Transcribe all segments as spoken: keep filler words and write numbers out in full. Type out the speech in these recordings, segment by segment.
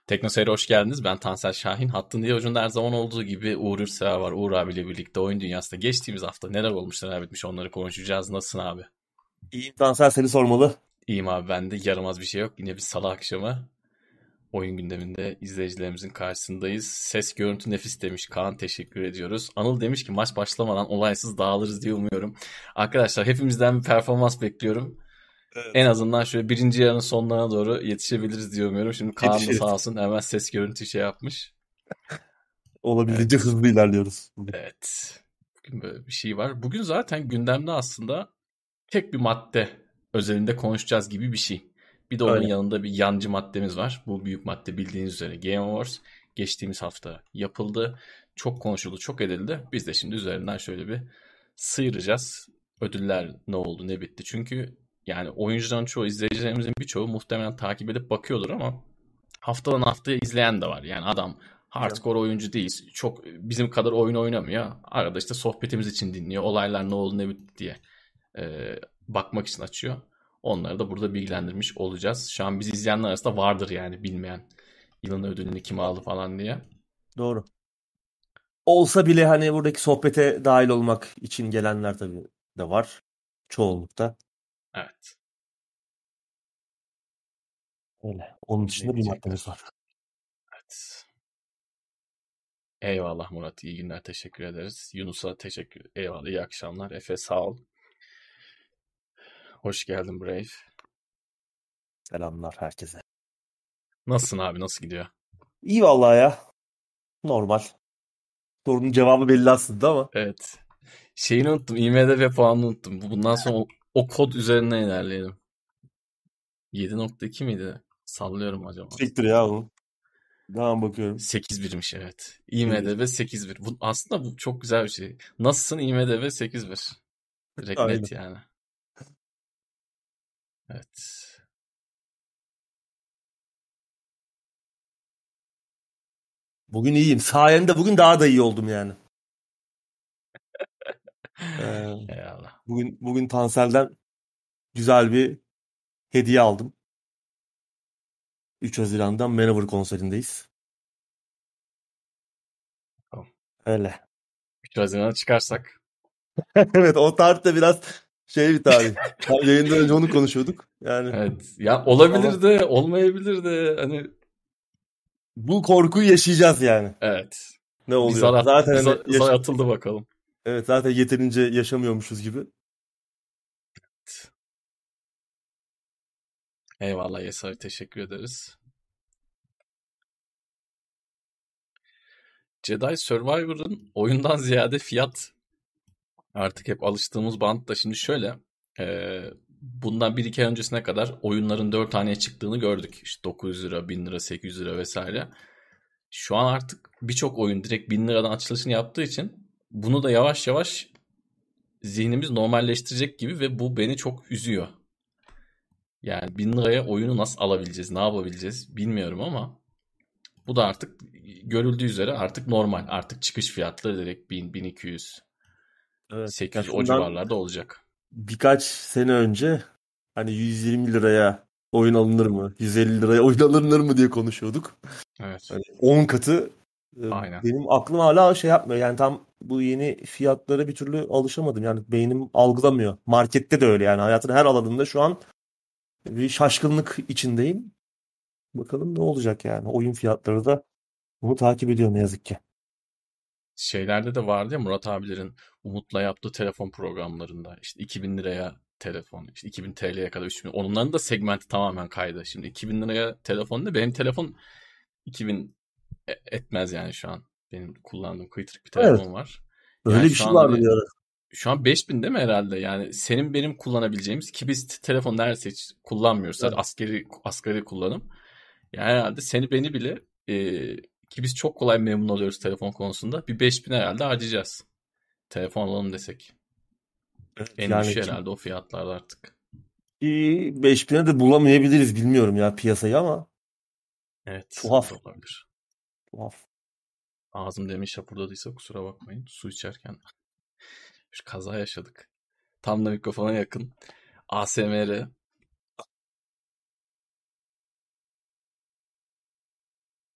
Teknoseyir'e hoş geldiniz. Ben Tansel Şahin. Hattın diye ucunda her zaman olduğu gibi Uğur Ürsever var. Uğur abiyle birlikte oyun dünyasında geçtiğimiz hafta neler olmuş neler bitmiş onları konuşacağız. Nasılsın abi? İyiyim Tansel, seni sormalı. İyiyim abi, ben de yaramaz bir şey yok. Yine bir salı akşamı oyun gündeminde izleyicilerimizin karşısındayız. Ses görüntü nefis demiş Kaan, teşekkür ediyoruz. Anıl demiş ki maç başlamadan olaysız dağılırız diye umuyorum. Arkadaşlar hepimizden bir performans bekliyorum. En Evet. azından şöyle birinci yarının sonlarına doğru yetişebiliriz diye umuyorum. Şimdi Kaan da sağ Yetişiriz. olsun hemen ses görüntü şey yapmış. Olabildiğince Evet. hızlı ilerliyoruz. Evet. Bugün böyle bir şey var. Bugün zaten gündemde aslında tek bir madde özelinde konuşacağız gibi bir şey. Bir de onun Öyle. yanında bir yancı maddemiz var. Bu büyük madde bildiğiniz üzere Game Awards. Geçtiğimiz hafta yapıldı. Çok konuşuldu, çok edildi. Biz de şimdi üzerinden şöyle bir sıyıracağız. Ödüller ne oldu, ne bitti. Çünkü yani oyuncuların çoğu, izleyicilerimizin birçoğu muhtemelen takip edip bakıyordur ama haftadan haftaya izleyen de var. Yani adam Canım. hardcore oyuncu değil. Çok bizim kadar oyun oynamıyor. Arada işte sohbetimiz için dinliyor. Olaylar ne oldu ne bitti diye e, bakmak için açıyor. Onları da burada bilgilendirmiş olacağız. Şu an bizi izleyenler arasında vardır yani bilmeyen yılın ödülünü kim aldı falan diye. Doğru. Olsa bile hani buradaki sohbete dahil olmak için gelenler tabii de var. Çoğunlukta. Evet. Öyle. Onun Ne dışında bir maddemiz diyecekler? var. Evet. Eyvallah Murat. İyi günler. Teşekkür ederiz. Yunus'a teşekkür. Eyvallah. İyi akşamlar. Efe sağ ol. Hoş geldin Brave. Selamlar herkese. Nasılsın abi? Nasıl gidiyor? İyi vallahi ya. Normal. Sorunun cevabı belli aslında ama. Evet. Şeyini unuttum. IMDb puanını unuttum. Bundan sonra o, o kod üzerinden ilerleyelim. yedi nokta iki miydi? Sallıyorum acaba. Çektir ya onu. Devam bakıyorum. sekiz birmiş evet. Bir. IMDb sekiz bir. Bu, aslında bu çok güzel bir şey. Nasılsın IMDb sekiz bir. Direkt Aynen. net yani. Evet. Bugün iyiyim. Sayende bugün daha da iyi oldum yani. Ee, Eyvallah. bugün bugün Tansel'den güzel bir hediye aldım. üç Haziran'da Manowar konserindeyiz. Tamam. Öyle. üç Haziran'a çıkarsak. Evet, o tarih de biraz şey bir tarih. Tam yayından önce onu konuşuyorduk. Yani Evet. Ya inşallah olabilir de olmayabilir de hani bu korkuyu yaşayacağız yani. evet. Ne Bir zar, oluyor? at, Zaten bir hani zar, zar yaş- atıldı bakalım. evet, zaten yeterince yaşamıyormuşuz gibi. Eyvallah Yesari, teşekkür ederiz. Jedi Survivor'ın oyundan ziyade fiyat artık hep alıştığımız bant da şimdi şöyle. e, bundan bir iki ay öncesine kadar oyunların dört taneye çıktığını gördük. İşte dokuz yüz lira, bin lira, sekiz yüz lira vesaire. Şu an artık birçok oyun direkt bin liradan açılışını yaptığı için bunu da yavaş yavaş zihnimiz normalleştirecek gibi ve bu beni çok üzüyor. Yani bin liraya oyunu nasıl alabileceğiz, ne yapabileceğiz bilmiyorum ama bu da artık görüldüğü üzere artık normal. Artık çıkış fiyatları direkt bin, bin iki yüz, Evet. Ya sekiz yüz o şundan civarlarda olacak. birkaç sene önce hani yüz yirmi liraya oyun alınır mı? yüz elli liraya oyun alınır mı diye konuşuyorduk. Evet, Hani on katı e, aynen. benim aklım hala şey yapmıyor. Yani tam bu yeni fiyatlara bir türlü alışamadım. Yani beynim algılamıyor. Markette de öyle yani. Hayatın her alanında şu an bir şaşkınlık içindeyim. Bakalım ne olacak yani. Oyun fiyatları da bunu takip ediyor ne yazık ki. Şeylerde de vardı ya Murat abilerin Umut'la yaptığı telefon programlarında. İşte iki bin liraya telefon, işte iki bin T L'ye kadar üç bin. Onların da segmenti tamamen kaydı. Şimdi iki bin liraya telefon ne? Benim telefon iki bin e- etmez yani şu an. Benim kullandığım kıytırık bir Evet. telefon var. Yani Öyle bir şu şey an vardı hani bir ara. şu an beş bin değil mi herhalde? Yani senin benim kullanabileceğimiz ki biz telefon neredeyse hiç kullanmıyoruz. Sadece Evet. askeri, askeri kullanım. Yani herhalde seni beni bile e, ki biz çok kolay memnun oluyoruz telefon konusunda. Bir beş bin herhalde harcayacağız. Telefon alalım desek. Evet, En yani düşüğü ki herhalde o fiyatlarda artık. beş bine de bulamayabiliriz bilmiyorum ya piyasayı ama Evet, o da tuhaf. olabilir. Tuhaf. Ağzım demin şapurdadıysa kusura bakmayın. Su içerken bir kaza yaşadık. Tam da mikrofona yakın. A S M R.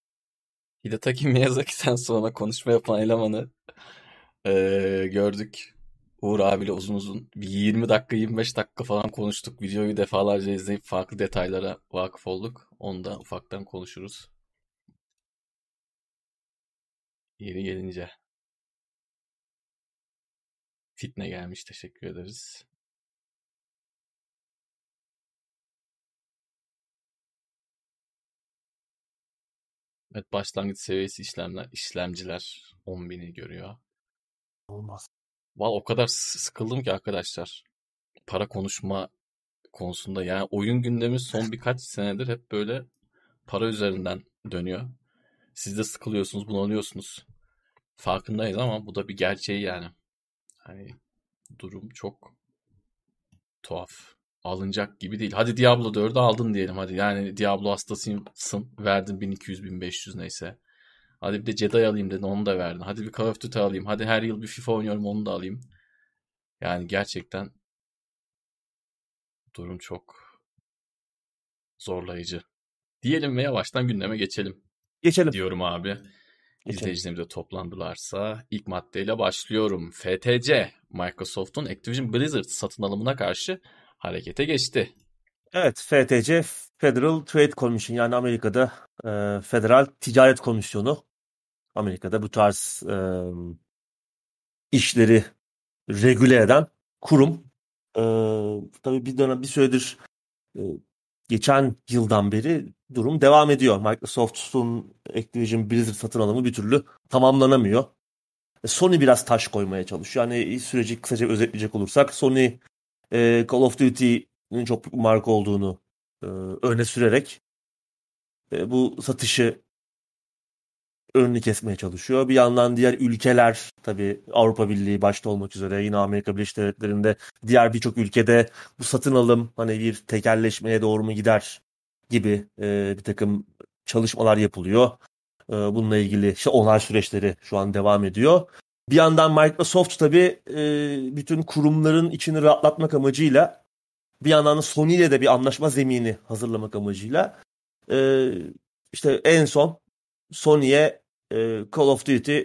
Hidetaki Miyazaki'den sonra konuşma yapan elemanı eee, gördük. Uğur abiyle uzun uzun bir yirmi dakika yirmi beş dakika falan konuştuk. Videoyu defalarca izleyip farklı detaylara vakıf olduk. Onu da ufaktan konuşuruz. Yeri gelince. Fitne gelmiş, teşekkür ederiz. Evet, başlangıç seviyesi işlemler, işlemciler on bini görüyor. Olmaz. Vallahi o kadar s- sıkıldım ki arkadaşlar. Para konuşma konusunda yani oyun gündemi son birkaç senedir hep böyle para üzerinden dönüyor. Siz de sıkılıyorsunuz, bunalıyorsunuz. Farkındayız ama bu da bir gerçeği yani. Hani durum çok tuhaf. Alınacak gibi değil. Hadi Diablo dördü aldın diyelim hadi. Yani Diablo hastasısın. Verdin bin iki yüz bin beş yüz neyse. Hadi bir de Jedi alayım dedin, onu da verdin. Hadi bir Call of Duty alayım. Hadi her yıl bir FIFA oynuyorum, onu da alayım. Yani gerçekten durum çok zorlayıcı. Diyelim ve yavaştan gündeme geçelim Geçelim. diyorum abi. Geçelim. İzleyicilerimiz de toplandılarsa ilk maddeyle başlıyorum. F T C, Microsoft'un Activision Blizzard satın alımına karşı harekete geçti. Evet, F T C Federal Trade Commission, yani Amerika'da e, Federal Ticaret Komisyonu, Amerika'da bu tarz e, işleri regüle eden kurum. E, tabii bir dönem bir süredir, e, geçen yıldan beri durum devam ediyor. Microsoft'un Activision Blizzard satın alımı bir türlü tamamlanamıyor. E, Sony biraz taş koymaya çalışıyor. Yani süreci kısaca özetleyecek olursak, Sony e, Call of Duty'nin çok büyük bir marka olduğunu e, öne sürerek e, bu satışı önünü kesmeye çalışıyor. Bir yandan diğer ülkeler, tabii Avrupa Birliği başta olmak üzere, yine Amerika Birleşik Devletleri'nde diğer birçok ülkede bu satın alım hani bir tekelleşmeye doğru mu gider gibi e, bir takım çalışmalar yapılıyor. E, bununla ilgili işte onay süreçleri şu an devam ediyor. Bir yandan Microsoft tabii e, bütün kurumların içini rahatlatmak amacıyla, bir yandan da Sony ile de bir anlaşma zemini hazırlamak amacıyla e, işte en son Sony'ye e, Call of Duty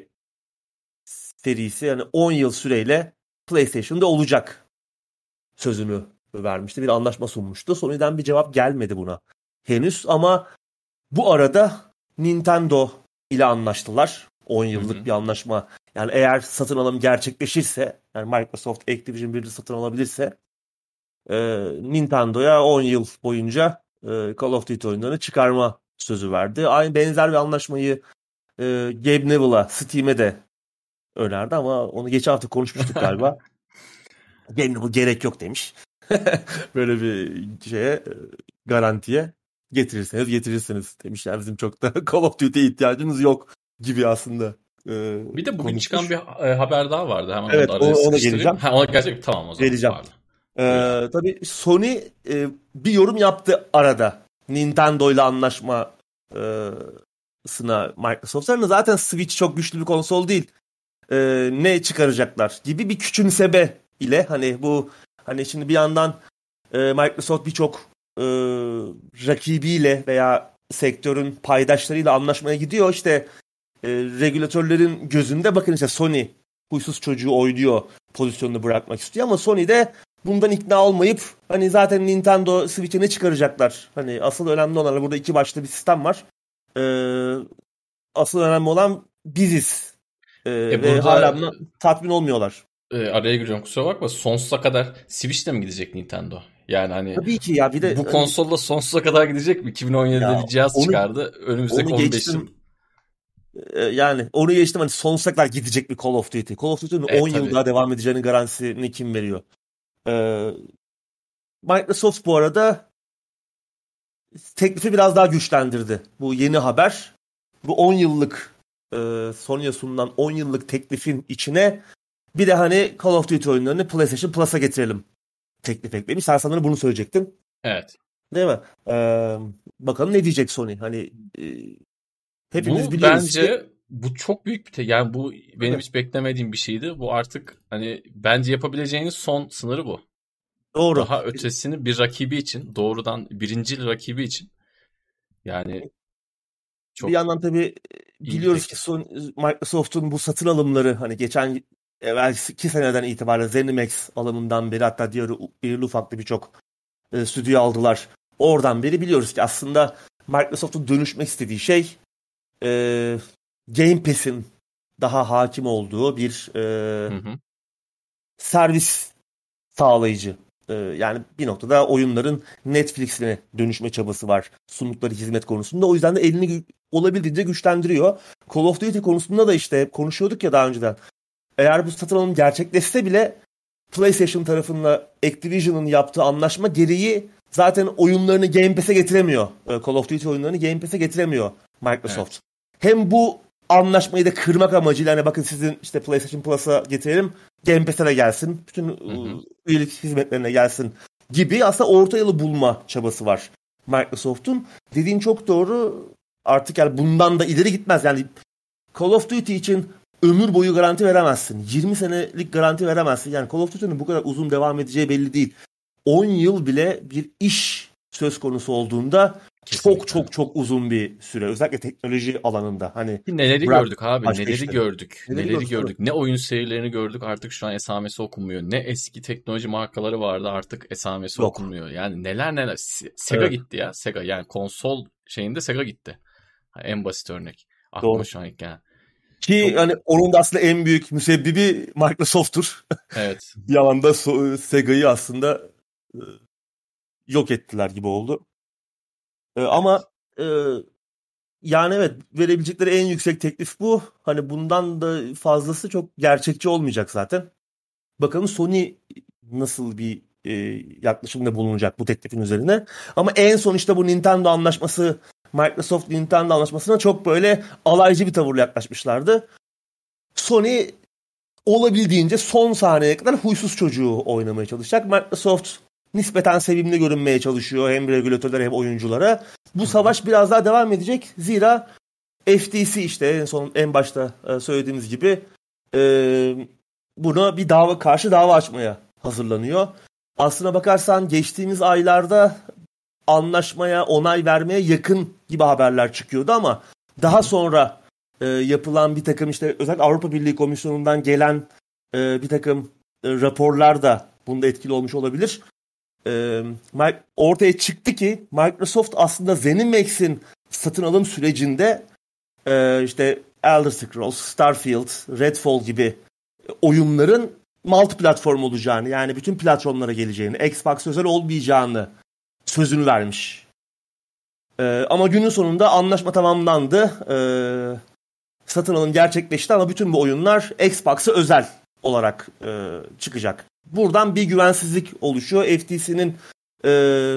serisi, yani on yıl süreyle PlayStation'da olacak sözünü vermişti. Bir anlaşma sunmuştu. Sony'den bir cevap gelmedi buna henüz, ama bu arada Nintendo ile anlaştılar. on Hı yıllık hı. bir anlaşma. Yani eğer satın alım gerçekleşirse, yani Microsoft Activision bir satın alabilirse, e, Nintendo'ya on yıl boyunca e, Call of Duty oyunlarını çıkarma sözü verdi. Aynı benzer bir anlaşmayı e, Gabe Neville'a, Steam'e de önerdi, ama onu geçen hafta konuşmuştuk galiba. Gabe Neville gerek yok demiş. Böyle bir şeye, e, garantiye getirirseniz getirirsiniz demişler. Bizim çok da Call of Duty'ye ihtiyacımız yok gibi aslında e, Bir de bugün çıkan konuşmuş. bir e, haber daha vardı. Hemen onu Evet, da araya ona, ona sıkıştırayım. geleceğim. Ha, ona gerçek tamam o zaman. Geleceğim. Pardon. Buyur abi. Ee, tabii Sony e, bir yorum yaptı arada. Nintendo ile anlaşma e, sına Microsoft. Yani zaten Switch çok güçlü bir konsol değil. Ee, ne çıkaracaklar gibi bir küçümseme ile, hani bu, hani şimdi bir yandan e, Microsoft birçok e, rakibiyle veya sektörün paydaşlarıyla anlaşmaya gidiyor. İşte e, regülatörlerin gözünde, bakın işte Sony huysuz çocuğu oynuyor pozisyonunu bırakmak istiyor, ama Sony de bundan ikna olmayıp, hani zaten Nintendo Switch'e ne çıkaracaklar? Hani asıl önemli olan, burada iki başlı bir sistem var. Ee, asıl önemli olan biziz. Ee, E ve hala burada buna tatmin olmuyorlar. e, araya giriyorum, kusura bakma. Sonsuza kadar Switch'le mi gidecek Nintendo? Yani hani Tabii ki ya, bir de bu hani, konsolla sonsuza kadar gidecek mi? iki bin on yedide ya bir cihaz onu çıkardı. Önümüzdeki onu on beş yıl. geçtim. Ee, yani onu geçtim, hani sonsuza kadar gidecek bir Call of Duty. Call of Duty'nin E on yıl tabii. daha devam edeceğinin garantisini kim veriyor? Ee, Microsoft bu arada teklifi biraz daha güçlendirdi. Bu yeni haber. Bu on yıllık, e, Sony'ye sunulan on yıllık teklifin içine bir de hani Call of Duty oyunlarını PlayStation Plus'a getirelim teklif eklemiş. Sen sanırım bunu söyleyecektin. Evet. Değil mi? Ee, bakalım ne diyecek Sony. Hani e, hepimiz Bu biliyoruz ki, bence bu çok büyük bir te- yani bu benim tabii, hiç beklemediğim bir şeydi. Bu artık hani bence yapabileceğiniz son sınırı bu. doğru. Daha ötesini bir rakibi için, doğrudan birincil rakibi için yani Bir Çok yandan tabii iyi bir biliyoruz ki teklif. son, Microsoft'un bu satın alımları hani geçen evvel iki seneden itibaren ZeniMax alımından beri hatta diğer irili ufaklı birçok e, stüdyo aldılar. Oradan beri biliyoruz ki aslında Microsoft'un dönüşmek istediği şey e, Game Pass'in daha hakim olduğu bir Hı e, hı. servis sağlayıcı. Ee, yani bir noktada oyunların Netflix'ine dönüşme çabası var sundukları hizmet konusunda. O yüzden de elini gü- olabildiğince güçlendiriyor. Call of Duty konusunda da işte konuşuyorduk ya daha önceden. Eğer bu satın alım gerçekleşse bile PlayStation tarafında Activision'ın yaptığı anlaşma gereği zaten oyunlarını Game Pass'e getiremiyor. Ee, Call of Duty oyunlarını Game Pass'e getiremiyor Microsoft. Evet. Hem bu anlaşmayı da kırmak amacıyla hani bakın sizin işte PlayStation Plus'a getirelim Game Pass'e de gelsin. Bütün Hı hı. ıı, üyelik hizmetlerine gelsin gibi aslında orta yolu bulma çabası var Microsoft'un. Dediğin çok doğru. Artık yani bundan da ileri gitmez. Yani Call of Duty için ömür boyu garanti veremezsin. yirmi senelik garanti veremezsin. Yani Call of Duty'nin bu kadar uzun devam edeceği belli değil. on yıl bile bir iş söz konusu olduğunda çok Kesinlikle. çok çok uzun bir süre. Özellikle teknoloji alanında. Hani Neleri bırak gördük abi, başka neleri işleri. gördük, Neleri neleri gördük tabii. gördük. Ne oyun serilerini gördük, artık şu an esamesi okunmuyor. Ne eski teknoloji markaları vardı, artık esamesi Yok. okunmuyor. Yani neler neler. Se- Sega Evet. gitti ya, Sega. Yani konsol şeyinde Sega gitti. Ha, en basit örnek. Aklıma Doğru. şu an ilk gelen. Ki Çok, hani onun da aslında en büyük müsebbibi Microsoft'tur. evet. Bir alanda so- Sega'yı aslında e, yok ettiler gibi oldu. E, ama Evet. e, yani evet verebilecekleri en yüksek teklif bu. Hani bundan da fazlası çok gerçekçi olmayacak zaten. Bakalım Sony nasıl bir e, yaklaşımda bulunacak bu teklifin üzerine. Ama en son işte bu Nintendo anlaşması, Microsoft Nintendo anlaşmasına çok böyle alaycı bir tavırla yaklaşmışlardı. Sony olabildiğince son saniyeye kadar huysuz çocuğu oynamaya çalışacak. Microsoft nispeten sevimli görünmeye çalışıyor hem regülatörlere hem oyunculara. Bu Hı hı. savaş biraz daha devam edecek. Zira F T C işte en son en başta e, söylediğimiz gibi e, buna bir dava karşı dava açmaya hazırlanıyor. Aslına bakarsan geçtiğimiz aylarda anlaşmaya onay vermeye yakın gibi haberler çıkıyordu ama Hı daha hı. sonra e, yapılan bir takım işte özellikle Avrupa Birliği Komisyonu'ndan gelen e, bir takım e, raporlar da bunda etkili olmuş olabilir. E, ortaya çıktı ki Microsoft aslında ZeniMax'in satın alım sürecinde e, işte Elder Scrolls, Starfield, Redfall gibi oyunların multi platform olacağını yani bütün platformlara geleceğini, Xbox özel olmayacağını sözünü vermiş. Ee, ama günün sonunda anlaşma tamamlandı. Ee, satın alım gerçekleşti ama bütün bu oyunlar Xbox'a özel olarak e, çıkacak. Buradan bir güvensizlik oluşuyor. F T C'nin e,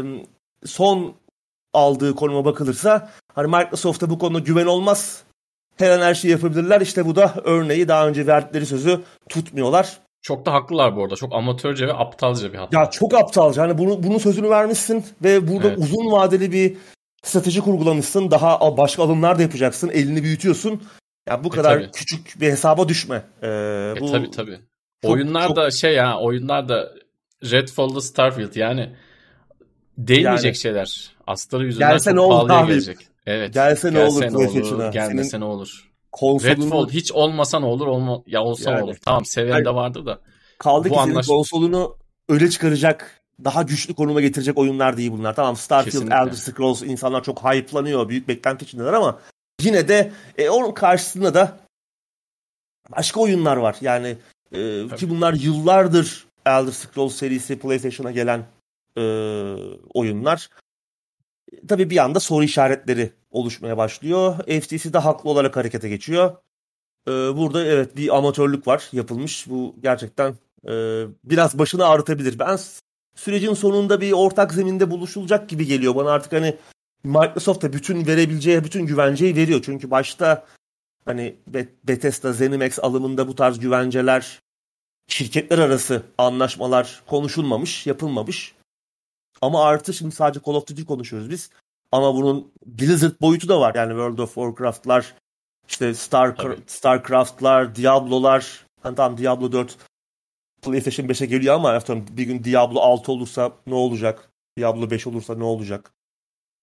son aldığı konuma bakılırsa hani Microsoft'a bu konuda güven olmaz. Her an her şeyi yapabilirler. İşte bu da örneği daha önce verdikleri sözü tutmuyorlar. Çok da haklılar bu arada. Çok amatörce ve aptalca bir Ya hata. çok aptalca. Hani bunu, bunun sözünü vermişsin ve burada Evet. uzun vadeli bir strateji kurgulamışsın. Daha başka alımlar da yapacaksın. Elini büyütüyorsun. Ya bu E kadar tabi. küçük bir hesaba düşme. Ee, E tabi bu tabi. çok Oyunlar çok da şey ya, oyunlar da Redfall'da Starfield yani yani değmeyecek şeyler. Astarı yüzünden gelse ne çok olur pahalıya abi? gelecek. Evet. Gelse ne olur Gelse ne olur, PlayStation'a? gelmese Senin ne olur. Redfall konsolunu hiç olmasa ne olur, olma ya olsa ne yani olur. Tamam, seven hayır, de vardır da kaldı bu ki senin anlaş konsolunu öyle çıkaracak daha güçlü konuma getirecek oyunlar değil bunlar. Tamam Starfield, Elder kesinlikle. Scrolls insanlar çok hype'lanıyor. Büyük beklenti içindeler ama yine de e, onun karşısında da başka oyunlar var. Yani e, Tabii. ki bunlar yıllardır Elder Scrolls serisi PlayStation'a gelen e, oyunlar. Tabii bir anda soru işaretleri oluşmaya başlıyor. F T C de haklı olarak harekete geçiyor. E, burada evet bir amatörlük var yapılmış. Bu gerçekten e, biraz başını ağrıtabilir. Ben sürecin sonunda bir ortak zeminde buluşulacak gibi geliyor bana artık hani Microsoft da bütün verebileceği bütün güvenceyi veriyor. Çünkü başta hani Bethesda, ZeniMax alımında bu tarz güvenceler, şirketler arası anlaşmalar konuşulmamış, yapılmamış. Ama artı şimdi sadece Call of Duty konuşuyoruz biz. Ama bunun Blizzard boyutu da var. Yani World of Warcraft'lar, işte Star Tabii. StarCraft'lar, Diablo'lar. Hani tamam Diablo dört PlayStation beşe geliyor ama atıyorum bir gün Diablo altı olursa ne olacak? Diablo beş olursa ne olacak?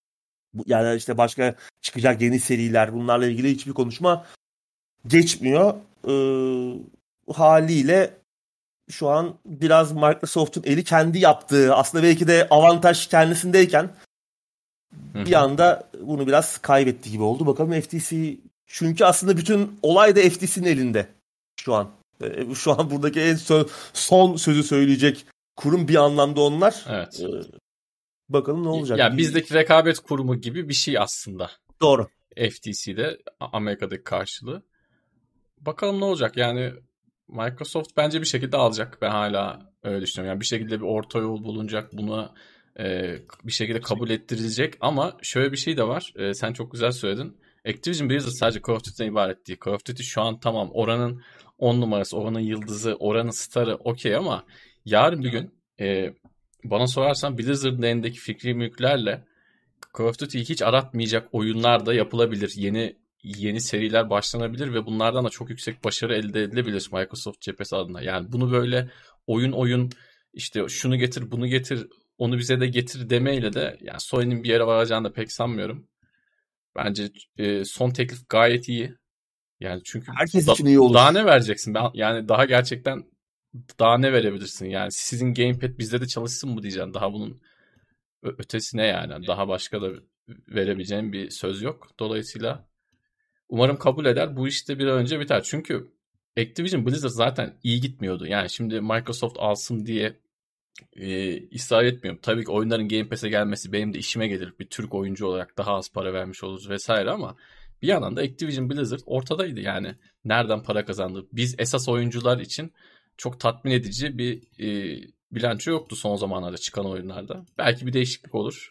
Bu- Yani işte başka çıkacak yeni seriler, bunlarla ilgili hiçbir konuşma geçmiyor. Ee, haliyle şu an biraz Microsoft'un eli kendi yaptığı, aslında belki de avantaj kendisindeyken Hı bir hı. anda bunu biraz kaybetti gibi oldu. Bakalım F T C, çünkü aslında bütün olay da F T C'nin elinde şu an. Ee, Şu an buradaki en sö- son sözü söyleyecek kurum bir anlamda onlar. Ee, Evet. Bakalım ne olacak? Ya Bir bizdeki rekabet kurumu gibi bir şey aslında. doğru. F T C'de Amerika'daki karşılığı. Bakalım ne olacak yani Microsoft bence bir şekilde alacak. Ben hala öyle düşünüyorum. Yani bir şekilde bir orta yol bulunacak. Buna e, bir şekilde kabul ettirilecek. Ama şöyle bir şey de var. E, sen çok güzel söyledin. Activision Blizzard sadece Call of Duty'den ibaret değil. Call of Duty şu an tamam oranın on numarası, oranın yıldızı, oranın starı okey ama yarın bir gün e, bana sorarsan Blizzard'ın elindeki fikri mülklerle Call of Duty'yi hiç aratmayacak oyunlar da yapılabilir. Yeni yeni seriler başlanabilir ve bunlardan da çok yüksek başarı elde edilebilir Microsoft cephesi adına. Yani bunu böyle oyun oyun işte şunu getir bunu getir onu bize de getir demeyle de yani Sony'nin bir yere varacağını da pek sanmıyorum. Bence e, son teklif gayet iyi. Yani çünkü Herkes da- için iyi daha olur. ne vereceksin? Ben, yani daha gerçekten daha ne verebilirsin? Yani sizin gamepad bizde de çalışsın mı diyeceksin. Daha bunun ö- ötesine yani. Daha başka da verebileceğim bir söz yok. Dolayısıyla umarım kabul eder. Bu işte bir an önce biter. Çünkü Activision Blizzard zaten iyi gitmiyordu. Yani şimdi Microsoft alsın diye e, ısrar etmiyorum. Tabii ki oyunların Game Pass'e gelmesi benim de işime gelir. Bir Türk oyuncu olarak daha az para vermiş oluruz vesaire ama bir yandan da Activision Blizzard ortadaydı yani. Nereden para kazandı? Biz esas oyuncular için çok tatmin edici bir e, bilanço yoktu son zamanlarda çıkan oyunlarda. Belki bir değişiklik olur.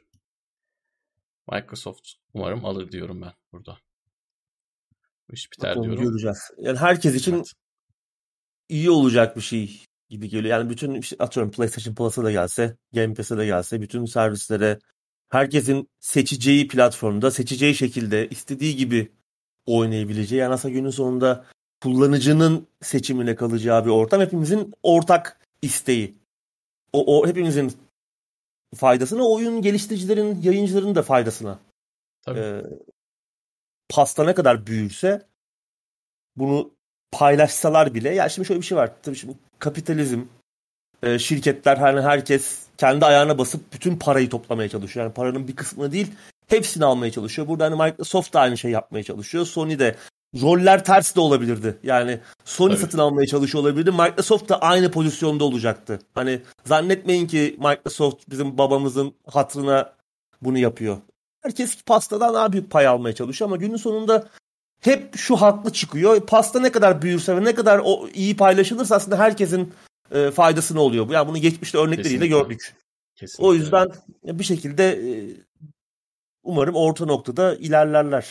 Microsoft umarım alır diyorum ben burada. Bu iş biter Bakalım diyorum. göreceğiz. Yani herkes için Evet. iyi olacak bir şey gibi geliyor. Yani bütün işte atıyorum PlayStation Plus'a da gelse, Game Pass'e de gelse, bütün servislere herkesin seçeceği platformda, seçeceği şekilde, istediği gibi oynayabileceği. Yani aslında günün sonunda kullanıcının seçimine kalacağı bir ortam. Hepimizin ortak isteği. O, o hepimizin faydasına, oyun geliştiricilerin, yayıncıların da faydasına. Tabii. Ee, Pasta ne kadar büyürse bunu paylaşsalar bile, ya şimdi şöyle bir şey var. Tabii şimdi kapitalizm, e, şirketler, hani herkes kendi ayağına basıp bütün parayı toplamaya çalışıyor. Yani paranın bir kısmını değil, hepsini almaya çalışıyor. Burada hani Microsoft da aynı şey yapmaya çalışıyor. Sony de, roller ters de olabilirdi. Yani Sony Tabii. satın almaya çalışıyor olabilirdi. Microsoft da aynı pozisyonda olacaktı. Hani zannetmeyin ki Microsoft bizim babamızın hatırına bunu yapıyor. Herkes pastadan daha büyük pay almaya çalışıyor ama günün sonunda hep şu haklı çıkıyor. Pasta ne kadar büyürse ve ne kadar o iyi paylaşılırsa aslında herkesin e, faydasına oluyor. Yani bunu geçmişte örnekleriyle Kesinlikle. gördük. O Kesinlikle öyle. yüzden bir şekilde e, umarım orta noktada ilerlerler.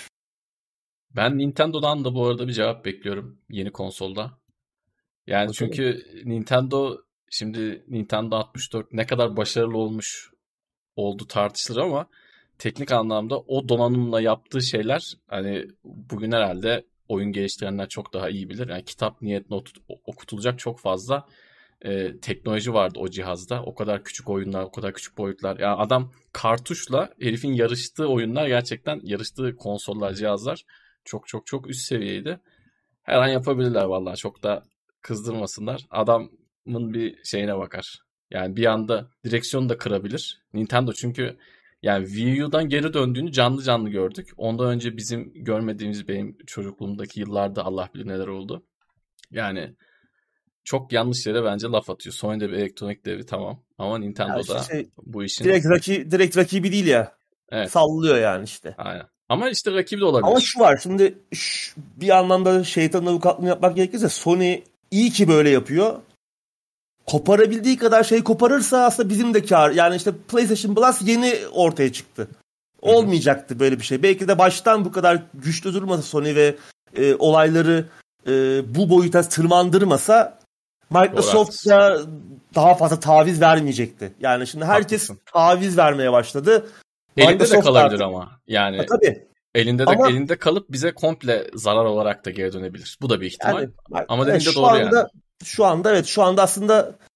Ben Nintendo'dan da bu arada bir cevap bekliyorum yeni konsolda. Yani Bakalım. çünkü Nintendo şimdi Nintendo altmış dört ne kadar başarılı olmuş oldu tartışılır ama teknik anlamda o donanımla yaptığı şeyler hani bugün herhalde oyun geliştirenler çok daha iyi bilir. Yani kitap niyetine okutulacak çok fazla e, teknoloji vardı o cihazda. O kadar küçük oyunlar, o kadar küçük boyutlar. Yani adam kartuşla herifin yarıştığı oyunlar gerçekten yarıştığı konsollar, cihazlar çok çok çok üst seviyeydi. Her an yapabilirler vallahi. Çok da kızdırmasınlar. Adamın bir şeyine bakar. Yani bir anda direksiyonu da kırabilir. Nintendo çünkü yani Wii U'dan geri döndüğünü canlı canlı gördük. Ondan önce bizim görmediğimiz benim çocukluğumdaki yıllarda Allah bilir neler oldu. Yani çok yanlış yere bence laf atıyor. Sony'de bir elektronik devi tamam. Ama Ya işte Nintendo'da şey, bu işin direkt, raki, direkt rakibi değil ya. evet Sallıyor yani işte. aynen. Ama işte rakibi de Ama olabilir. şu var şimdi, ş- bir anlamda şeytanın avukatlığını yapmak gerekirse Sony iyi ki böyle yapıyor. Koparabildiği kadar şey koparırsa aslında bizim de kar. Yani işte PlayStation Plus yeni ortaya çıktı. Hı hı. Olmayacaktı böyle bir şey. Belki de baştan bu kadar güçlü durmasa Sony ve e, olayları e, bu boyuta tırmandırmasa Doğru Microsoft haklısın. da daha fazla taviz vermeyecekti. Yani şimdi herkes Haklısın. taviz vermeye başladı. Elinde de Microsoft da kalabilir artık, ama. ha, Yani tabii, elinde de ama elinde kalıp bize komple zarar olarak da geri dönebilir. Bu da bir ihtimal. yani Ama evet, dediğin de şu doğru yani. anda şu anda evet şu anda aslında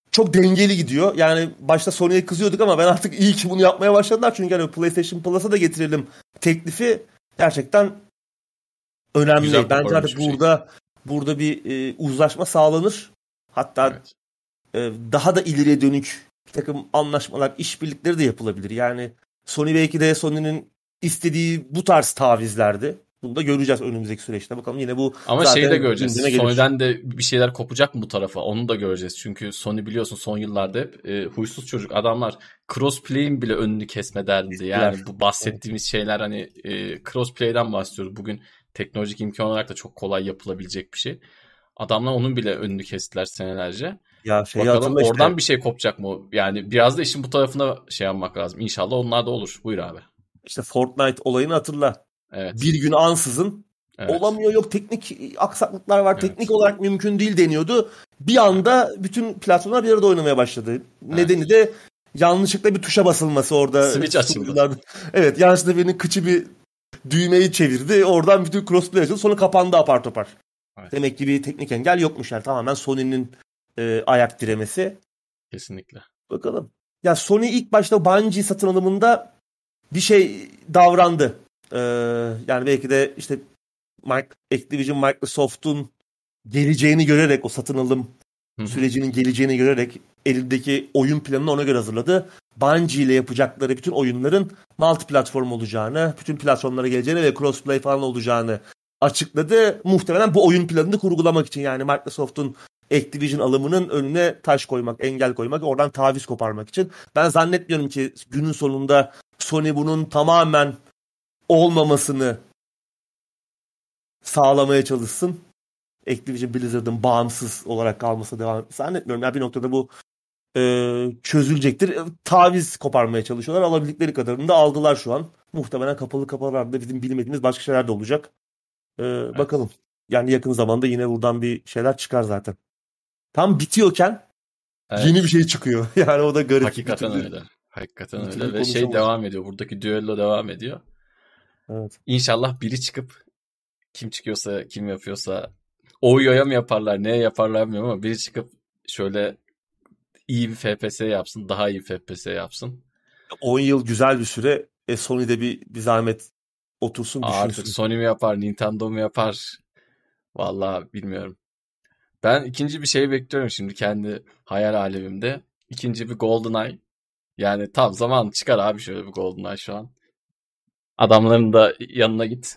çok dengeli gidiyor. Yani başta Sony'ye kızıyorduk ama ben artık iyi ki bunu yapmaya başladılar. Çünkü hani PlayStation Plus'a da getirelim teklifi gerçekten önemli. Güzel Bence koparılmış artık bir şey. burada burada bir e, uzlaşma sağlanır. Hatta Evet. e, daha da ileriye dönük bir takım anlaşmalar, işbirlikleri de yapılabilir. Yani Sony belki de Sony'nin istediği bu tarz tavizlerdi. Bunu da göreceğiz önümüzdeki süreçte. Bakalım yine bu Ama zaten şeyi de göreceğiz. gündeme gelir. Sony'den de bir şeyler kopacak mı bu tarafa? Onu da göreceğiz. Çünkü Sony biliyorsun son yıllarda hep e, huysuz çocuk adamlar crossplay'in bile önünü kesme derdinde. Yani bu bahsettiğimiz şeyler hani e, crossplay'den bahsediyoruz. Bugün teknolojik imkan olarak da çok kolay yapılabilecek bir şey. Adamlar onun bile önünü kestiler senelerce. Ya şeyi Bakalım hatırla işte. oradan bir şey kopacak mı? Yani biraz da işin bu tarafına şey yapmak lazım. İnşallah onlar da olur. Buyur abi. İşte Fortnite olayını hatırla. Evet. Bir gün ansızın Evet. olamıyor, yok teknik aksaklıklar var, Evet. teknik olarak mümkün değil deniyordu. Bir anda bütün platformlar bir arada oynamaya başladı. Evet. Nedeni de yanlışlıkla bir tuşa basılması orada. Switch açıldı. Evet, yanlışlıkla birinin kıçı bir düğmeyi çevirdi. Oradan bütün crossplay açıldı. Sonra kapandı apar topar. Evet. Demek ki bir teknik engel yokmuş yani. Tamamen Sony'nin e, ayak diremesi. Kesinlikle. Bakalım. Ya Sony ilk başta Bungie satın alımında bir şey davrandı. Ee, yani belki de işte Activision Microsoft'un geleceğini görerek, o satın alım Hı-hı. sürecinin geleceğini görerek elindeki oyun planını ona göre hazırladı. Bungie ile yapacakları bütün oyunların multi platform olacağını, bütün platformlara geleceğini ve crossplay falan olacağını açıkladı. Muhtemelen bu oyun planını kurgulamak için, yani Microsoft'un Activision alımının önüne taş koymak, engel koymak, oradan taviz koparmak için. Ben zannetmiyorum ki günün sonunda Sony bunun tamamen olmamasını sağlamaya çalışsın. Activision Blizzard'ın bağımsız olarak kalması devam etmesi zannetmiyorum. Yani bir noktada bu e, çözülecektir. Taviz koparmaya çalışıyorlar. Alabildikleri kadarını da aldılar şu an. Muhtemelen kapalı kapılarda bizim bilmediğimiz başka şeyler de olacak. E, evet. Bakalım. Yani yakın zamanda yine buradan bir şeyler çıkar zaten. Tam bitiyorken evet. yeni bir şey çıkıyor. Yani o da garip. Hakikaten öyle. Hakikaten öyle. Ve şey devam ediyor. Buradaki düello devam ediyor. Evet. İnşallah biri çıkıp kim çıkıyorsa, kim yapıyorsa Oyo'ya mı yaparlar, neye yaparlar bilmiyorum ama biri çıkıp şöyle iyi bir F P S yapsın, daha iyi F P S yapsın. on yıl güzel bir süre. E Sony'de bir, bir zahmet otursun, düşünsün. Artık Sony mi yapar, Nintendo mu yapar? Vallahi bilmiyorum. Ben ikinci bir şey bekliyorum şimdi kendi hayal alemimde. İkinci bir GoldenEye. Yani tam zaman çıkar abi şöyle bir GoldenEye şu an. Adamların da yanına git.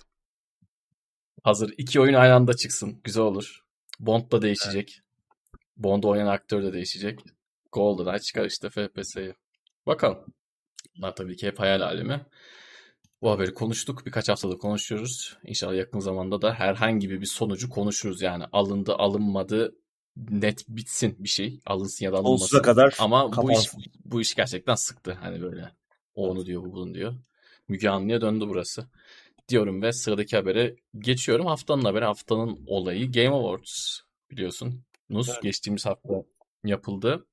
Hazır iki oyun aynı anda çıksın. Güzel olur. Bond da değişecek. Evet. Bond'u oynayan aktör de değişecek. GoldenEye çıkar işte F P S'yi. Bakalım. Bunlar tabii ki hep hayal alemi. Bu haberi konuştuk. Birkaç haftadır konuşuyoruz. İnşallah yakın zamanda da herhangi bir sonucu konuşuruz. Yani alındı, alınmadı, net bitsin bir şey. Alınsın ya da alınmasın. Sonsuza kadar ama bu iş kapansın. bu iş gerçekten sıktı. Hani böyle o onu diyor, bu bunu diyor. Müge Anlı'ya döndü burası. Diyorum ve sıradaki habere geçiyorum. Haftanın haberi, haftanın olayı Game Awards biliyorsun. Nus evet. Geçtiğimiz hafta yapıldı.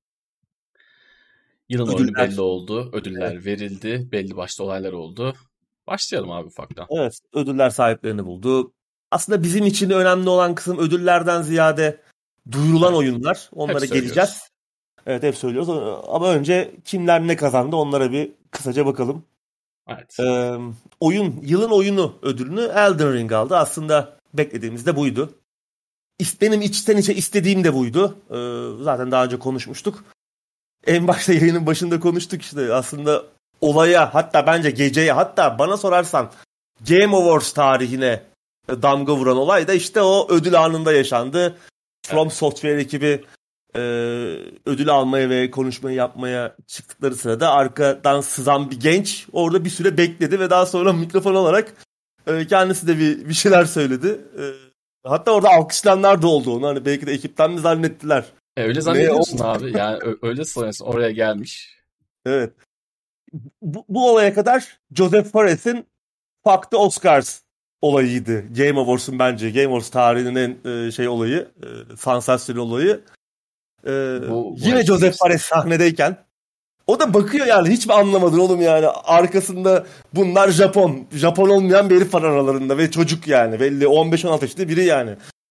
Yılın ödüller. Oyunu belli oldu. Ödüller evet. verildi. Belli başlı olaylar oldu. Başlayalım abi ufaktan. Evet, ödüller sahiplerini buldu. Aslında bizim için önemli olan kısım ödüllerden ziyade duyurulan evet. oyunlar. Onlara geleceğiz. Evet, hep söylüyoruz. Ama önce kimler ne kazandı onlara bir kısaca bakalım. Evet. Ee, oyun, yılın oyunu ödülünü Elden Ring aldı. Aslında beklediğimiz de buydu. Benim içten içe istediğim de buydu. Ee, zaten daha önce konuşmuştuk. En başta yayının başında konuştuk işte. Aslında olaya, hatta bence geceye, hatta bana sorarsan Game Awards tarihine damga vuran olay da işte o ödül anında yaşandı. From evet. Software ekibi e, ödül almaya ve konuşmayı yapmaya çıktıkları sırada arkadan sızan bir genç orada bir süre bekledi ve daha sonra mikrofon olarak e, kendisi de bir, bir şeyler söyledi. E, hatta orada alkışlayanlar da oldu onu. Hani belki de ekipten mi zannettiler? E, öyle zannediyorsun abi. Yani öyle sanıyorsun. Oraya gelmiş. Evet. Bu, bu olaya kadar Joseph Fares'in Fuck the Oscars olayıydı. Game Awards'un bence Game Awards tarihinin en e, şey olayı, e, sansasyonel olayı. E, bu, bu yine Joseph Fares sahnedeyken o da bakıyor yani, hiç mi anlamadın oğlum yani, arkasında bunlar Japon. Japon olmayan bir herif var aralarında ve çocuk yani belli on beş on altı yaşında biri yani.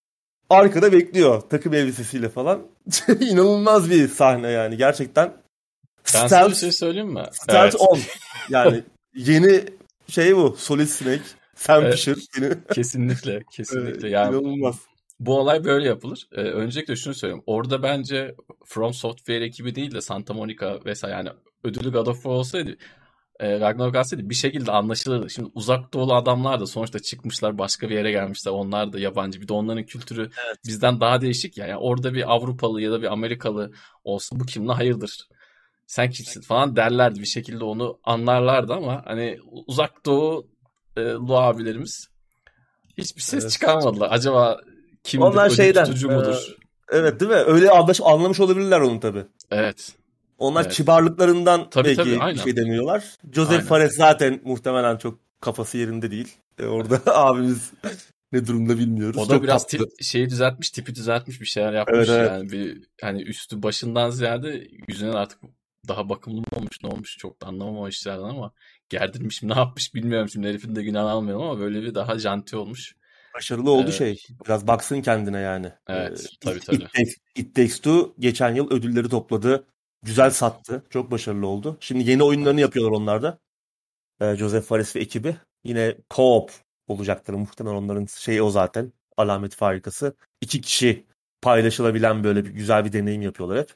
arkada bekliyor takım elbisesiyle falan. İnanılmaz bir sahne yani gerçekten. Ben sana bir şey söyleyeyim mi? Start Evet. on. Yani yeni şey bu. Solid Snake. Sam Evet, Fisher. Yine. kesinlikle, Ee, kesinlikle. Yani inanılmaz. bu olay böyle yapılır. Ee, öncelikle şunu söyleyeyim. Orada bence From Software ekibi değil de Santa Monica vesaire, yani ödülü God of War olsaydı, e, Ragnarok alsaydı bir şekilde anlaşılırdı. Şimdi uzak doğulu adamlar da sonuçta çıkmışlar, başka bir yere gelmişler. Onlar da yabancı. Bir de onların kültürü Evet. bizden daha değişik ya. Yani orada bir Avrupalı ya da bir Amerikalı olsa bu kim la, hayırdır? Sen kimsin falan derlerdi, bir şekilde onu anlarlardı ama hani uzak doğu e, Lu abilerimiz hiçbir ses Evet. çıkarmadılar. Acaba kimdir? Onlar Ödül şeyden. tutucu e, mudur? evet değil mi? Öyle anlaş, anlamış olabilirler onu tabii. Evet. Onlar Evet. kibarlıklarından Tabii tabii, belki bir aynen. şey demiyorlar. Joseph Aynen. Fares zaten muhtemelen çok kafası yerinde değil. E, orada abimiz ne durumda bilmiyoruz. O da Çok biraz tatlı. tip, şeyi düzeltmiş, tipi düzeltmiş, bir şeyler Evet yapmış. evet. Yani bir hani üstü başından ziyade yüzüne artık daha bakımlı mı olmuş, ne olmuş, çok da anlamam o işlerden ama gerdirmiş mi ne yapmış bilmiyorum, şimdi herifin de günahını almayalım ama böyle bir daha janti olmuş. Başarılı oldu Ee, şey. Biraz baksın kendine yani. Ee, evet, tabii It, tabii. Takes, It Takes Two geçen yıl ödülleri topladı. Güzel Evet. sattı. Çok başarılı oldu. Şimdi yeni oyunlarını Evet. yapıyorlar onlar da. Ee, Joseph Fares ve ekibi. Yine co-op olacaktır muhtemelen, onların şeyi o zaten. Alamet farikası. İki kişi paylaşılabilen böyle bir güzel bir deneyim yapıyorlar hep.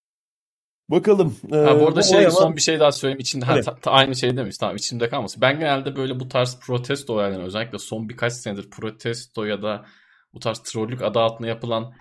Bakalım. Ha, bu Ee, arada bu olay şey, ama son bir şey daha söyleyeyim, içinde ha, tabii. ta- ta- aynı şey demiş, tamam, içimde kalmasın. Ben genelde böyle bu tarz protesto olaylarını, özellikle son birkaç senedir protesto ya da bu tarz trollük adı altında yapılan,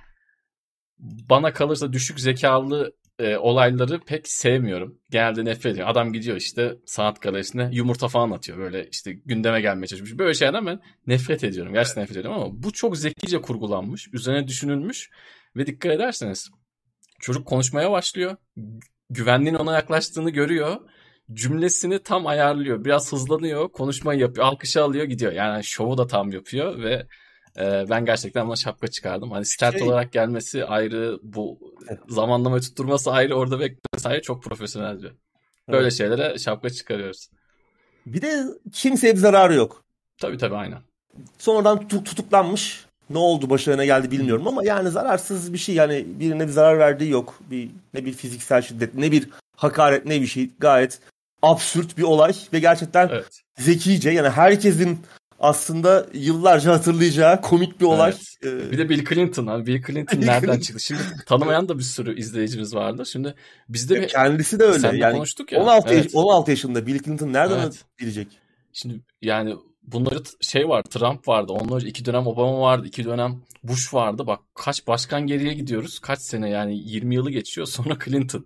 bana kalırsa düşük zekalı e, olayları pek sevmiyorum. Genelde nefret ediyorum. Adam gidiyor işte sanat galerisine yumurta falan atıyor. Böyle işte gündeme gelmeye çalışmış. Böyle şeylerden ben nefret ediyorum. Gerçekten nefret ediyorum ama bu çok zekice kurgulanmış. Üzerine düşünülmüş. Ve dikkat ederseniz çocuk konuşmaya başlıyor. Güvenliğin ona yaklaştığını görüyor. Cümlesini tam ayarlıyor. Biraz hızlanıyor. Konuşmayı yapıyor. Alkışı alıyor, gidiyor. Yani şovu da tam yapıyor ve e, ben gerçekten buna şapka çıkardım. Hani start Şey, olarak gelmesi ayrı, bu zamanlamayı tutturması ayrı, orada beklemesi ayrı, çok profesyonelce. Böyle evet. şeylere şapka çıkarıyoruz. Bir de kimseye bir zararı yok. Tabii tabii, aynen. Sonradan tutuk- tutuklanmış. Ne oldu, başına ne geldi Hı hı. bilmiyorum ama yani zararsız bir şey, yani birine bir zarar verdiği yok. Bir, ne bir fiziksel şiddet, ne bir hakaret, ne bir şey. Gayet absürt bir olay ve gerçekten Evet. zekice, yani herkesin aslında yıllarca hatırlayacağı komik bir olay. Evet. Ee, Bir de Bill Clinton abi. Bill Clinton nereden çıktı? Şimdi tanımayan da bir sürü izleyicimiz vardır. Şimdi bizde bir, kendisi de öyle. senle Yani konuştuk ya. on altı, yaş- Evet. on altı yaşında Bill Clinton nereden Evet. bilecek? Şimdi yani bunları t- şey var, Trump vardı. Ondan önce iki dönem Obama vardı. iki dönem Bush vardı. Bak kaç başkan geriye gidiyoruz. Kaç sene, yani yirmi yılı geçiyor. Sonra Clinton.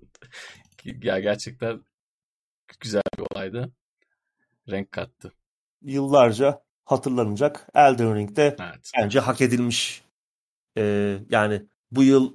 Ya gerçekten güzel bir olaydı. Renk kattı. Yıllarca hatırlanacak. Elden Ring'de Evet. bence hak edilmiş. Ee, yani bu yıl,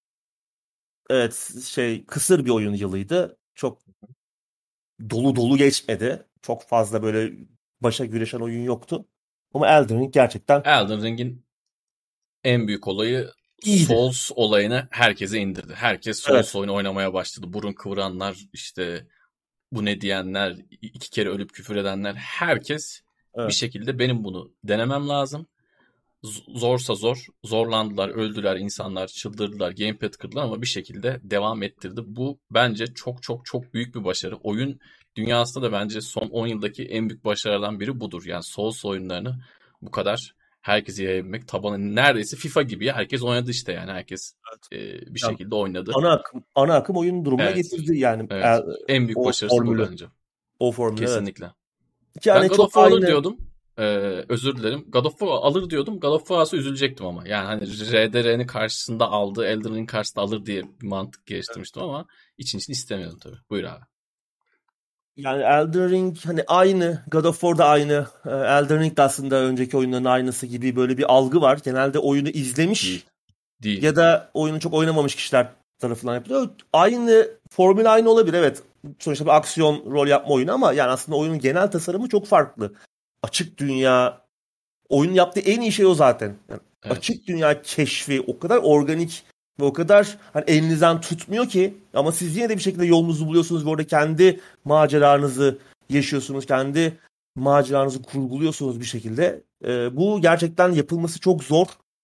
evet, şey, kısır bir oyun yılıydı. Çok dolu dolu geçmedi. Çok fazla böyle başa güreşen oyun yoktu. Ama Elden Ring gerçekten Elden Ring'in en büyük olayı, iyiydi. Souls olayını herkese indirdi. Herkes Souls Evet. oyunu oynamaya başladı. Burun kıvıranlar, işte bu ne diyenler, iki kere ölüp küfür edenler, herkes bir Evet. şekilde benim bunu denemem lazım. Zorsa zor, zorlandılar, öldüler insanlar, çıldırdılar, gamepad kırdılar ama bir şekilde devam ettirdi. Bu bence çok çok çok büyük bir başarı. Oyun dünyasında da bence son on yıldaki en büyük başarılardan biri budur. Yani Souls oyunlarını bu kadar herkese yayabilmek, tabanı neredeyse FIFA gibi ya. Herkes oynadı işte, yani herkes e, bir Yani şekilde oynadı. ana akım, ana akım oyun durumuna Evet, getirdi yani evet. el- En büyük o başarısı bu formülü. bence. O formülü, evet. Kesinlikle. Ben Yani God of çok War alır aynı. diyordum. Ee, özür dilerim. God of War alır diyordum. God of War alsa üzülecektim ama. Yani hani R D R'nin karşısında aldı, Elden Ring'in karşısında alır diye bir mantık geliştirmiştim ama için için istemiyordum tabii. Buyur abi. Yani Elden Ring hani aynı, God of War da aynı, e, Elden Ring de aslında önceki oyunların aynısı gibi böyle bir algı var. Genelde oyunu izlemiş Değil. Değil. ya da oyunu çok oynamamış kişiler tarafından yapılıyor. Aynı formül, aynı olabilir, evet. Sonuçta bir aksiyon rol yapma oyunu ama yani aslında oyunun genel tasarımı çok farklı. Açık dünya, oyunun yaptığı en iyi şey o zaten. Yani Evet. açık dünya keşfi o kadar organik ve o kadar hani elinizden tutmuyor ki, ama siz yine de bir şekilde yolunuzu buluyorsunuz ve orada kendi maceranızı yaşıyorsunuz, kendi maceranızı kurguluyorsunuz bir şekilde. Ee, bu gerçekten yapılması çok zor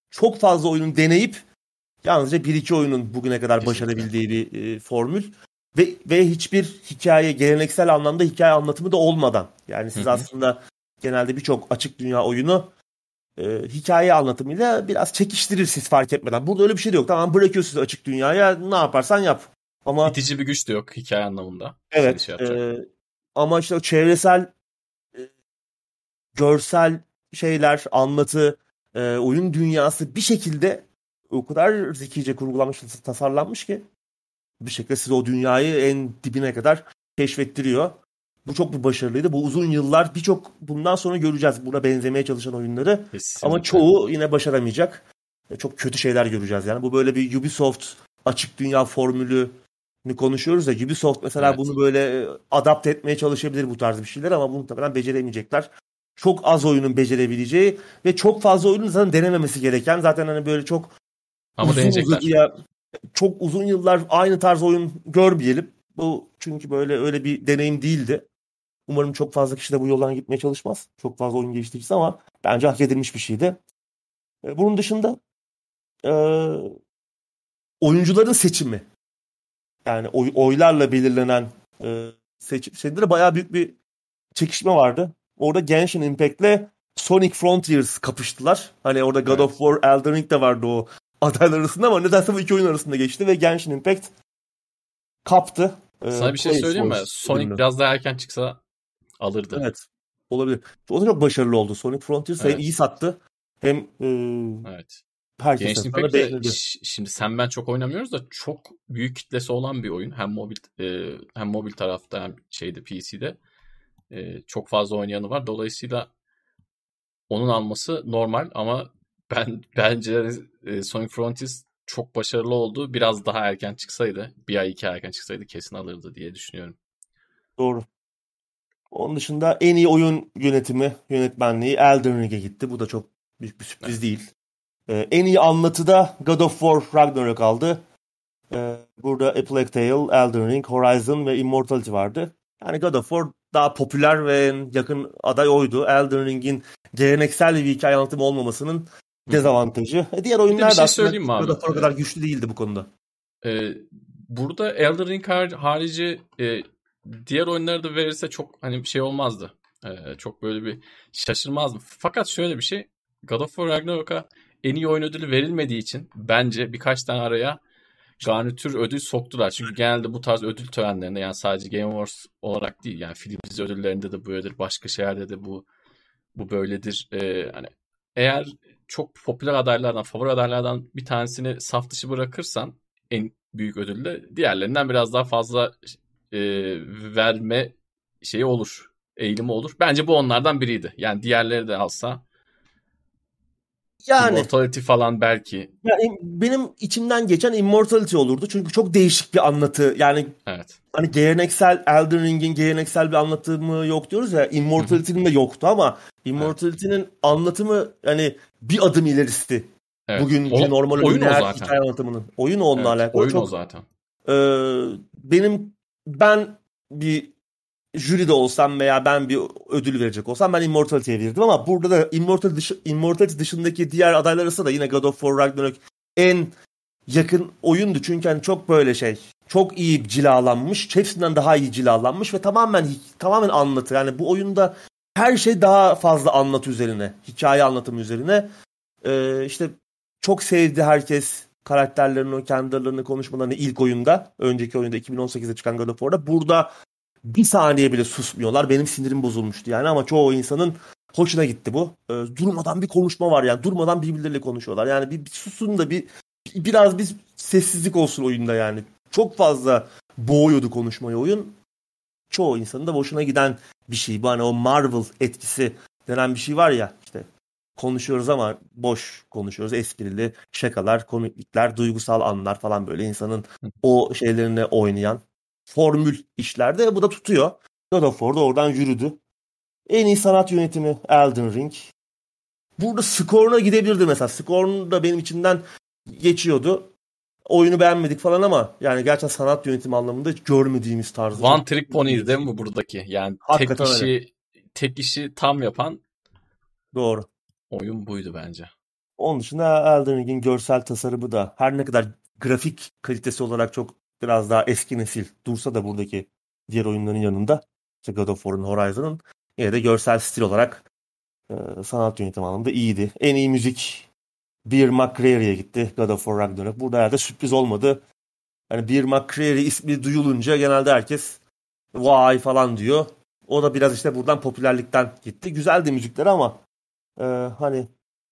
çok fazla oyunun deneyip yalnızca bir iki oyunun bugüne kadar Kesinlikle. başarabildiği bir e, formül. Ve, ve hiçbir hikaye, geleneksel anlamda hikaye anlatımı da olmadan. Yani siz Hı hı. aslında genelde birçok açık dünya oyunu e, hikaye anlatımıyla biraz çekiştirir siz fark etmeden. Burada öyle bir şey de yok. Tamam, bırakıyorsunuz açık dünyaya, ne yaparsan yap. Ama İtici bir güç de yok hikaye anlamında. Seni evet, şey e, yapacak. ama işte o çevresel, e, görsel şeyler, anlatı, e, oyun dünyası bir şekilde o kadar zekice kurgulanmış, tasarlanmış ki bir şekilde size o dünyayı en dibine kadar keşfettiriyor. Bu çok bir başarılıydı. Bu uzun yıllar birçok bundan sonra göreceğiz buna benzemeye çalışan oyunları. Ama Kesinlikle. çoğu yine başaramayacak. E, Çok kötü şeyler göreceğiz yani. Bu böyle bir Ubisoft açık dünya formülünü konuşuyoruz ya. Ubisoft mesela Evet. bunu böyle e, adapte etmeye çalışabilir bu tarz bir şeyler ama bunu muhtemelen beceremeyecekler. Çok az oyunun becerebileceği ve çok fazla oyunun zaten denememesi gereken, zaten hani böyle çok Ama uzun deneyecekler. uzadıya, çok uzun yıllar aynı tarz oyun görmeyelim. Bu çünkü böyle öyle bir deneyim değildi. Umarım çok fazla kişi de bu yoldan gitmeye çalışmaz. Çok fazla oyun geliştiricisi ama bence hak edilmiş bir şeydi. E, Bunun dışında e, oyuncuların seçimi. Yani oy, oylarla belirlenen e, seçim şeyde de bayağı büyük bir çekişme vardı. Orada Genshin Impact'le Sonic Frontiers kapıştılar. Hani orada God of Evet. War, Elden Ring de vardı o adaylar arasında ama nedense bu iki oyun arasında geçti ve Genshin Impact kaptı e, Sana bir şey söyleyeyim mi? PlayStation Sonic ödülünü. biraz daha erken çıksa alırdı. Evet. Olabilir. O da çok başarılı oldu. Sonic Frontiers hem iyi Evet. sattı hem e, Evet. herkes Genshin tarafından da Impact de beğenildi. ş- şimdi sen ben çok oynamıyoruz da çok büyük kitlesi olan bir oyun. Hem mobil e, hem mobil tarafta hem şeyde P C'de e, çok fazla oynayanı var. Dolayısıyla onun alması normal ama ben bence e, Sonic Frontiers çok başarılı oldu. Biraz daha erken çıksaydı, bir ay iki ay erken çıksaydı kesin alırdı diye düşünüyorum. Doğru. Onun dışında en iyi oyun yönetimi, yönetmenliği Elden Ring'e gitti. Bu da çok büyük bir sürpriz Evet. değil. E, en iyi anlatıda God of War Ragnarok aldı. E, burada A Plague Tale, Elden Ring, Horizon ve Immortality vardı. Yani God of War daha popüler ve en yakın aday oydu. Elden Ring'in geleneksel bir hikaye anlatımı olmamasının Hı hı. dezavantajı. E, diğer Bir de bir oyunlar da şey aslında söyleyeyim mi God abi? of War kadar güçlü değildi bu konuda. Ee, e, burada Elden Ring har- harici e, diğer oyunları da verirse çok hani bir şey olmazdı. Ee, çok böyle bir şaşırmazdım. Fakat şöyle bir şey. God of War Ragnarok'a en iyi oyun ödülü verilmediği için bence birkaç tane araya garnitür ödül soktular. Çünkü genelde bu tarz ödül törenlerinde yani sadece Game Awards olarak değil yani film dizi ödüllerinde de böyledir. Başka şeylerde de bu bu böyledir. Ee, hani eğer çok popüler adaylardan, favori adaylardan bir tanesini saf dışı bırakırsan en büyük ödülde diğerlerinden biraz daha fazla e, verme şeyi olur. Eğilimi olur. Bence bu onlardan biriydi. Yani diğerleri de alsa Yani Immortality falan belki. Yani benim içimden geçen Immortality olurdu. Çünkü çok değişik bir anlatı. Yani Evet. hani geleneksel Elden Ring'in geleneksel bir anlatımı yok diyoruz ya. Hı hı. Immortality'nin de yoktu ama Evet. Immortality'nin anlatımı yani bir adım ilerisi. Evet. Bugünkü O normal oyun o lineer zaten. hikaye anlatımının. Oyun onunla Evet. alakalı. Oyun o Çok zaten. e, benim ben bir jüride olsam veya ben bir ödül verecek olsam ben Immortality'ye verirdim ama burada da Immortal dışı, Immortality dışındaki diğer adaylar arasında da yine God of War Ragnarok en yakın oyundu. Çünkü hani çok böyle şey, çok iyi cilalanmış, hepsinden daha iyi cilalanmış ve tamamen tamamen anlatı. Yani bu oyunda her şey daha fazla anlatı üzerine, hikaye anlatımı üzerine. Ee, işte çok sevdi herkes karakterlerin o kendi aralarında konuşmalarını ilk oyunda. Önceki oyunda iki bin on sekizde çıkan God of War'da. Burada bir saniye bile susmuyorlar. Benim sinirim bozulmuştu yani ama çoğu insanın hoşuna gitti bu. Ee, durmadan bir konuşma var yani. Durmadan birbirleriyle konuşuyorlar. Yani bir, bir susun da bir biraz bir sessizlik olsun oyunda yani. Çok fazla boğuyordu konuşmayı oyun. Çoğu insanın da hoşuna giden bir şey. Bu hani o Marvel etkisi denen bir şey var ya işte konuşuyoruz ama boş konuşuyoruz. Esprili şakalar, komiklikler, duygusal anlar falan böyle insanın o şeylerine oynayan formül işlerde bu da tutuyor. God of War da oradan yürüdü. En iyi sanat yönetimi Elden Ring. Burada skoruna gidebilirdi mesela. Skorunu da benim içimden geçiyordu. Oyunu beğenmedik falan ama yani gerçekten sanat yönetimi anlamında hiç görmediğimiz tarzda One çok Trick Pony değil mi buradaki? Yani tek hakikaten öyle. işi tek işi tam yapan Doğru. oyun buydu bence. Onun dışında Elden Ring'in görsel tasarımı da her ne kadar grafik kalitesi olarak çok biraz daha eski nesil dursa da buradaki diğer oyunların yanında, işte God of War'un, Horizon'ın, yine de görsel stil olarak e, sanat yönetimi anlamında iyiydi. En iyi müzik Bear McCreary'e gitti, God of War Ragnarok. Burada herhalde sürpriz olmadı. Yani Bear McCreary ismi duyulunca genelde herkes vay falan diyor. O da biraz işte buradan popülerlikten gitti. Güzeldi müzikleri ama e, hani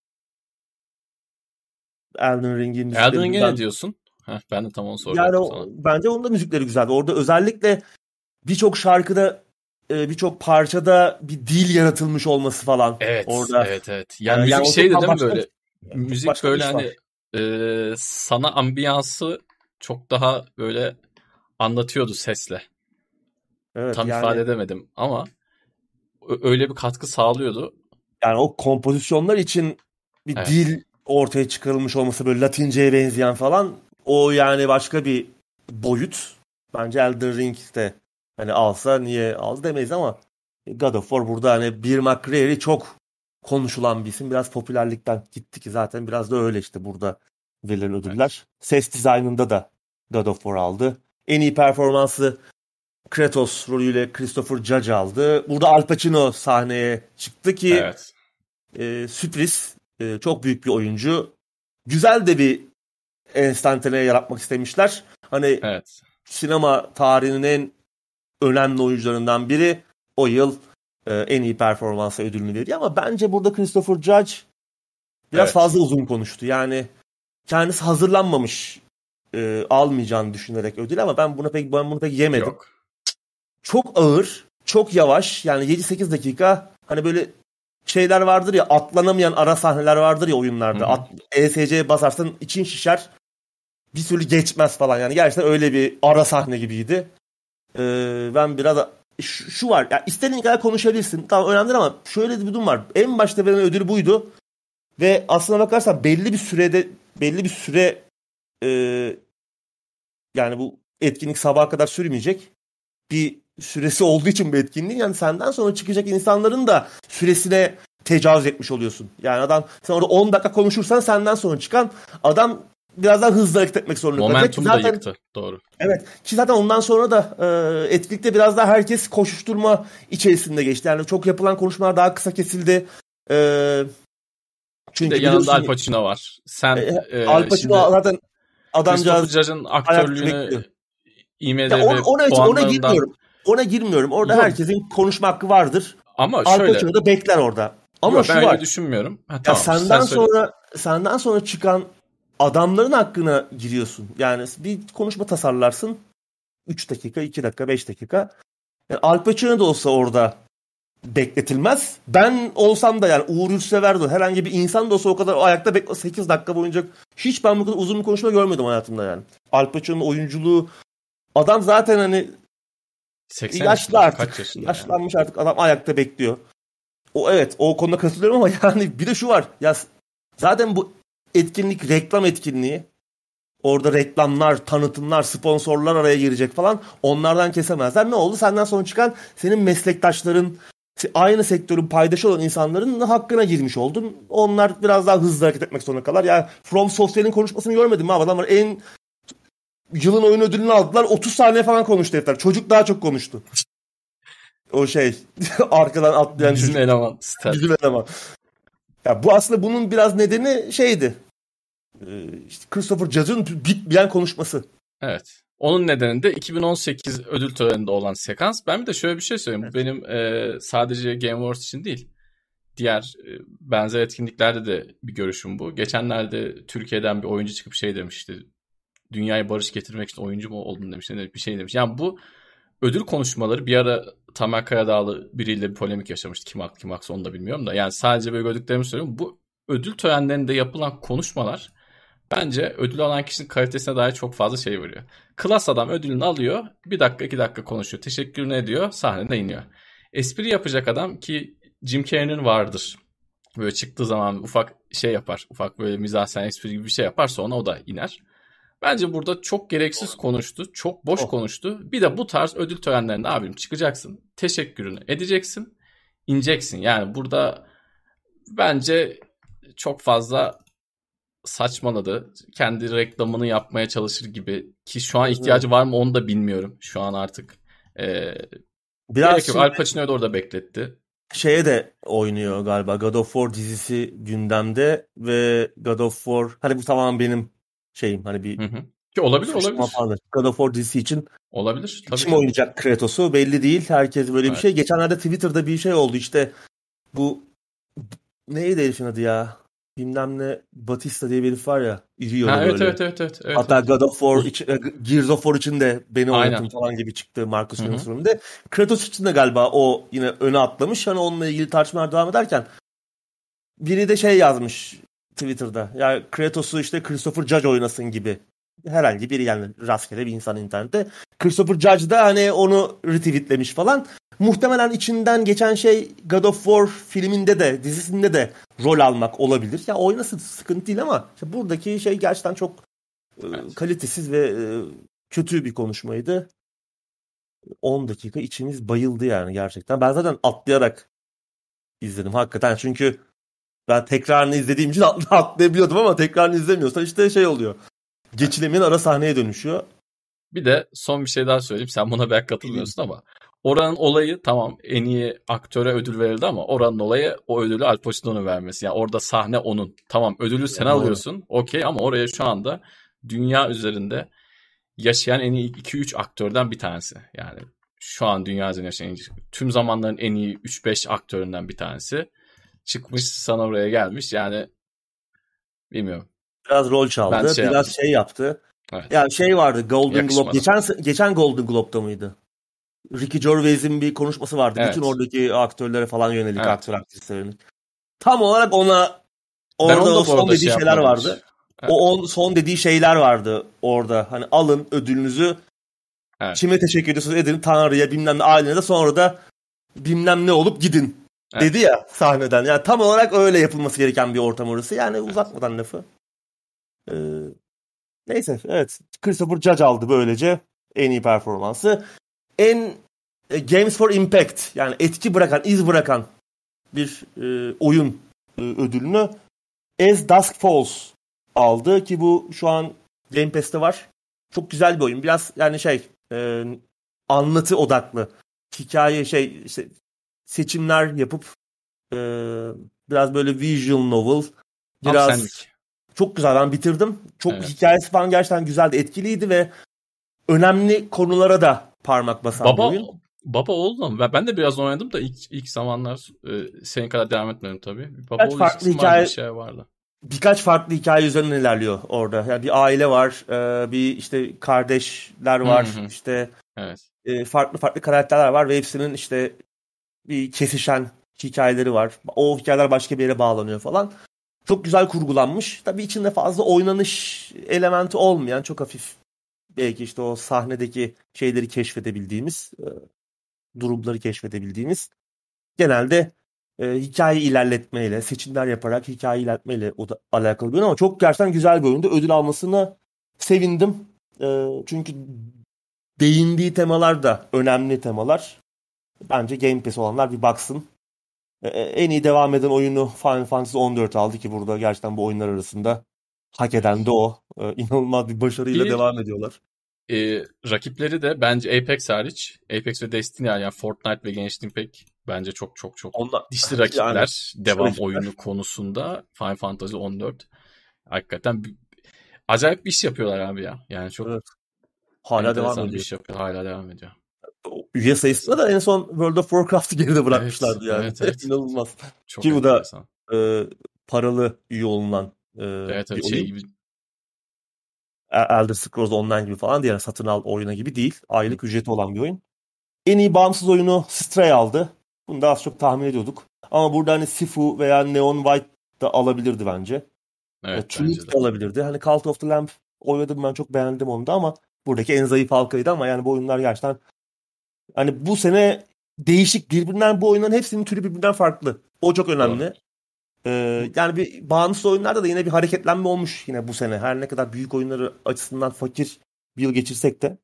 Elden Ring'in Elden müzikleri Ring'e ben ne diyorsun? Heh, ben de tam onu yani soracaktım o- sana. bence onun da müzikleri güzeldi. Orada özellikle birçok şarkıda, e, birçok parçada bir dil yaratılmış olması falan. Evet, Orada evet, evet. e, Yani yani müzik o çok şeydi değil mi başka böyle? yani çok Müzik başka bir böyle iş hani var. e, sana ambiyansı çok daha böyle anlatıyordu sesle. Evet Tam ifade yani edemedim ama ö- öyle bir katkı sağlıyordu. yani o kompozisyonlar için bir Evet, dil ortaya çıkarılmış olması, böyle Latince'ye benzeyen falan, o yani başka bir boyut. Bence Elden Ring de hani alsa niye aldı demeyiz ama God of War burada hani Bear McCreary çok konuşulan bir isim. Biraz popülerlikten gitti ki zaten biraz da öyle işte burada verilen evet, ödüller. Ses dizaynında da God of War aldı. En iyi performansı Kratos rolüyle Christopher Judge aldı. Burada Al Pacino sahneye çıktı ki evet, e, sürpriz. E, çok büyük bir oyuncu. Güzel de bir enstantane yaratmak istemişler. Hani evet, sinema tarihinin en önemli oyuncularından biri, o yıl e, en iyi performansa ödülünü veriyor. Ama bence burada Christopher Judge biraz evet. fazla uzun konuştu. Yani kendisi hazırlanmamış, e, almayacağını düşünerek ödül, ama ben buna pek ben bunu pek yemedim. Yok. Çok ağır, çok yavaş. Yani yedi sekiz dakika, hani böyle şeyler vardır ya, atlanamayan ara sahneler vardır ya Hı oyunlarda. hı. At, E S C'ye basarsan için şişer. Bir türlü geçmez falan. Yani gerçekten öyle bir ara sahne gibiydi. Ee, ben biraz şu, şu var. Ya istediğin kadar konuşabilirsin. Tamam, önemli ama şöyle bir durum var. En başta verilen ödülü buydu. Ve aslına bakarsan belli bir sürede, belli bir süre, e, yani bu etkinlik sabaha kadar sürmeyecek. Bir süresi olduğu için bu etkinliğin, yani senden sonra çıkacak insanların da süresine tecavüz etmiş oluyorsun. Yani adam, sen orada on dakika konuşursan senden sonra çıkan adam biraz daha hızlı hareket etmek zorunda kalacak ki Momentumu da zaten, yıktı. Doğru. evet, ki zaten ondan sonra da e, etkinlikte biraz daha herkes koşuşturma içerisinde geçti. Yani çok yapılan konuşmalar daha kısa kesildi. E, Bir de çünkü yanında Al biliyorsun Pacino var. Sen e, Al e, Pacino şimdi zaten, Christopher adamcağız Judge'ın ayakta bekliyor. aktörlüğünü Ya ona, IMDb ona, hiç- ona puanlarından girmiyorum. Ona girmiyorum. Orada yok herkesin konuşma hakkı vardır. ama Al şöyle Pacino da bekler orada. Ama yok ben şu öyle var. düşünmüyorum. Ha, Ya tamam sen senden söyle. sonra senden sonra çıkan adamların hakkına giriyorsun. Yani bir konuşma tasarlarsın. üç dakika, iki dakika, beş dakika. Yani Al Pacino da olsa orada bekletilmez. Ben olsam da, yani Uğur Yurtsever de, herhangi bir insan da olsa o kadar ayakta bekle, sekiz dakika boyunca hiç ben bu kadar uzun bir konuşma görmedim hayatımda yani. Al Pacino'nun oyunculuğu, adam zaten hani seksen yaşlı yaşında kaç artık. yaşında yani? Yaşlanmış artık, adam ayakta bekliyor. O, evet, o konuda katılıyorum ama yani bir de şu var. Ya zaten bu etkinlik reklam etkinliği. Orada reklamlar, tanıtımlar, sponsorlar araya girecek falan. Onlardan kesemezler. Ne oldu? Senden sonra çıkan senin meslektaşların, aynı sektörün paydaşı olan insanların hakkına girmiş oldun. Onlar biraz daha hızlı hareket etmek zorunda kalır. Yani From Software'in konuşmasını görmedim mi abi? Adamlar en yılın oyun ödülünü aldılar. otuz saniye falan konuştu herifler. Çocuk daha çok konuştu. O şey arkadan atlayan Bizim çocuk. eleman Stel. Bizim eleman. Ya bu aslında bunun biraz nedeni şeydi. Ee, işte Christopher Judge'ın bitmeyen konuşması. Evet. Onun nedeni de iki bin on sekiz ödül töreninde olan sekans. Ben bir de şöyle bir şey söyleyeyim. Bu Evet. benim e, sadece Game Awards için değil. Diğer e, benzer etkinliklerde de bir görüşüm bu. Geçenlerde Türkiye'den bir oyuncu çıkıp şey demişti. Dünyaya barış getirmek için oyuncu mu oldun demiş. Ne bir şey demiş. Yani bu ödül konuşmaları bir ara Tamer Karadağlı biriyle bir polemik yaşamıştı. Kim haklı kim haksız onu da bilmiyorum da. Yani sadece böyle gördüklerimi söylüyorum. Bu ödül törenlerinde yapılan konuşmalar bence ödül alan kişinin kalitesine dair çok fazla şey veriyor. Klas adam ödülünü alıyor. Bir dakika iki dakika konuşuyor. Teşekkürünü ediyor. Sahnede iniyor. Espri yapacak adam ki Jim Carrey'nin vardır. Böyle çıktığı zaman ufak şey yapar. Ufak böyle mizahsen espri gibi bir şey yapar. Sonra o da iner. Bence burada çok gereksiz konuştu. Çok boş Oh. konuştu. Bir de bu tarz ödül törenlerinde abim çıkacaksın. Teşekkürünü edeceksin. İneceksin. Yani burada bence çok fazla saçmaladı. Kendi reklamını yapmaya çalışır gibi. Ki şu an ihtiyacı var mı onu da bilmiyorum. Şu an artık e, Biraz gerek yok. şimdi Al Pacino'yu da orada bekletti. şeye de oynuyor galiba. God of War dizisi gündemde ve God of War hani bu tamamen benim şeyim hani bir Hı hı. Ki olabilir suçlama olabilir. falan. God of War dizisi için Olabilir tabii kim ki. oynayacak Kratos'u belli değil. Herkes böyle bir Evet. şey. Geçenlerde Twitter'da bir şey oldu işte bu neydi herifin adı ya? Bilmem ne Batista diye bir herif var ya. İri Ha yarı evet böyle. evet evet evet evet Hatta evet. God of War Uz- için, e, Gears of War için de beni Aynen. oynatın falan gibi çıktı Marcus Hı Phoenix hı. filminde. Kratos için de galiba o yine öne atlamış. Hani onunla ilgili tartışmalar devam ederken biri de şey yazmış Twitter'da. Ya Kratos'u işte Christopher Judge oynasın gibi. Herhangi biri yani rastgele bir insan internette. Christopher Judge da hani onu retweetlemiş falan. Muhtemelen içinden geçen şey God of War filminde de dizisinde de rol almak olabilir. Ya oynasın sıkıntı değil ama işte buradaki şey gerçekten çok e, Evet. kalitesiz ve e, kötü bir konuşmaydı. on dakika içimiz bayıldı yani gerçekten. Ben zaten atlayarak izledim hakikaten çünkü ben tekrarını izlediğim için at- atlayabiliyordum ama tekrarını izlemiyorsan işte şey oluyor. Evet. Geçilemeyen ara sahneye dönüşüyor. Bir de son bir şey daha söyleyeyim. Sen buna belki Bileyim. katılmıyorsun ama oranın olayı tamam en iyi aktöre ödül verildi ama oranın olayı o ödülü Al Pacino'nun vermesi. Yani orada sahne onun. Tamam ödülü sen Ya doğru. alıyorsun. Okey ama oraya şu anda dünya üzerinde yaşayan en iyi iki üç aktörden bir tanesi. Yani şu an dünya üzerinde yaşayan tüm zamanların en iyi üç beş aktöründen bir tanesi. Çıkmış sana oraya gelmiş. Yani bilmiyorum. Biraz rol Ben çaldı. şey Biraz yaptım. şey yaptı. Evet. Ya şey vardı Golden Globe. Yakışmadı. Geçen geçen Golden Globe'da mıydı? Ricky Gervais'in bir konuşması vardı. Bütün Evet. oradaki aktörlere falan yönelik Evet. aktör aktrislerinin. Tam olarak ona Ben orada onu o da bu son arada dediği şey şeyler yapmadım vardı. hiç. Evet. O on, son dediği şeyler vardı orada. Hani alın ödülünüzü Evet. kime teşekkür ediyorsunuz edin Tanrı'ya bilmem ne ailenize sonra da bilmem ne olup gidin dedi Evet. ya sahneden. Yani tam olarak öyle yapılması gereken bir ortam orası. Yani Evet. uzatmadan lafı. Ee, neyse evet. Christopher Judge aldı böylece en iyi performansı. En e, Games for Impact yani etki bırakan, iz bırakan bir e, oyun e, ödülünü As Dusk Falls aldı ki bu şu an Game Pass'te var. Çok güzel bir oyun. Biraz yani şey e, anlatı odaklı. Hikaye şey işte seçimler yapıp e, biraz böyle visual novel. Tam Biraz senlik. çok güzel ben bitirdim. Çok Evet. hikayesi falan gerçekten güzeldi, etkiliydi ve önemli konulara da parmak basan bir Baba oyun. Baba oğul mu? Ben, ben de biraz oynadım da ilk, ilk zamanlar e, senin kadar devam etmedim tabii. Baba Birkaç oğul farklı izlesim vardı bir hikaye şey vardı. birkaç farklı hikaye üzerinden ilerliyor orada. Yani bir aile var, e, bir işte kardeşler Hı var, hı. işte Evet. e, farklı farklı karakterler var ve hepsinin işte bir kesişen hikayeleri var. O hikayeler başka bir yere bağlanıyor falan. Çok güzel kurgulanmış. Tabii içinde fazla oynanış elementi olmayan çok hafif belki işte o sahnedeki şeyleri keşfedebildiğimiz, e, durumları keşfedebildiğimiz genelde e, hikaye ilerletmeyle, seçimler yaparak hikaye ilerletmeyle o da alakalı bir oyun ama çok gerçekten güzel bir oyundu. Ödül almasına sevindim. E, çünkü değindiği temalar da önemli temalar. Bence Game Pass olanlar bir baksın. E, e, en iyi devam eden oyunu Final Fantasy on dört aldı ki burada gerçekten bu oyunlar arasında hak eden Evet. de o. E, inanılmaz bir başarıyla Bir devam ediyorlar. e, rakipleri de bence Apex hariç. Apex ve Destiny yani Fortnite ve Genshin Impact bence çok çok çok Onlar dişli yani rakipler şu devam rakipler oyunu konusunda Final Fantasy on dört. Hakikaten bir- acayip bir iş yapıyorlar abi ya. Yani çok evet, hala devam enteresan bir ediyor. iş yapıyor. Hala devam ediyor. Üye sayısında Enteresan. da en son World of Warcraft'ı geride Evet, bırakmışlardı yani. evet, evet. İnanılmaz. Çok Ki bu da enteresan. e, paralı üye olunan e, Evet, bir evet şey oyun. gibi. E- Elder Scrolls Online gibi falan değil. Yani satın al oyuna gibi değil. Hı. Aylık ücreti olan bir oyun. En iyi bağımsız oyunu Stray aldı. Bunu da az çok tahmin ediyorduk. Ama burada hani Sifu veya Neon White da alabilirdi bence. E, Evet bence Tunic de. de alabilirdi. Hani Cult of the Lamb oynadım ben çok beğendim onu da ama buradaki en zayıf halkaydı ama yani bu oyunlar gerçekten hani bu sene değişik birbirinden bu oyunların hepsinin türü birbirinden farklı. O çok Doğru. önemli. Ee, yani bir bağımsız oyunlarda da yine bir hareketlenme olmuş yine bu sene. Her ne kadar büyük oyunları açısından fakir bir yıl geçirsek de.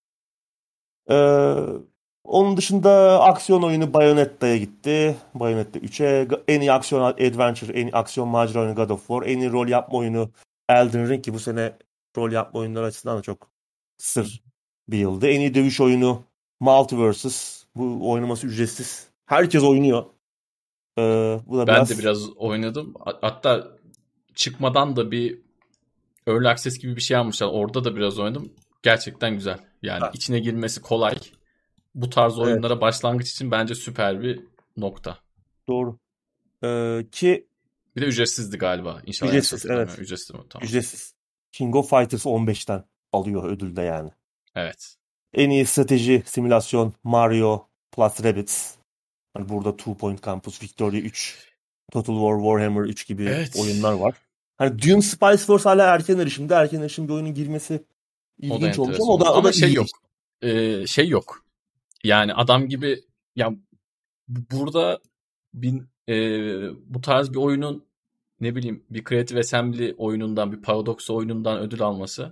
Ee, onun dışında aksiyon oyunu Bayonetta'ya gitti. Bayonetta üçe. En iyi aksiyon adventure, en iyi aksiyon macera oyunu God of War. En iyi rol yapma oyunu Elden Ring ki bu sene rol yapma oyunları açısından da çok sır bir yıldı. En iyi dövüş oyunu Multiversus. Bu oynaması ücretsiz. Herkes oynuyor. Ee, bu da Ben de biraz biraz oynadım. Hatta çıkmadan da bir Early Access gibi bir şey almışlar. Orada da biraz oynadım. Gerçekten güzel. Yani ha, içine girmesi kolay. Bu tarz evet, oyunlara başlangıç için bence süper bir nokta. doğru. Ee, ki Bir de ücretsizdi galiba. İnşallah yanlış ücretsiz, hatırlamıyorum. evet. Ücretsiz mi? Tamam. Ücretsiz. King of Fighters on beşten alıyor ödül de yani. Evet. En iyi strateji simülasyon Mario plus Rabbids. Hani burada Two Point Campus, Victoria üç, Total War, Warhammer üç gibi Evet. oyunlar var. Hani Dune Spice Force hala erken erişimde. Erken erişim bir oyunun girmesi O da ilginç olmuş ama enteresan o oldu. da o da Ama şey iyi. yok. Ee, şey yok. Yani adam gibi ya bu- burada bir, e, bu tarz bir oyunun ne bileyim bir Creative Assembly oyunundan bir Paradox oyunundan ödül alması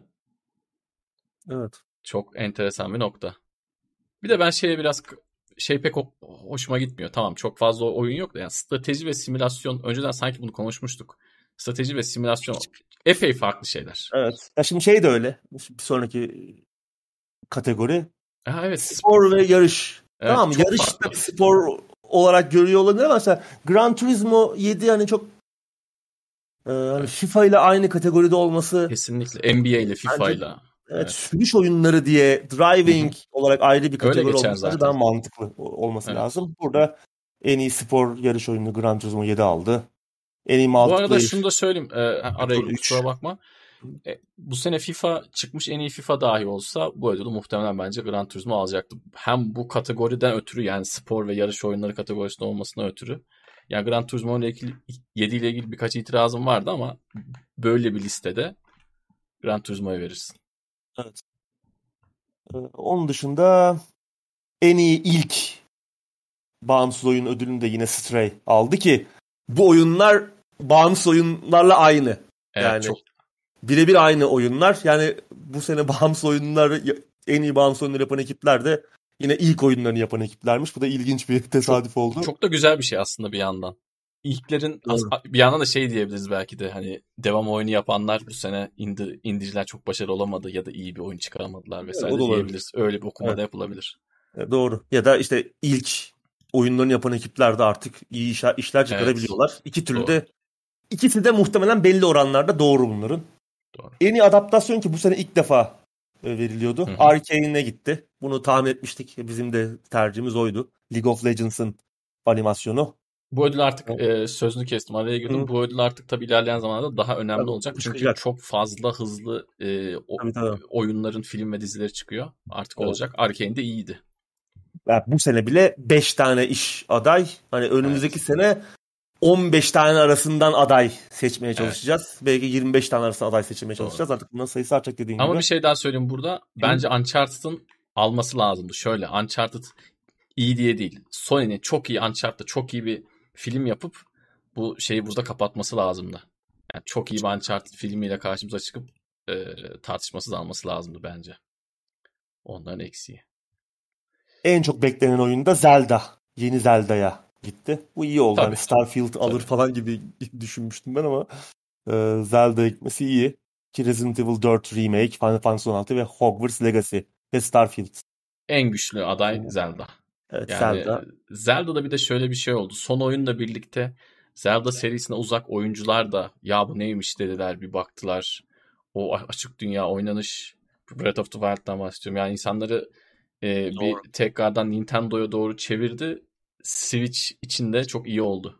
Evet. çok enteresan bir nokta. Bir de ben şeye biraz şey pek ho- hoşuma gitmiyor. Tamam çok fazla oyun yok da yani strateji ve simülasyon önceden sanki bunu konuşmuştuk. Strateji ve simülasyon epey farklı şeyler. Evet. Ya şimdi şey de öyle. Bir sonraki kategori Ha, evet. spor ve yarış. Evet Tamam mı? çok Yarış da farklı. bir spor olarak görüyor olabilir ama mesela Gran Turismo yedi hani çok e, hani Evet. FIFA ile aynı kategoride olması Kesinlikle N B A ile FIFA bence ile. evet Evet. sürüş oyunları diye Hı hı. driving olarak ayrı bir Öyle kategori geçer olması bence daha zaten. mantıklı o- olması Evet. lazım. Burada en iyi spor yarış oyunu Gran Turismo yedi aldı. En iyi Bu arada şunu multiplayer da söyleyeyim. E, araya Victoria girdim kusura üç. bakma. E, bu sene FIFA çıkmış en iyi FIFA dahi olsa bu ödülü muhtemelen bence Gran Turismo alacaktı. Hem bu kategoriden ötürü yani spor ve yarış oyunları kategorisinde olmasına ötürü. Yani Gran Turismo ile ilgili yedi ile ilgili birkaç itirazım vardı ama böyle bir listede Gran Turismo'ya verirsin. Evet. Ee, Onun dışında en iyi ilk bağımsız oyun ödülünü de yine Stray aldı ki bu oyunlar bağımsız oyunlarla aynı. Evet Yani çok birebir aynı oyunlar. Yani bu sene bağımsız oyunlar en iyi bağımsız oyunları yapan ekipler de yine ilk oyunlarını yapan ekiplermiş. Bu da ilginç bir çok tesadüf oldu. çok da güzel bir şey aslında bir yandan. İlklerin as- Doğru. bir yandan da şey diyebiliriz belki de hani devam oyunu yapanlar bu sene indi, indiciler çok başarılı olamadı ya da iyi bir oyun çıkaramadılar Evet, o da vesaire olabilir. diyebiliriz. Öyle bir okuma Evet, da yapılabilir. e, doğru. Ya da işte ilk oyunlarını yapan ekipler de artık iyi işler, işler Evet. çıkarabiliyorlar. İki türlü Doğru. de ikisi de muhtemelen belli oranlarda doğru bunların. Doğru. En iyi adaptasyon ki bu sene ilk defa e, veriliyordu. Hı hı. Arcane'e gitti. Bunu tahmin etmiştik. Bizim de tercihimiz oydu. League of Legends'ın animasyonu. Bu ödül artık e, sözünü kestim araya girdim. Hı, Bu ödül artık tabii ilerleyen zamanlarda daha önemli tabii, olacak. Çünkü çıkacak. çok fazla hızlı e, o- Tabii tabii. oyunların film ve dizileri çıkıyor. Artık Evet. olacak. Arcane de iyiydi. Yani bu sene bile beş tane iş aday. Hani önümüzdeki Evet. sene on beş tane arasından aday seçmeye Evet. çalışacağız. Belki yirmi beş tane arasında aday seçmeye Doğru. çalışacağız. Artık bunların sayısı artacak dediğin Ama gibi. bir şey daha söyleyeyim burada. Hı. Bence Uncharted'ın alması lazımdı. Şöyle Uncharted iyi diye değil. Sony'nin çok iyi Uncharted'da çok iyi bir film yapıp bu şeyi burada kapatması lazımdı. Yani çok iyi bir Uncharted filmiyle karşımıza çıkıp e, tartışmasız alması lazımdı bence. Onların eksiği. En çok beklenen oyun da Zelda. Yeni Zelda'ya gitti. Bu iyi oldu. Hani Tabii. Starfield alır Tabii. falan gibi düşünmüştüm ben ama e, Zelda'ya gitmesi iyi. Ki Resident Evil dört Remake, Final Fantasy on altı ve Hogwarts Legacy ve Starfield. En güçlü aday Zelda. Evet, Yani Zelda. Zelda'da bir de şöyle bir şey oldu. Son oyunla birlikte Zelda serisine uzak oyuncular da ya bu neymiş dediler bir baktılar. O açık dünya oynanış Breath of the Wild'dan bahsediyorum. Yani insanları e, Doğru. bir tekrardan Nintendo'ya doğru çevirdi. Switch için de çok iyi oldu.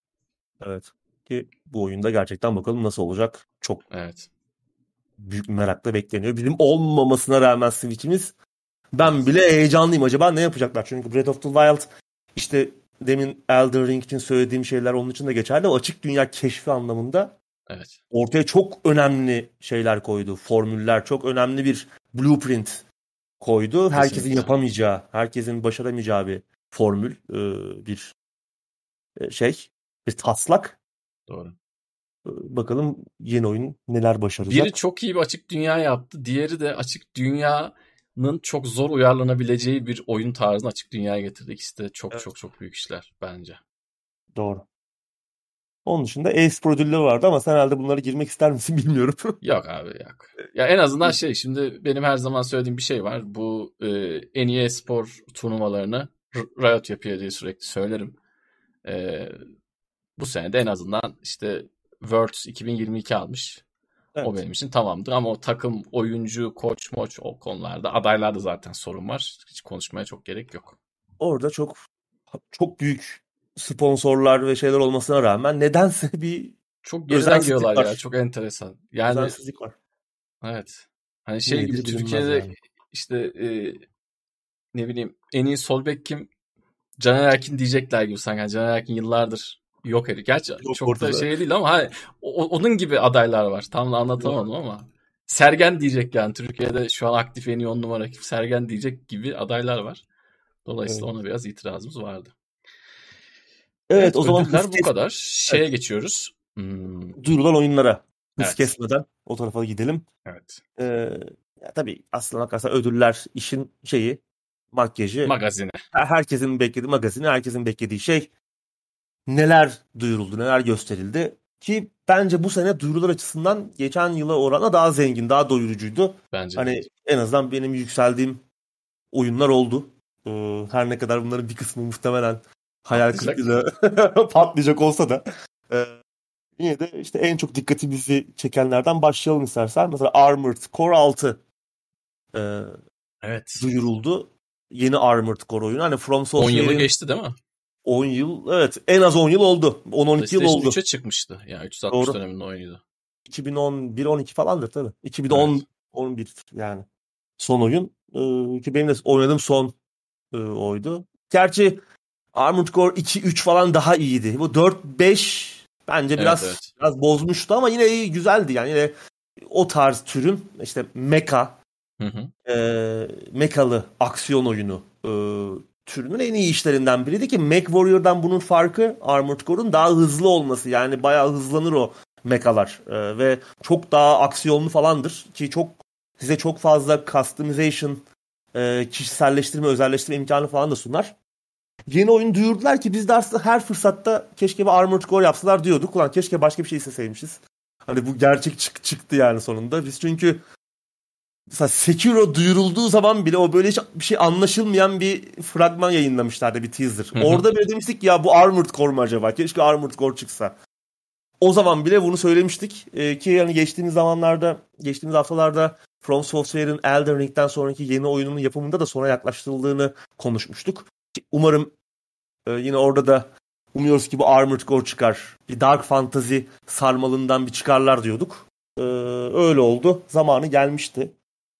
Evet. Ki bu oyunda gerçekten bakalım nasıl olacak. Çok Evet. büyük bir merakla bekleniyor. Bizim olmamasına rağmen Switch'imiz ben Evet. bile heyecanlıyım. Acaba ne yapacaklar? Çünkü Breath of the Wild işte demin Elden Ring için söylediğim şeyler onun için de geçerli. O açık dünya keşfi anlamında Evet. ortaya çok önemli şeyler koydu. Formüller, çok önemli bir blueprint koydu. Herkesin Kesinlikle. yapamayacağı, herkesin başaramayacağı bir formül, e, bir e, şey, bir taslak. Doğru. E, Bakalım yeni oyun neler Biri başaracak. çok iyi bir açık dünya yaptı. Diğeri de açık dünyanın çok zor uyarlanabileceği bir oyun tarzını açık dünyaya getirdi. İkisi de çok Evet. çok çok büyük işler bence. Doğru. Onun dışında e-spor ödülleri vardı ama sen herhalde bunlara girmek ister misin bilmiyorum. Yok abi yok. Ya en azından şey, şimdi benim her zaman söylediğim bir şey var. Bu e, en iyi e-spor turnuvalarını R- Riot yapıyor diye sürekli söylerim. E, Bu sene de en azından işte Worlds iki bin yirmi iki almış. O Evet. benim için tamamdır ama o takım, oyuncu, koç, moç, o konularda, adaylarda zaten sorun var. Hiç konuşmaya çok gerek yok. Orada çok çok büyük sponsorlar ve şeyler olmasına rağmen nedense bir Çok özensizlik özenmiyorlar ya. var. Çok enteresan. Yani Özensizlik var. evet. Hani şey gibi Nedir bilinmez Türkiye'de yani. işte e, ne bileyim en iyi sol bek kim? Caner Erkin diyecekler gibi sanki. Yani Caner Erkin yıllardır yok herif. Gerçi Yok çok da ortada. şey değil ama hani o- onun gibi adaylar var. Tam da anlatamadım Doğru. ama. Sergen diyecek yani. Türkiye'de şu an aktif en iyi on numara kim? Sergen diyecek gibi adaylar var. Dolayısıyla Evet. ona biraz itirazımız vardı. Evet, Evet, o zaman hız ödüller bu kes. kadar. Şeye Evet. geçiyoruz. Hmm, Duyurulan oyunlara hız evet. kesmeden o tarafa gidelim. Evet. Ee, ya tabii aslına bakarsan ödüller işin şeyi, makyajı. Magazine. Her- Herkesin beklediği magazini, herkesin beklediği şey neler duyuruldu, neler gösterildi. Ki bence bu sene duyurular açısından geçen yıla oranla daha zengin, daha doyurucuydu. Bence de. Hani en azından benim yükseldiğim oyunlar oldu. Ee, her ne kadar bunların bir kısmı muhtemelen hayal Patlayacak. kırıklığıyla patlayacak olsa da. Ee, Yine de işte en çok dikkatimizi çekenlerden başlayalım istersen. Mesela Armored Core altı e, Evet. duyuruldu. Yeni Armored Core oyunu. Hani From on yılı Software'in geçti değil mi? on yıl, evet, en az on yıl oldu. on on iki yıl PlayStation oldu. üçe çıkmıştı. Yani üç yüz altmış Doğru. döneminde oyunuydu. iki bin on bir on iki falandır tabii. Evet. iki bin on on bir yani son oyun. Ee, ki benim de oynadığım son e, oydu. Gerçi Armored Core iki üç falan daha iyiydi. Bu dört beş bence Evet, biraz evet. biraz bozmuştu ama yine iyi, güzeldi yani. Yine o tarz türün işte mecha, Hı hı. e, mekalı aksiyon oyunu e, türünün en iyi işlerinden biriydi ki MechWarrior'dan bunun farkı Armored Core'un daha hızlı olması. Yani bayağı hızlanır o mekalar E, ve çok daha aksiyonlu falandır ki çok size çok fazla customization, e, kişiselleştirme, özelleştirme imkanı falan da sunar. Yeni oyun duyurdular ki biz de aslında her fırsatta keşke bir Armored Core yapsalar diyorduk. Ulan keşke başka bir şey isteseymişiz. Hani bu gerçek çık çıktı yani sonunda. Biz çünkü mesela Sekiro duyurulduğu zaman bile o böyle hiç bir şey anlaşılmayan bir fragman yayınlamışlardı, bir teaser. Hı hı. Orada bile demiştik ya bu Armored Core mu acaba? Keşke Armored Core çıksa. O zaman bile bunu söylemiştik. Ee, ki yani geçtiğimiz zamanlarda, geçtiğimiz haftalarda From Software'in Elden Ring'den sonraki yeni oyununun yapımında da sona yaklaştırıldığını konuşmuştuk. Umarım e, yine orada da umuyoruz ki bu Armored Core çıkar. Bir Dark Fantasy sarmalından bir çıkarlar diyorduk. Ee, öyle oldu. Zamanı gelmişti.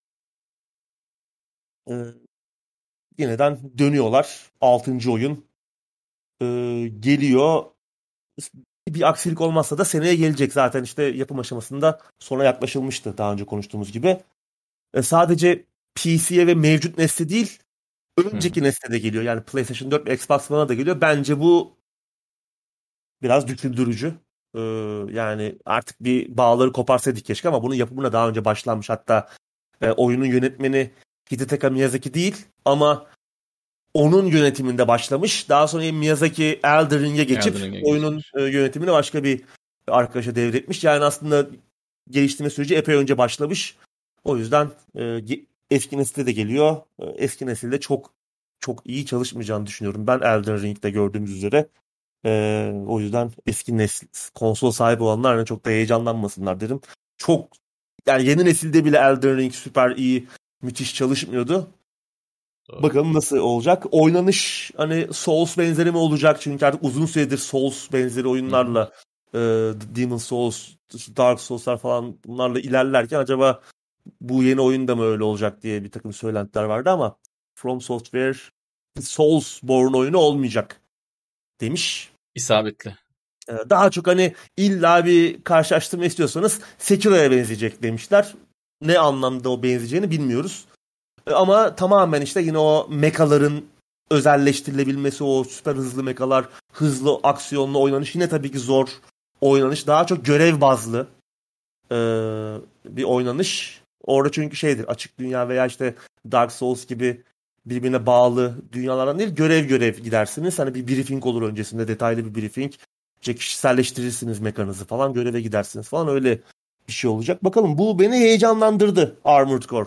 Ee, Yeniden dönüyorlar. Altıncı oyun ee, geliyor. Bir aksilik olmazsa da seneye gelecek. Zaten işte yapım aşamasında sona yaklaşılmıştı daha önce konuştuğumuz gibi. Ee, sadece P C'ye ve mevcut nesle değil, Hı hı. önceki nesle de geliyor. Yani PlayStation dört ve Xbox One'a da geliyor. Bence bu biraz düşündürücü. Ee, yani artık bir bağları koparsaydık keşke ama bunun yapımına daha önce başlanmış. Hatta e, oyunun yönetmeni Hidetaka Miyazaki değil ama onun yönetiminde başlamış. Daha sonra Miyazaki Elden Ring'e geçip Elden Ring'e oyunun geçmiş. e, yönetimini başka bir arkadaşa devretmiş. Yani aslında geliştirme süreci epey önce başlamış. O yüzden e, ge- eski nesilde de geliyor. E, eski nesilde çok çok iyi çalışmayacağını düşünüyorum. Ben Elden Ring'de gördüğümüz üzere. E, o yüzden eski nesil konsol sahibi olanlar hani çok da heyecanlanmasınlar derim. Çok yani yeni nesilde bile Elden Ring süper iyi, müthiş çalışmıyordu. Doğru. Bakalım nasıl olacak. Oynanış hani Souls benzeri mi olacak? Çünkü artık uzun süredir Souls benzeri Hı hı. oyunlarla e, Demon Souls, Dark Souls'lar falan bunlarla ilerlerken acaba bu yeni oyunda mı öyle olacak diye bir takım söylentiler vardı ama From Software Soulsborne oyunu olmayacak demiş. İsabetli. E, Daha çok hani illa bir karşılaştırma istiyorsanız Sekiro'ya benzeyecek demişler. Ne anlamda o benzeyeceğini bilmiyoruz. Ama tamamen işte yine o mekaların özelleştirilebilmesi, o süper hızlı mekalar, hızlı aksiyonlu oynanış yine tabii ki zor oynanış. Daha çok görev bazlı e, bir oynanış. Orada çünkü şeydir, açık dünya veya işte Dark Souls gibi birbirine bağlı dünyalardan değil, görev görev gidersiniz. Hani bir briefing olur öncesinde, detaylı bir briefing. İşte kişiselleştirirsiniz mekanızı falan, göreve gidersiniz falan, öyle bir şey olacak. Bakalım, bu beni heyecanlandırdı Armored Core.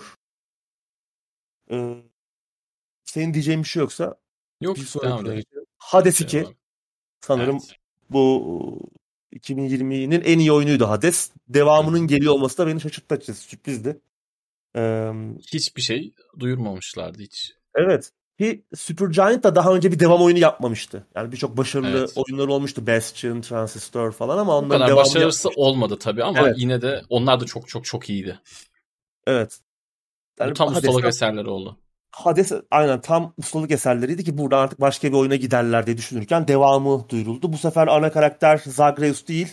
Ee, senin diyeceğin bir şey yoksa Yok, bir devam sonrakine edelim. geçelim. Hades Geçelim iki. abi. Sanırım Evet. bu iki bin yirminin en iyi oyunuydu Hades. Hı Devamının hı. geliyor olması da beni şaşırttı açıkçası. Sürprizdi. Ee, Hiçbir şey duyurmamışlardı hiç. evet. Ki Supergiant da daha önce bir devam oyunu yapmamıştı. Yani birçok başarılı Evet. oyunları olmuştu. Bastion, Transistor falan, ama Bu onların kadar devamını başarısı yapmamıştı. olmadı tabii ama Evet. yine de onlar da çok çok çok iyiydi. Evet. Bu Yani tam ustalık Hades'ten eserleri oldu. Hades aynen tam ustalık eserleriydi ki buradan artık başka bir oyuna giderler diye düşünürken devamı duyuruldu. Bu sefer ana karakter Zagreus değil,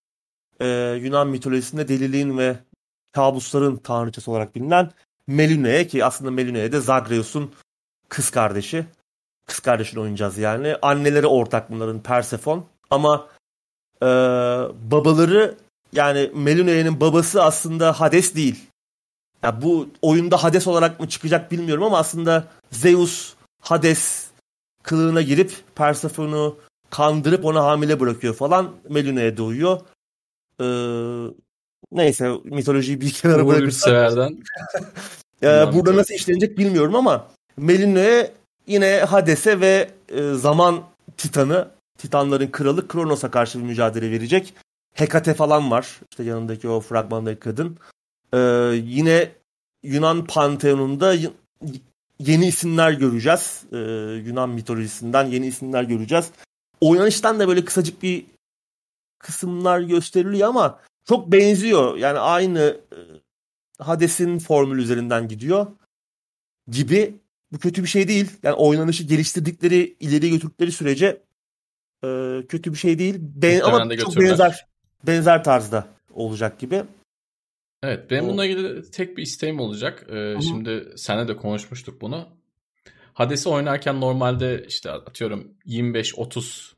e, Yunan mitolojisinde deliliğin ve kabusların tanrıçası olarak bilinen Melune, ki aslında Melune de Zagreus'un kız kardeşi. Kız kardeşini oynayacağız yani. Anneleri ortak bunların, Persefon. Ama e, babaları, yani Melune'nin babası aslında Hades değil. Ya bu oyunda Hades olarak mı çıkacak bilmiyorum ama aslında Zeus Hades kılığına girip Persephone'u kandırıp ona hamile bırakıyor falan. Melune'ye doğuyor. Ee, neyse, mitolojiyi bir kenara Uğur bırakırsak Yurtsever'den e, Yunan burada nasıl mitolojisi. işlenecek bilmiyorum ama Melune yine Hades'e ve e, zaman titanı, Titanların kralı Kronos'a karşı bir mücadele verecek. Hekate falan var. İşte yanındaki o fragmandaki kadın. Ee, yine Yunan panteonunda y- yeni isimler göreceğiz. Ee, Yunan mitolojisinden yeni isimler göreceğiz. Oynanıştan da böyle kısacık bir kısımlar gösteriliyor ama çok benziyor. Yani aynı e, Hades'in formül üzerinden gidiyor gibi. Bu kötü bir şey değil. Yani oynanışı geliştirdikleri, ileri götürdükleri sürece e, kötü bir şey değil. Ben, Muhtemelen ama de çok götürürler. benzer benzer tarzda olacak gibi. Evet, benim O, bununla ilgili tek bir isteğim olacak. Ee, Hı hı. şimdi seninle de konuşmuştuk bunu. Hades'i oynarken normalde işte atıyorum yirmi beş otuz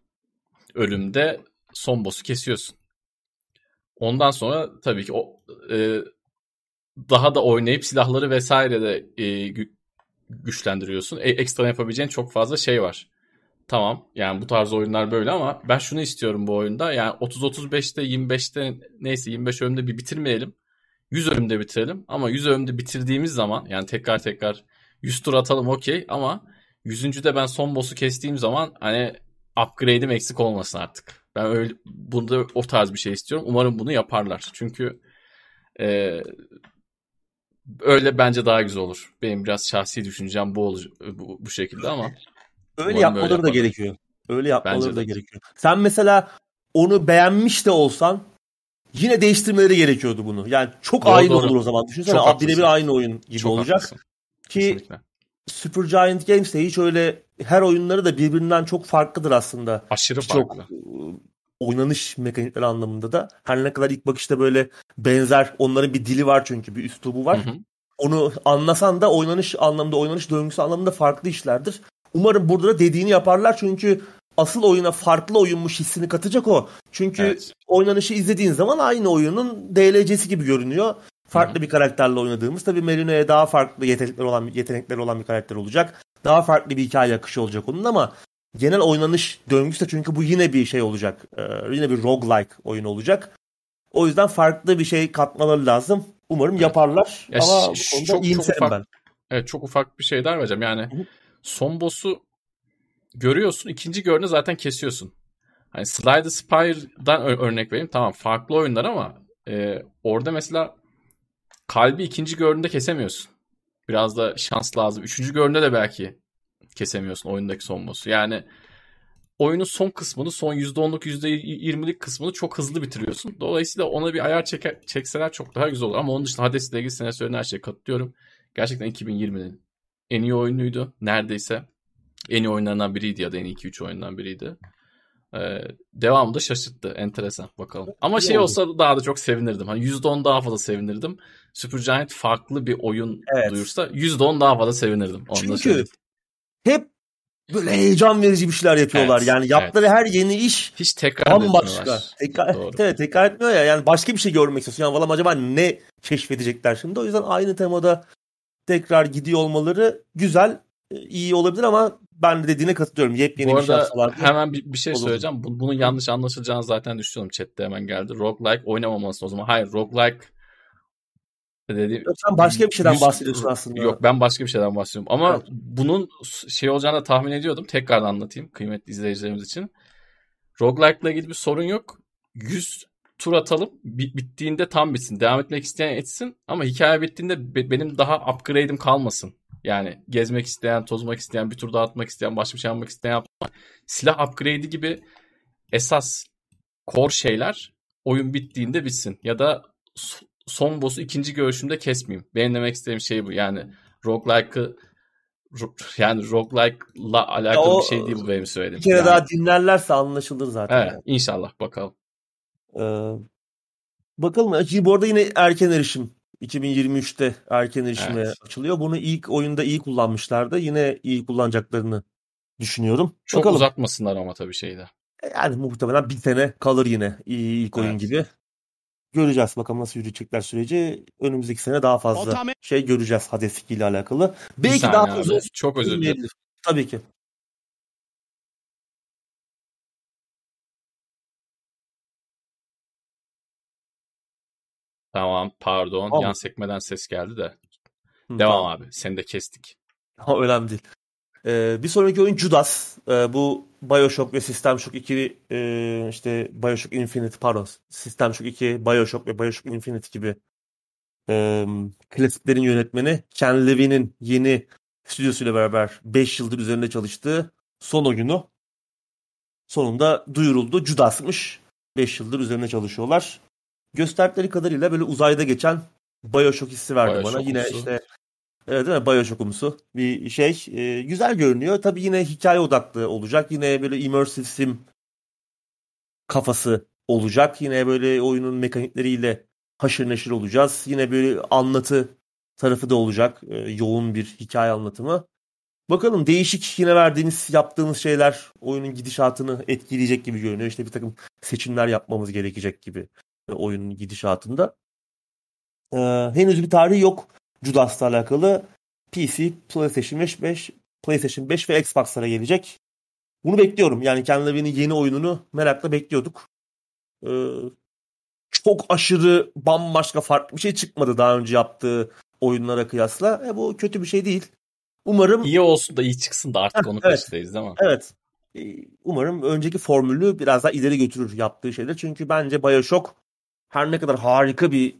ölümde son boss'u kesiyorsun. Ondan sonra tabii ki o e, daha da oynayıp silahları vesaire de e, gü- güçlendiriyorsun. E, ekstra yapabileceğin çok fazla şey var. Tamam, yani bu tarz oyunlar böyle ama ben şunu istiyorum bu oyunda. Yani otuz otuz beşte yirmi beşte neyse yirmi beş ölümde bir bitirmeyelim. yüz ölümde bitirelim ama yüz ölümde bitirdiğimiz zaman yani tekrar tekrar yüz tur atalım okey ama yüzüncüde ben son boss'u kestiğim zaman hani upgrade'im eksik olmasın artık. Ben öyle bunda o tarz bir şey istiyorum. Umarım bunu yaparlar. Çünkü e, öyle bence daha güzel olur. Benim biraz şahsi düşüncem bu olacak bu, bu şekilde ama Öyle umarım böyle yapmaları da yaparlar. gerekiyor. Öyle yapmaları Bence da de. gerekiyor. Sen mesela onu beğenmiş de olsan yine değiştirmeleri gerekiyordu bunu. Yani çok Doğru aynı doğru. olur o zaman. Düşünsene, Çok a- birebir haklısın. aynı oyun gibi Çok olacak. haklısın. Ki Kesinlikle. Supergiant Games de hiç öyle, her oyunları da birbirinden çok farklıdır aslında. Aşırı Birçok farklı. e, oynanış mekanikleri anlamında da. Her ne kadar ilk bakışta böyle benzer, onların bir dili var çünkü bir üslubu Hı var. hı. Onu anlasan da oynanış anlamında, oynanış döngüsü anlamında farklı işlerdir. Umarım burada da dediğini yaparlar çünkü asıl oyuna farklı oyunmuş hissini katacak o. Çünkü Evet. oynanışı izlediğin zaman aynı oyunun D L C'si gibi görünüyor. Hı hı. Farklı bir karakterle oynadığımız. Tabii Melino'ya daha farklı yetenekleri olan yetenekleri olan bir karakter olacak. Daha farklı bir hikaye akışı olacak onun ama genel oynanış döngüsü de, çünkü bu yine bir şey olacak. Ee, yine bir roguelike oyun olacak. O yüzden farklı bir şey katmaları lazım. Umarım Evet. yaparlar Ya ama ş- bu ş- konuda çok çok iyimserim ufak ben. evet çok ufak bir şeyler vereceğim. Yani Hı hı. son boss'u görüyorsun, ikinci gördüğünde zaten kesiyorsun. Hani Slay the Spire'dan ö- örnek vereyim. Tamam, farklı oyunlar ama e, orada mesela kalbi ikinci gördüğünde kesemiyorsun. Biraz da şans lazım. Üçüncü gördüğünde de belki kesemiyorsun oyundaki son boss'u. Yani oyunun son kısmını, son yüzde onluk yüzde yirmilik kısmını çok hızlı bitiriyorsun. Dolayısıyla ona bir ayar çeker, çekseler çok daha güzel olur. Ama onun dışında Hades'le ilgili sana söylenen her şeye katılıyorum. Gerçekten iki bin yirminin en iyi oyunuydu. Neredeyse en iyi oyunlarından biriydi ya da en iyi iki üç oyundan biriydi. Ee, devamı da şaşırttı. Enteresan. Bakalım. Ama İyi şey oldu. olsa daha da çok sevinirdim. Hani yüzde on daha fazla sevinirdim. Supergiant farklı bir oyun Evet. duyursa yüzde on daha fazla sevinirdim. Onu da Çünkü söyleyeyim. hep böyle heyecan verici bir şeyler yapıyorlar. Evet. Yani yaptıkları Evet. her yeni iş Hiç tekrar da bambaşka. etmiyorlar. Tekrar, Doğru. evet, tekrar etmiyor ya. Yani başka bir şey görmek istiyorsun. Yani vallahi acaba ne keşfedecekler şimdi? O yüzden aynı temada tekrar gidiyor olmaları güzel, e, iyi olabilir ama ben de dediğine katılıyorum. Yepyeni Bu bir şey arada yapsalardı hemen bir, bir şey olurdu. söyleyeceğim. Bu- Bunun yanlış anlaşılacağını zaten düşünüyorum. Chat'te hemen geldi. Roguelike oynamamalısın o zaman. Hayır, roguelike dedi Yok, sen başka bir şeyden yüz bahsediyorsun aslında. yok, ben başka bir şeyden bahsediyorum. Ama Evet. bunun şey olacağını da tahmin ediyordum. Tekrar anlatayım kıymetli izleyicilerimiz için. Roguelike'la ilgili bir sorun yok. yüz tur atalım. Bi- bittiğinde tam bitsin. Devam etmek isteyen etsin. Ama hikaye bittiğinde be- benim daha upgrade'im kalmasın. Yani gezmek isteyen, tozmak isteyen, bir tur daha atmak isteyen, başka bir şey yapmak isteyen yapmak. Silah upgrade'i gibi esas core şeyler oyun bittiğinde bitsin. Ya da son boss'u ikinci görüşümde kesmeyeyim. Benim demek istediğim şey bu. Yani roguelike'ı yani roguelike'la Ya alakalı bir o şey değil bu benim bir söylediğim. kere Yani daha dinlerlerse anlaşılır zaten evet, yani. inşallah bakalım. Ee, bakalım. Ki bu arada yine erken erişim. iki bin yirmi üçte erken erişime Evet. açılıyor. Bunu ilk oyunda iyi kullanmışlardı. Yine iyi kullanacaklarını düşünüyorum. Çok Bakalım. uzatmasınlar ama tabii şeyde. E, Yani muhtemelen bir sene kalır yine iyi ilk oyun Evet. gibi. Göreceğiz bakalım nasıl yürüyecekler süreci. Önümüzdeki sene daha fazla Otame şey göreceğiz Hades iki ile alakalı. Bir Belki daha saniye uzun abi. Çok özür dilerim. sürmeyebilir. Tabii ki. Tamam, pardon. Yan Tamam. sekmeden ses geldi de. Hı, Devam tamam. abi. Seni de kestik. Ha, önemli değil. Ee, bir sonraki oyun Judas. Ee, bu BioShock ve System Shock iki e, işte BioShock Infinite pardon System Shock iki, BioShock ve BioShock Infinite gibi e, klasiklerin yönetmeni Ken Levine'in yeni stüdyosuyla beraber beş yıldır üzerinde çalıştığı son oyunu sonunda duyuruldu. Judas'mış. beş yıldır üzerine çalışıyorlar. Gösterdikleri kadarıyla böyle uzayda geçen BioShock hissi verdi bana. Yine BioShock'umsu. işte evet, değil mi? BioShock'umsu bir şey. Ee, güzel görünüyor. Tabii yine hikaye odaklı olacak. Yine böyle immersive sim kafası olacak. Yine böyle oyunun mekanikleriyle haşır neşir olacağız. Yine böyle anlatı tarafı da olacak. Ee, yoğun bir hikaye anlatımı. Bakalım değişik yine verdiğimiz yaptığımız şeyler oyunun gidişatını etkileyecek gibi görünüyor. İşte bir takım seçimler yapmamız gerekecek gibi e, oyunun gidişatında. Ee, henüz bir tarihi yok Judas'la alakalı. P C, PlayStation beş, PlayStation beş ve Xbox'lara gelecek. Bunu bekliyorum. Yani Ken Levine'in yeni oyununu merakla bekliyorduk. Ee, çok aşırı bambaşka farklı bir şey çıkmadı daha önce yaptığı oyunlara kıyasla. E, bu kötü bir şey değil. Umarım İyi olsun da iyi çıksın da artık Heh, onun evet. peşindeyiz değil mi? Evet. Ee, Umarım önceki formülü biraz daha ileri götürür yaptığı şeyler. Çünkü bence BioShock her ne kadar harika bir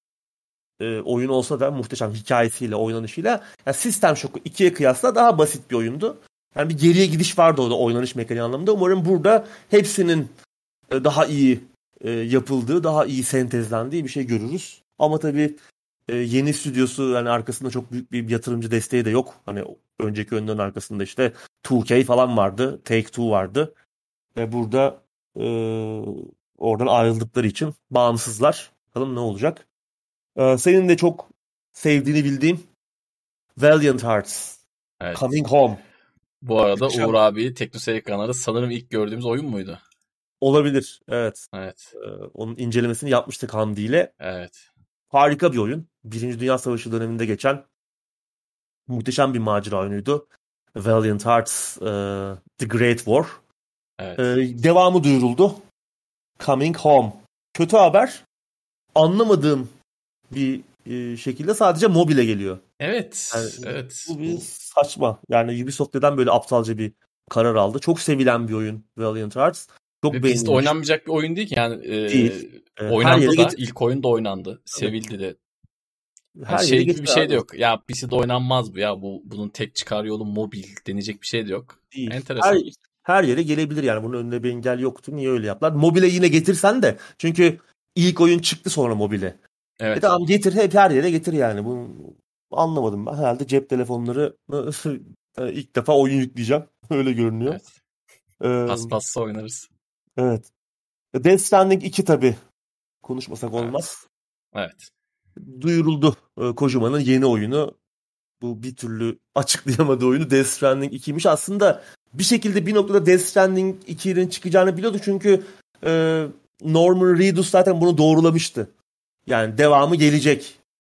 e, oyun olsa da muhteşem hikayesiyle, oynanışıyla yani System Shock ikiye kıyasla daha basit bir oyundu. Yani bir geriye gidiş vardı orada oynanış mekaniği anlamında. Umarım burada hepsinin e, daha iyi e, yapıldığı, daha iyi sentezlendiği bir şey görürüz. Ama tabii e, yeni stüdyosu yani arkasında çok büyük bir yatırımcı desteği de yok. Hani önceki oyunların arkasında işte iki K falan vardı, Take-Two vardı. Ve burada e, oradan ayrıldıkları için bağımsızlar. Bakalım ne olacak. E, senin de çok sevdiğini bildiğim Valiant Hearts Evet. Coming Home. Bu arada Muhteşem. Uğur abi TeknoSeyir kanalı sanırım ilk gördüğümüz oyun muydu? Olabilir. Evet. Evet. E, onun incelemesini yapmıştık Hamdi ile. Evet. Harika bir oyun. Birinci Dünya Savaşı döneminde geçen muhteşem bir macera oyunuydu. Valiant Hearts e, The Great War. Evet. E, devamı duyuruldu. Coming Home. Kötü haber. Anlamadığım bir e, şekilde sadece mobile geliyor. Evet. Yani Evet. bu bir Bu saçma. Yani Ubisoft neden böyle aptalca bir karar aldı? Çok sevilen bir oyun Valiant Hearts. Çok ve bizde beğenilmiş. oynanmayacak bir oyun değil ki. Yani e, Değil. E, her oynandı yere da. getir. İlk oyun da oynandı. Tabii. Sevildi de. Hani Her yere şey gibi getir bir şey de abi. yok. Ya P C'de oynanmaz bu ya. Bu bunun tek çıkar yolu mobil denecek bir şey de yok. Değil. Her, Enteresan. her yere gelebilir yani. Bunun önünde bir engel yoktu. Niye öyle yaptılar? Mobile yine getirsen de. Çünkü ilk oyun çıktı sonra mobile. E Evet. tamam getir. Hep her yere getir yani. Bunu anlamadım ben. Herhalde cep telefonları ilk defa oyun yükleyeceğim. Öyle görünüyor. Evet. Ee, Paspasla oynarız. evet. Death Stranding iki tabii. Konuşmasak Evet. olmaz. Evet. Duyuruldu e, Kojima'nın yeni oyunu. Bu bir türlü açıklayamadığı oyunu Death Stranding ikiymiş. Aslında bir şekilde bir noktada Death Stranding ikinin çıkacağını biliyordu. Çünkü e, Norman Reedus zaten bunu doğrulamıştı. Yani devamı gelecek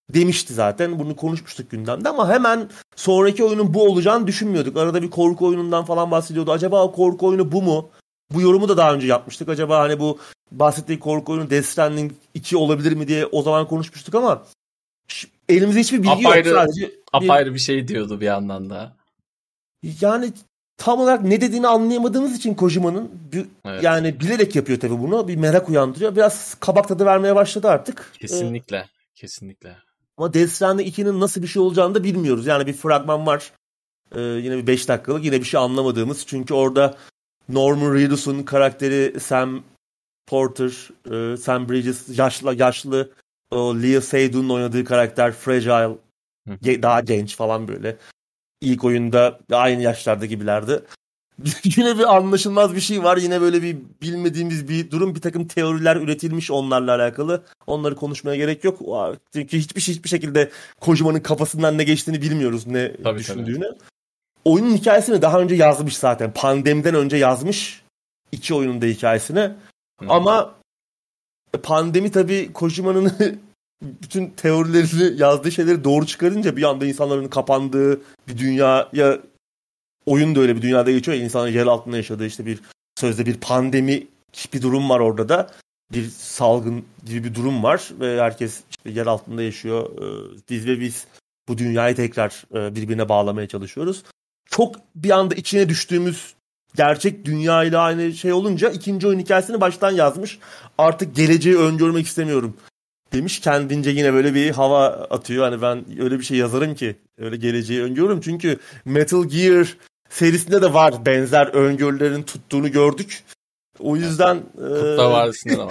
demişti zaten. Bunu konuşmuştuk gündemde ama hemen sonraki oyunun bu olacağını düşünmüyorduk. Arada bir korku oyunundan falan bahsediyordu. Acaba o korku oyunu bu mu? Bu yorumu da daha önce yapmıştık. Acaba hani bu bahsettiği korku oyunu Death Stranding iki olabilir mi diye o zaman konuşmuştuk ama elimizde hiçbir bilgi apayrı, yok. Sadece apayrı bir... bir şey diyordu bir yandan da. Yani tam olarak ne dediğini anlayamadığımız için Kojima'nın evet. Yani bilerek yapıyor tabii bunu. Bir merak uyandırıyor. Biraz kabak tadı vermeye başladı artık. Kesinlikle. Ee, kesinlikle. Ama Death Stranding ikinin nasıl bir şey olacağını da bilmiyoruz. Yani bir fragman var. Ee, yine bir beş dakikalık. Yine bir şey anlamadığımız. Çünkü orada Norman Reedus'un karakteri Sam Porter, e, Sam Bridges, yaşlı yaşlı o Leo Seydoun'un oynadığı karakter Fragile, ge- daha genç falan böyle. İlk oyunda aynı yaşlarda gibilerdi. Yine bir anlaşılmaz bir şey var. Yine böyle bir bilmediğimiz bir durum. Bir takım teoriler üretilmiş onlarla alakalı. Onları konuşmaya gerek yok. Çünkü hiçbir şey hiçbir şekilde Kojima'nın kafasından ne geçtiğini bilmiyoruz. Ne tabii, düşündüğünü. Tabii. Oyunun hikayesini daha önce yazmış zaten. Pandemiden önce yazmış. İki oyunun da hikayesini. Hı. Ama pandemi tabii Kojima'nın bütün teorilerini, yazdığı şeyleri doğru çıkarınca bir anda insanların kapandığı bir dünyaya, oyun da öyle bir dünyada geçiyor ya, insanların yer altında yaşadığı işte bir sözde bir pandemi bir durum var orada da. Bir salgın gibi bir durum var ve herkes işte yer altında yaşıyor. Biz ve biz bu dünyayı tekrar birbirine bağlamaya çalışıyoruz. Çok bir anda içine düştüğümüz gerçek dünyayla aynı şey olunca ikinci oyun hikayesini baştan yazmış. Artık geleceği öngörmek istemiyorum demiş. Kendince yine böyle bir hava atıyor. Hani ben öyle bir şey yazarım ki öyle geleceği öngörüyorum. Çünkü Metal Gear serisinde de var benzer öngörülerin tuttuğunu gördük. O yüzden Kurtlar Vadisi'nde de var.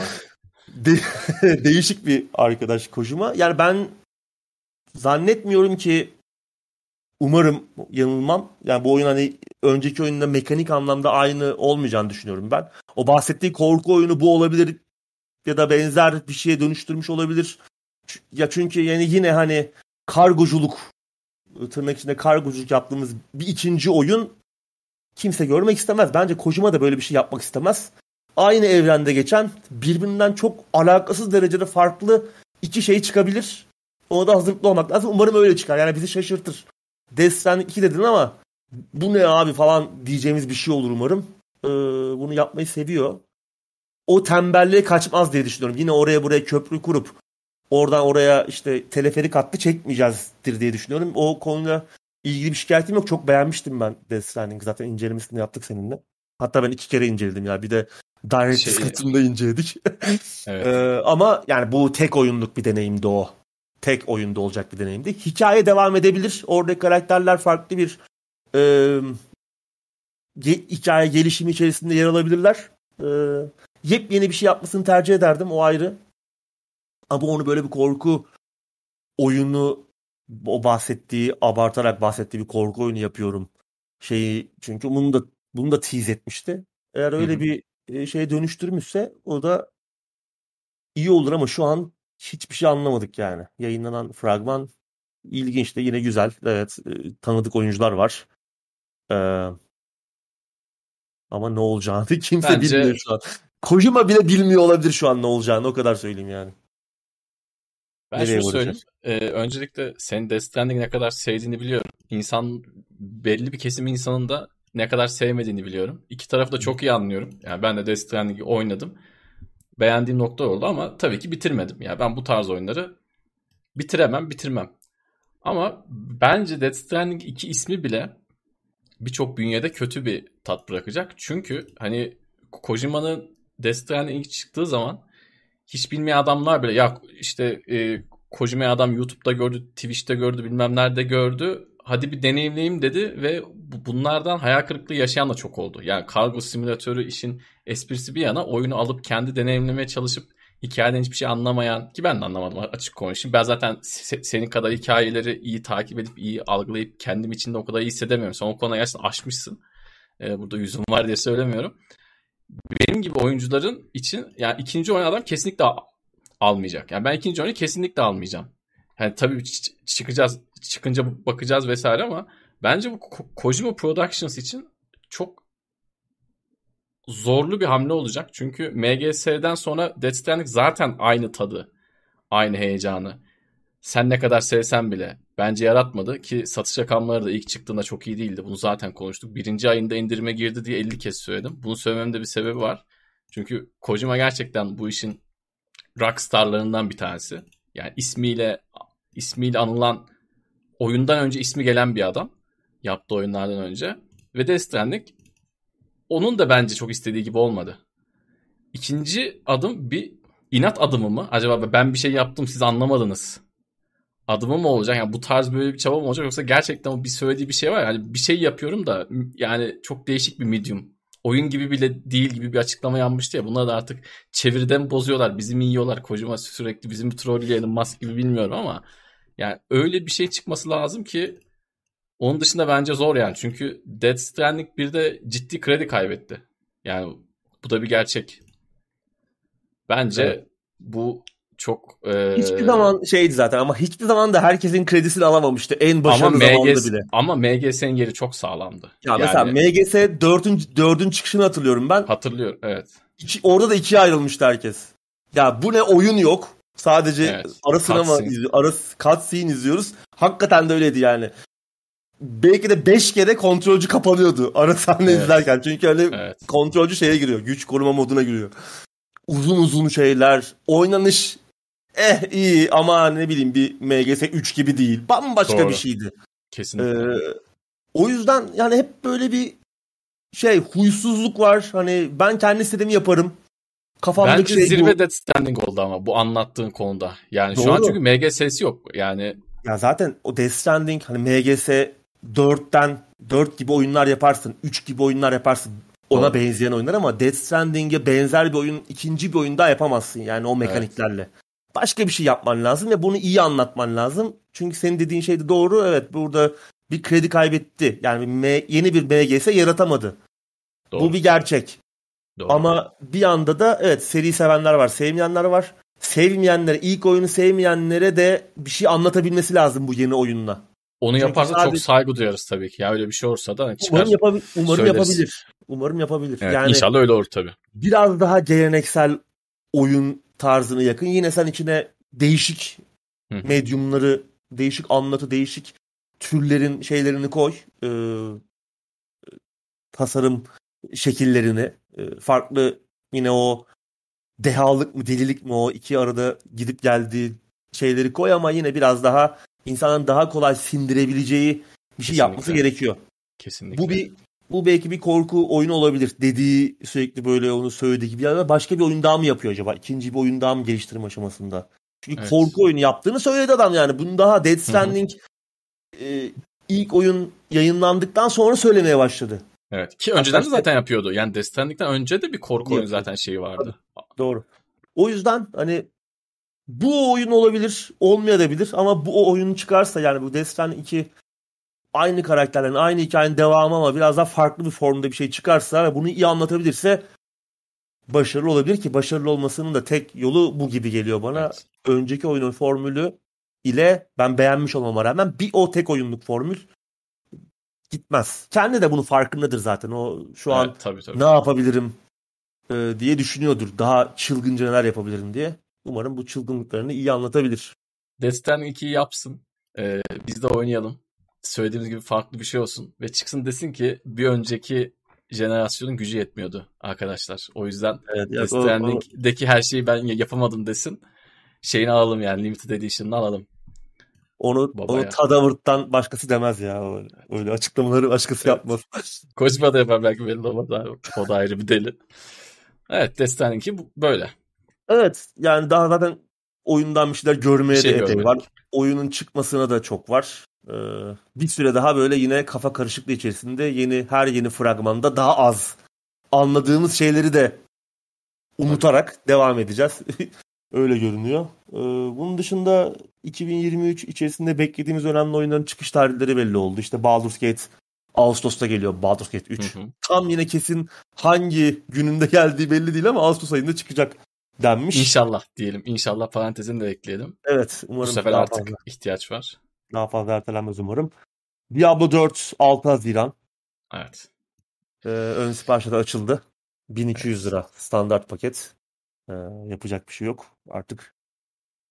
de- değişik bir arkadaş Kojima. Yani ben zannetmiyorum ki, umarım yanılmam. Yani bu oyun hani önceki oyunla mekanik anlamda aynı olmayacağını düşünüyorum ben. O bahsettiği korku oyunu bu olabilir ya da benzer bir şeye dönüştürmüş olabilir. Ya çünkü yani yine hani kargoculuk, tırnak içinde kargoculuk yaptığımız bir ikinci oyun kimse görmek istemez. Bence Kojima da böyle bir şey yapmak istemez. Aynı evrende geçen birbirinden çok alakasız derecede farklı iki şey çıkabilir. Ona da hazırlıklı olmak lazım. Umarım öyle çıkar. Yani bizi şaşırtır. Death Stranding iki dedin ama bu ne abi falan diyeceğimiz bir şey olur umarım. Ee, bunu yapmayı seviyor. O tembelliğe kaçmaz diye düşünüyorum. Yine oraya buraya köprü kurup oradan oraya işte teleferik hattı çekmeyeceğizdir diye düşünüyorum. O konuyla ilgili bir şikayetim yok. Çok beğenmiştim ben Death Stranding. Zaten incelemesini yaptık seninle. Hatta ben iki kere inceledim ya. Bir de Director's şey... Cut'ında inceledik. Evet. ee, ama yani bu tek oyunluk bir deneyimdi o. Tek oyunda olacak bir deneyimdi. Hikaye devam edebilir. Oradaki karakterler farklı bir e, ge- hikaye gelişimi içerisinde yer alabilirler. E, yepyeni bir şey yapmasını tercih ederdim. O ayrı. Ama onu böyle bir korku oyunu, o bahsettiği, abartarak bahsettiği bir korku oyunu yapıyorum şeyi, çünkü bunu da bunu da tease etmişti. Eğer öyle hı hı. bir şeye dönüştürmüşse o da iyi olur ama şu an hiçbir şey anlamadık yani. Yayınlanan fragman ilginç de yine güzel. Evet, tanıdık oyuncular var. Ee, ama ne olacağını kimse Bence... bilmiyor şu an. Kojima bile bilmiyor olabilir şu an ne olacağını, o kadar söyleyeyim yani. Ben Nereye şunu söyleyeyim. Ee, öncelikle senin Death Stranding'i ne kadar sevdiğini biliyorum. İnsan, belli bir kesim insanın da ne kadar sevmediğini biliyorum. İki tarafı da çok iyi anlıyorum. Yani ben de Death Stranding'i oynadım. Beğendiğim nokta oldu ama tabii ki bitirmedim. Yani ben bu tarz oyunları bitiremem, bitirmem. Ama bence Death Stranding iki ismi bile birçok bünyede kötü bir tat bırakacak. Çünkü hani Kojima'nın Death Stranding ilk çıktığı zaman hiç bilmeyen adamlar bile ya işte e, Kojima'yı adam YouTube'da gördü, Twitch'te gördü, bilmem nerede gördü. Hadi bir deneyimleyeyim dedi ve bunlardan hayal kırıklığı yaşayan da çok oldu. Yani kargo simülatörü işin esprisi bir yana, oyunu alıp kendi deneyimlemeye çalışıp hikayeden hiçbir şey anlamayan, ki ben de anlamadım açık konuşayım. Ben zaten se- senin kadar hikayeleri iyi takip edip iyi algılayıp kendim içinde o kadar iyi hissedemiyorum. Sen o konuda gerçekten aşmışsın. Ee, burada yüzüm var diye söylemiyorum. Benim gibi oyuncuların için yani ikinci oyun adam kesinlikle almayacak. Yani ben ikinci oyunu kesinlikle almayacağım. Yani tabii çıkacağız, çıkınca bakacağız vesaire ama bence bu Kojima Productions için çok zorlu bir hamle olacak. Çünkü M G S'den sonra Death Stranding zaten aynı tadı, aynı heyecanı sen ne kadar sevsen bile bence yaratmadı ki satış rakamları da ilk çıktığında çok iyi değildi. Bunu zaten konuştuk. Birinci ayında indirime girdi diye elli kez söyledim. Bunu söylememin de bir sebebi var. Çünkü Kojima gerçekten bu işin rockstarlarından bir tanesi. Yani ismiyle ismiyle anılan, oyundan önce ismi gelen bir adam. Yaptığı oyunlardan önce. Ve Death Stranding onun da bence çok istediği gibi olmadı. İkinci adım bir inat adımı mı? Acaba ben bir şey yaptım siz anlamadınız adımı mı olacak? Yani bu tarz böyle bir çaba mı olacak? Yoksa gerçekten o bir söylediği bir şey var. Yani bir şey yapıyorum da yani çok değişik bir medium. Oyun gibi bile değil gibi bir açıklama yapmıştı ya. Bunlar da artık çeviriden bozuyorlar. Bizi mi yiyorlar? Kojima sürekli bizim trolleyelim Musk gibi bilmiyorum ama yani öyle bir şey çıkması lazım ki onun dışında bence zor yani. Çünkü Death Stranding bir de ciddi kredi kaybetti. Yani bu da bir gerçek. Bence Evet. bu çok e, Hiçbir zaman şeydi zaten ama hiçbir zaman da herkesin kredisini alamamıştı en ama başarılı zamanında M G S bile. ama M G S'nin yeri çok sağlamdı. Ya mesela Yani M G S dördün dördün çıkışını hatırlıyorum ben. hatırlıyorum. Evet. İki- orada da ikiye ayrılmıştı herkes. Ya bu ne, oyun yok. Sadece Evet. ara sinema Cutscene. izliyor, ara cutscene izliyoruz. Hakikaten de öyleydi yani. Belki de beş kere kontrolcü kapanıyordu ara sahne Evet. izlerken. Çünkü öyle Evet. kontrolcü şeye giriyor. Güç koruma moduna giriyor. Uzun uzun şeyler. Oynanış eh iyi ama ne bileyim bir M G S üç gibi değil. Bambaşka bir Doğru. şeydi. Kesinlikle. Ee, o yüzden yani hep böyle bir şey, huysuzluk var. Hani ben kendi istediğimi yaparım. Kafamdaki Bence şey bu. zirve Death Stranding oldu ama bu anlattığın konuda. Yani şu an çünkü Doğru. M G S'si yok. Yani Ya zaten o Death Stranding hani M G S dörtten dört gibi oyunlar yaparsın. üç gibi oyunlar yaparsın. Ona doğru. benzeyen oyunlar ama Death Stranding'e benzer bir oyun, ikinci bir oyun daha yapamazsın yani o Evet. mekaniklerle. Başka bir şey yapman lazım ve bunu iyi anlatman lazım. Çünkü senin dediğin şey de doğru. Evet, burada bir kredi kaybetti. Yani M- yeni bir M G S yaratamadı. Bu Doğru. bir gerçek. Doğru. Ama bir anda da evet, seri sevenler var, sevmeyenler var. Sevmeyenlere, ilk oyunu sevmeyenlere de bir şey anlatabilmesi lazım bu yeni oyunla. Onu Çünkü yaparsa çok sadece saygı duyarız tabii ki. Ya öyle bir şey olursa da hani umarım çıkar yapabil umarım söyleriz. yapabilir. Umarım yapabilir. Evet, Yani inşallah öyle olur tabii. biraz daha geleneksel oyun tarzına yakın. Yine sen içine değişik Hı hı. medyumları, değişik anlatı, değişik türlerin şeylerini koy. Ee, tasarım şekillerini, e, farklı yine o dehalık mı delilik mi, o iki arada gidip geldiği şeyleri koy ama yine biraz daha insanın daha kolay sindirebileceği bir şey yapması Kesinlikle. gerekiyor. Bu Kesinlikle. bir bu belki bir korku oyunu olabilir. Dediği sürekli böyle onu söylediği gibi, ya da başka bir oyun daha mı yapıyor acaba? İkinci bir oyun daha mı geliştirme aşamasında? Çünkü Evet. korku oyunu yaptığını söyledi adam yani. Bunu daha Death Hı hı. Stranding e, ilk oyun yayınlandıktan sonra söylemeye başladı. Evet. Ki Hatta önceden de şey zaten yapıyordu. Yani Death Stranding'den önce de bir korku oyunu yapıyor. zaten şeyi Tabii, vardı. doğru. O yüzden hani bu oyun olabilir, olmayabilir ama bu oyun çıkarsa, yani bu Death Stranding iki aynı karakterlerin, aynı hikayenin devamı ama biraz daha farklı bir formda bir şey çıkarsa ve bunu iyi anlatabilirse başarılı olabilir ki başarılı olmasının da tek yolu bu gibi geliyor bana. Evet. Önceki oyunun formülü ile ben beğenmiş olmama rağmen bir o tek oyunluk formül gitmez. Kendi de bunun farkındadır zaten. O şu an Evet, tabii tabii. ne yapabilirim e, diye düşünüyordur. Daha çılgınca neler yapabilirim diye. Umarım bu çılgınlıklarını iyi anlatabilir. Death Stranding ikiyi yapsın. Ee, biz de oynayalım. Söylediğimiz gibi farklı bir şey olsun. Ve çıksın desin ki bir önceki jenerasyonun gücü yetmiyordu arkadaşlar. O yüzden Evet, Death ya, o, o- Stranding'deki her şeyi ben yapamadım desin. Şeyini alalım yani Limited Edition'ını alalım onu onu babaya. Tadavırt'tan başkası demez ya. Öyle, öyle açıklamaları başkası Evet. yapmaz. Kojima da yapar belki belli olmaz abi. O da ayrı bir deli. Evet, Death Stranding iki bu- böyle. Evet, yani daha zaten oyundan bir şeyler Bir görmeye şey de epey var. görmedik. Oyunun çıkmasına da çok var. Ee, bir süre daha böyle yine kafa karışıklığı içerisinde yeni her yeni fragmanda daha az anladığımız şeyleri de Tabii. unutarak devam edeceğiz. Öyle görünüyor. Ee, bunun dışında iki bin yirmi üç içerisinde beklediğimiz önemli oyunların çıkış tarihleri belli oldu. İşte Baldur's Gate Ağustos'ta geliyor. Baldur's Gate Hı üç. hı. Tam yine kesin hangi gününde geldiği belli değil ama Ağustos ayında çıkacak denmiş. İnşallah diyelim. İnşallah parantezini de ekleyelim. Evet, Bu umarım sefer daha artık fazla ihtiyaç var. daha fazla ertelenmez umarım. Diablo dört altı Haziran. Evet. Ee, ön siparişte de açıldı. bin iki yüz Evet. lira standart paket. Ee, yapacak bir şey yok. Artık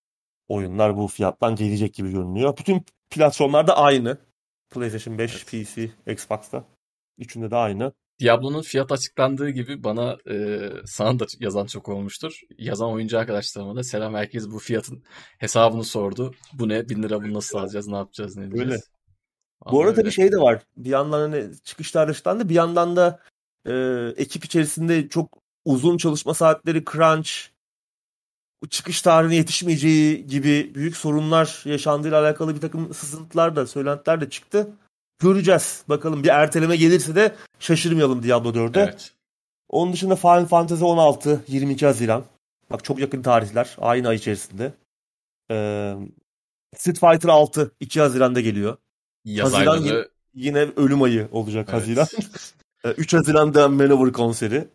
oyunlar bu fiyattan gelecek gibi görünüyor. Bütün platformlarda aynı. PlayStation beş, Evet. P C, Xbox'ta. Üçünde de aynı. Diablo'nun fiyat açıklandığı gibi bana e, sana da yazan çok olmuştur. Yazan oyuncu arkadaşlarıma da selam, herkes bu fiyatın hesabını sordu. Bu ne? Bin lira, bunu nasıl alacağız? Ne yapacağız? Ne Öyle. edeceğiz? Bu Vallahi arada tabii öyle. şey de var. Bir yandan hani çıkışta açıklandı. Bir yandan da e, ekip içerisinde çok uzun çalışma saatleri, crunch, çıkış tarihine yetişmeyeceği gibi büyük sorunlar yaşandığıyla alakalı bir takım sızıntılar da, söylentiler de çıktı. Göreceğiz. Bakalım bir erteleme gelirse de şaşırmayalım Diablo dörde. Evet. Onun dışında Final Fantasy on altı yirmi iki Haziran. Bak çok yakın tarihler. Aynı ay içerisinde. Ee, Street Fighter altı iki Haziran'da geliyor. Yaz Haziran yine, ayları. yine ölüm ayı olacak Haziran. Evet. Ee, üç Haziran'da Manowar konseri.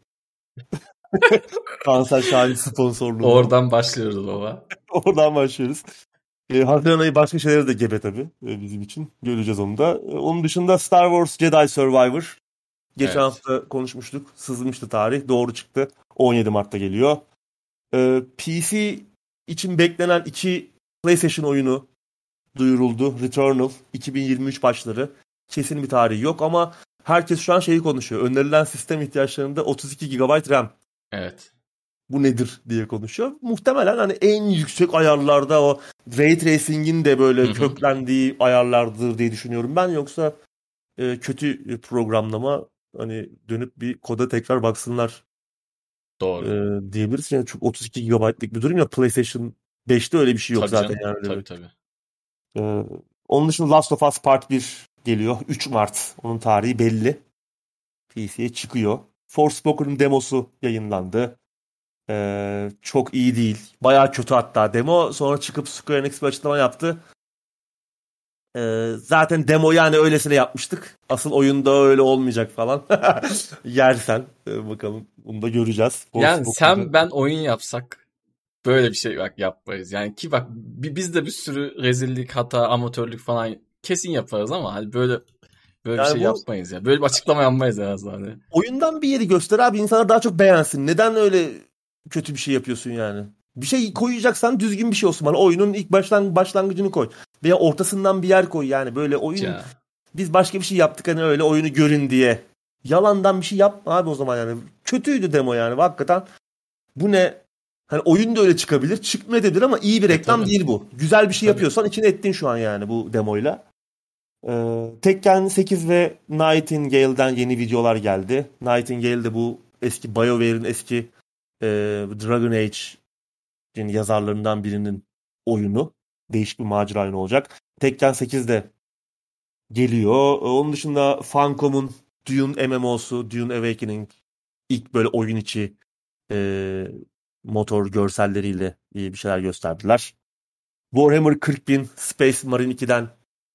Kanser Şahin sponsorluğunda. Oradan başlıyoruz baba. Oradan başlıyoruz. E, Haziran ayı başka şeyleri de gebe tabii e, bizim için. Göreceğiz onu da. E, onun dışında Star Wars Jedi Survivor. Geçen Evet. hafta konuşmuştuk. Sızmıştı tarih. Doğru çıktı. on yedi Mart'ta geliyor. E, P C için beklenen iki PlayStation oyunu duyuruldu. Returnal iki bin yirmi üç başları. Kesin bir tarihi yok ama herkes şu an şeyi konuşuyor. Önerilen sistem ihtiyaçlarında otuz iki gigabayt RAM. Evet. Bu nedir diye konuşuyor. Muhtemelen hani en yüksek ayarlarda o Ray Tracing'in de Hı böyle hı. köklendiği ayarlardır diye düşünüyorum ben. Yoksa e, kötü programlama hani dönüp bir koda tekrar baksınlar e, Doğru. diyebiliriz. Yani çok otuz iki gigabaytlık bir durum ya. PlayStation beşte öyle bir şey yok Tabii zaten canım. yani. Öyle Tabii bir. tabii. E, onun dışında Last of Us Part bir geliyor. üç Mart. Onun tarihi belli. P C'ye çıkıyor. Forspoken'ın demosu yayınlandı. Ee, çok iyi değil. Bayağı kötü hatta demo. Sonra çıkıp Square Enix bir açıklama yaptı. Ee, zaten demo yani öylesine yapmıştık. Asıl oyunda öyle olmayacak falan. Yersen. Ee, bakalım. Bunu da göreceğiz. Yani Forspoken'da. sen ben oyun yapsak böyle bir şey bak yapmayız. Yani ki bak bi- biz de bir sürü rezillik, hata, amatörlük falan kesin yaparız ama hani böyle böyle bir Yani şey bu yapmayız ya. Böyle bir açıklama yapmayız en azından. Hani. oyundan bir yeri göster abi. İnsanlar daha çok beğensin. Neden öyle kötü bir şey yapıyorsun yani? Bir şey koyacaksan düzgün bir şey olsun bana. Oyunun ilk baştan başlangıcını koy. Veya ortasından bir yer koy yani. Böyle oyun Ya. biz başka bir şey yaptık hani öyle oyunu görün diye. Yalandan bir şey yapma abi o zaman yani. Kötüydü demo yani hakikaten. Bu ne? Hani oyun da öyle çıkabilir. Çıkmayabilir ama iyi bir E reklam tabii. değil bu. Güzel bir E şey tabii. yapıyorsan içine ettin şu an yani bu demoyla. Ee, Tekken sekiz ve Nightingale'den yeni videolar geldi. Nightingale de bu eski BioWare'in eski e, Dragon Age'in yazarlarından birinin oyunu. Değişik bir macera oyunu olacak. Tekken sekiz de geliyor. Onun dışında Funcom'un Dune M M O'su, Dune Awakening ilk böyle oyun içi e, motor görselleriyle bir şeyler gösterdiler. Warhammer kırk bin Space Marine ikiden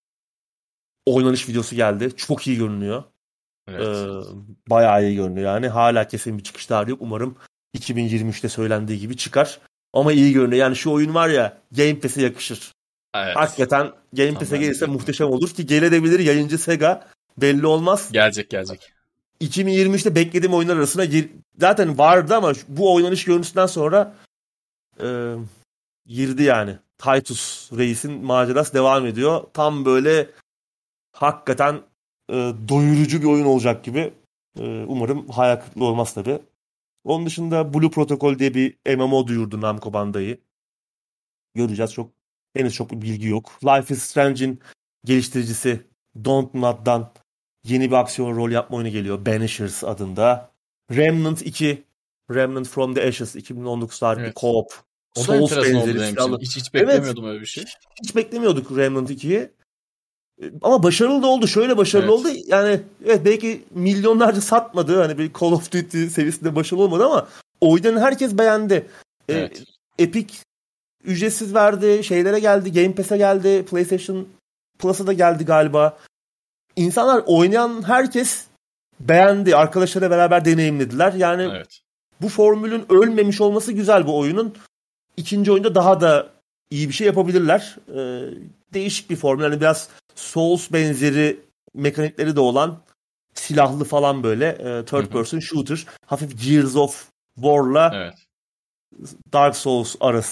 oynanış videosu geldi. Çok iyi görünüyor. Evet. Ee, bayağı iyi görünüyor yani. Hala kesin bir çıkış tarihi yok. Umarım iki bin yirmi üçte söylendiği gibi çıkar. Ama iyi görünüyor. Yani şu oyun var ya Game Pass'e yakışır. Evet. Hakikaten Game Tam Pass'e ben gelirse diyecektim. muhteşem olur ki gelebilir yayıncı Sega belli olmaz. Gelecek gelecek. iki bin yirmi üçte beklediğim oyunlar arasına gir... zaten vardı ama bu oynanış görüntüsünden sonra e, girdi yani. Titus Reis'in macerası devam ediyor. Tam böyle hakikaten e, doyurucu bir oyun olacak gibi. E, umarım hayal kırıklığı olmaz tabii. Onun dışında Blue Protocol diye bir M M O duyurdu Namco Bandai. Göreceğiz. Çok henüz çok bir bilgi yok. Life is Strange'in geliştiricisi Dontnod'dan yeni bir aksiyon rol yapma oyunu geliyor. Banishers adında. Remnant iki Remnant from the Ashes iki bin on dokuz tarihli Evet. co-op. O da Souls enteresan oldu benzeri benim için. silahlı. Hiç hiç Evet, beklemiyordum öyle bir şey. hiç beklemiyorduk Remnant ikiyi. Ama başarılı da oldu. Şöyle başarılı oldu. Evet. Yani evet belki milyonlarca satmadı. Hani bir Call of Duty seviyesinde başarılı olmadı ama oynayan herkes beğendi. Ee, Evet. Epic ücretsiz verdi. Şeylere geldi. Game Pass'e geldi. PlayStation Plus'a da geldi galiba. İnsanlar oynayan herkes beğendi. Arkadaşlarıyla beraber deneyimlediler. Yani Evet. bu formülün ölmemiş olması güzel bu oyunun. İkinci oyunda daha da iyi bir şey yapabilirler. Ee, değişik bir formül. Yani biraz Souls benzeri mekanikleri de olan silahlı falan böyle e, Hı third hı. person shooter. Hafif Gears of War'la Evet. Dark Souls arası.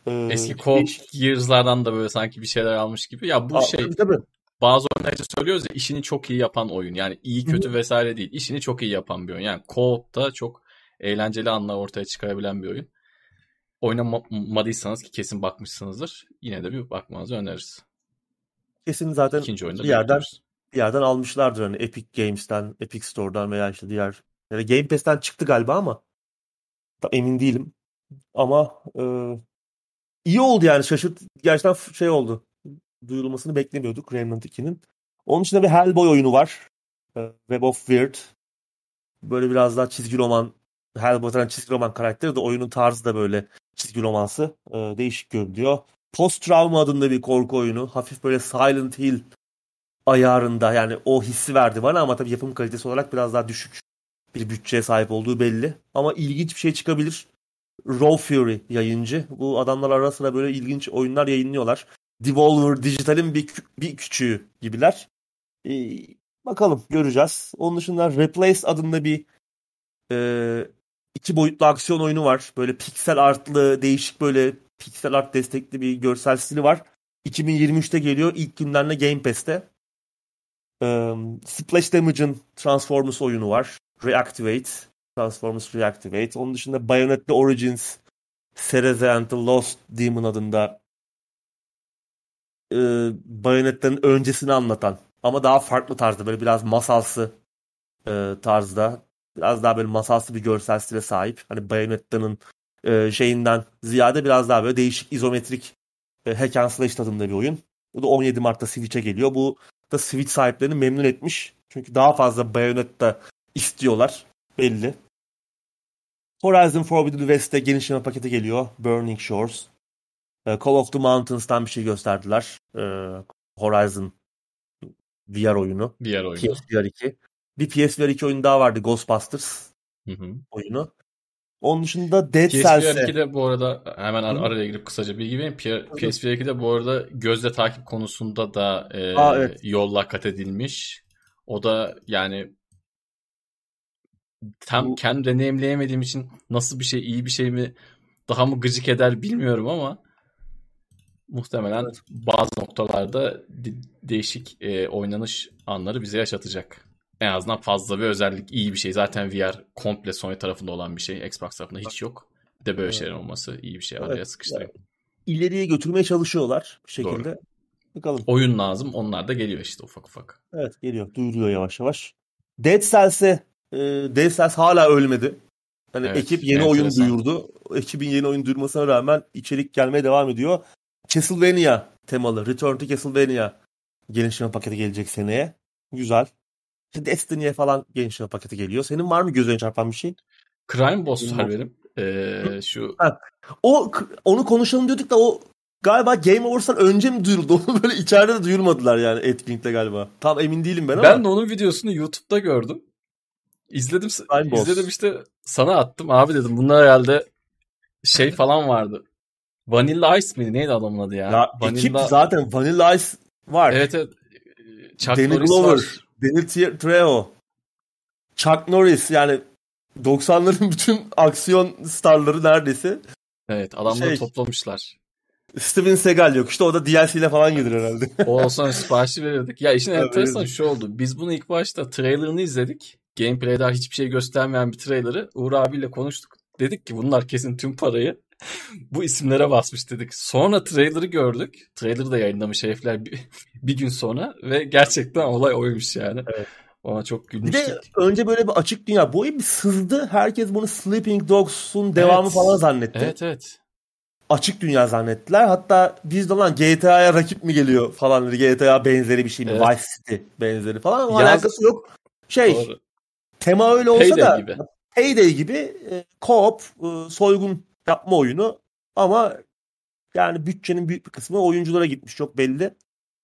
Ee, Eski Co-op Gears'lardan da böyle sanki bir şeyler almış gibi. Ya bu Aa, şey tabii, tabii. bazı oyunlar için söylüyoruz ya, işini çok iyi yapan oyun. Yani iyi kötü Hı-hı. vesaire değil. İşini çok iyi yapan bir oyun. Yani Co-op'ta çok eğlenceli anlar ortaya çıkarabilen bir oyun. Oynamadıysanız ki kesin bakmışsınızdır. Yine de bir bakmanızı öneririz. Kesin zaten İkinci oyunda bir yerden bekliyoruz. bir yerden almışlardır hani Epic Games'ten, Epic Store'dan veya işte diğer yani Game Pass'ten çıktı galiba ama tam emin değilim. Ama e, iyi oldu yani şaşırt gerçekten f- şey oldu. Duyurulmasını beklemiyorduk Remnant ikinin. Onun dışında bir Hellboy oyunu var. E, Web of Weird. Böyle biraz daha çizgi roman Hellboy'dan çizgi roman karakteri de oyunun tarzı da böyle çizgi romansı. E, değişik görünüyor. Post Trauma adında bir korku oyunu. Hafif böyle Silent Hill ayarında yani o hissi verdi bana ama tabii yapım kalitesi olarak biraz daha düşük bir bütçeye sahip olduğu belli. Ama ilginç bir şey çıkabilir. Raw Fury yayıncı. Bu adamlar ara sıra böyle ilginç oyunlar yayınlıyorlar. Devolver Digital'in bir, kü- bir küçüğü gibiler. Ee, bakalım göreceğiz. Onun dışında Replace adında bir e, iki boyutlu aksiyon oyunu var. Böyle piksel artlı, değişik böyle piksel art destekli bir görsel stili var. iki bin yirmi üçte geliyor. İlk günlerinde Game Pass'te. Ee, Splash Damage'ın Transformers oyunu var. Reactivate. Transformers Reactivate. Onun dışında Bayonetta Origins, Cereze and the Lost Demon adında e, Bayonetta'nın öncesini anlatan ama daha farklı tarzda böyle biraz masalsı e, tarzda biraz daha böyle masalsı bir görsel stile sahip. Hani Bayonetta'nın e, şeyinden ziyade biraz daha böyle değişik izometrik e, hack and slash tadında bir oyun. Bu da on yedi Mart'ta Switch'e geliyor. Bu da Switch sahiplerini memnun etmiş. Çünkü daha fazla Bayonetta istiyorlar. Belli. Horizon Forbidden West'te genişleme paketi geliyor. Burning Shores. E, Call of the Mountains'tan bir şey gösterdiler. E, Horizon V R oyunu. Diğer oyunu. P S V R iki. Bir P S V R iki oyunu daha vardı. Ghostbusters Hı hı. oyunu. Onun dışında Dead P S V R Cells'e. ikide bu arada hemen ar- Hı? araya girip kısaca bilgi vereyim. P- Hı hı. PS V R ikide bu arada gözle takip konusunda da e, Aa, evet. yollar kat edilmiş. O da yani tam Bu kendim deneyimleyemediğim için nasıl bir şey, iyi bir şey mi, daha mı gıcık eder bilmiyorum ama muhtemelen evet. bazı noktalarda de- değişik e, oynanış anları bize yaşatacak. En azından fazla bir özellik, iyi bir şey. Zaten V R komple Sony tarafında olan bir şey. Xbox tarafında hiç yok. Bir de böyle Evet. şeyler olması iyi bir şey. Araya Evet. Ya, sıkıştırayım. ileriye götürmeye çalışıyorlar bir Doğru. şekilde. Bakalım. Oyun lazım. Onlar da geliyor işte ufak ufak. Evet geliyor. Duyuruyor yavaş yavaş. Dead Cells'e e, Dead Cells hala ölmedi. Hani ekip Evet. yeni oyun Enteresan. duyurdu. Ekibin yeni oyun duyurmasına rağmen içerik gelmeye devam ediyor. Castlevania temalı. Return to Castlevania genişleme paketi gelecek seneye. Güzel. İşte Destiny'ye falan genişleme paketi geliyor. Senin var mı gözüne çarpan bir şey? Crime Boss Benim var olsun. benim. Ee, şu Ha, o onu konuşalım diyorduk da o galiba Game Awards'tan önce mi duyuruldu? Onu böyle içeride de duyurmadılar yani etkinlikte galiba. Tam emin değilim ben ben de ama. onun videosunu YouTube'da gördüm. İzledim Crime izledim Boss. işte sana attım. Abi dedim bunlar herhalde şey falan vardı. Vanilla Ice miydi? Neydi adamın adı ya? Ya ekip Vanilla. zaten Vanilla Ice var. Evet, evet. Chuck Danny Norris Glover, var. Danny Tre- Trejo, Chuck Norris yani doksanların bütün aksiyon starları neredeyse. Evet, adamları Şey, toplamışlar. Steven Seagal yok. İşte o da D L C ile falan gelir herhalde. O olsa siparişi verirdik. Ya işin Ha, enteresan verirdik. şu oldu. Biz bunu ilk başta trailerını izledik. Gameplay'den hiçbir şey göstermeyen bir trailer'ı Uğur abiyle konuştuk. Dedik ki bunlar kesin tüm parayı bu isimlere basmış dedik. Sonra trailer'ı gördük. Trailer'ı da yayınlamış herifler bir, bir gün sonra ve gerçekten olay oymuş yani. Evet. Ona çok Bir de gülmüştük. önce böyle bir açık dünya. Bu oyun bir sızdı. Herkes bunu Sleeping Dogs'un devamı Evet. falan zannetti. Evet, evet. Açık dünya zannettiler. Hatta biz de lan G T A'ya rakip mi geliyor falan dedi. G T A benzeri bir şey mi? Evet. Vice City benzeri falan. Ama Yaz alakası yok. Şey, doğru. tema öyle olsa Payday da gibi. Payday gibi e, co-op e, soygun yapma oyunu ama yani bütçenin büyük bir kısmı oyunculara gitmiş çok belli.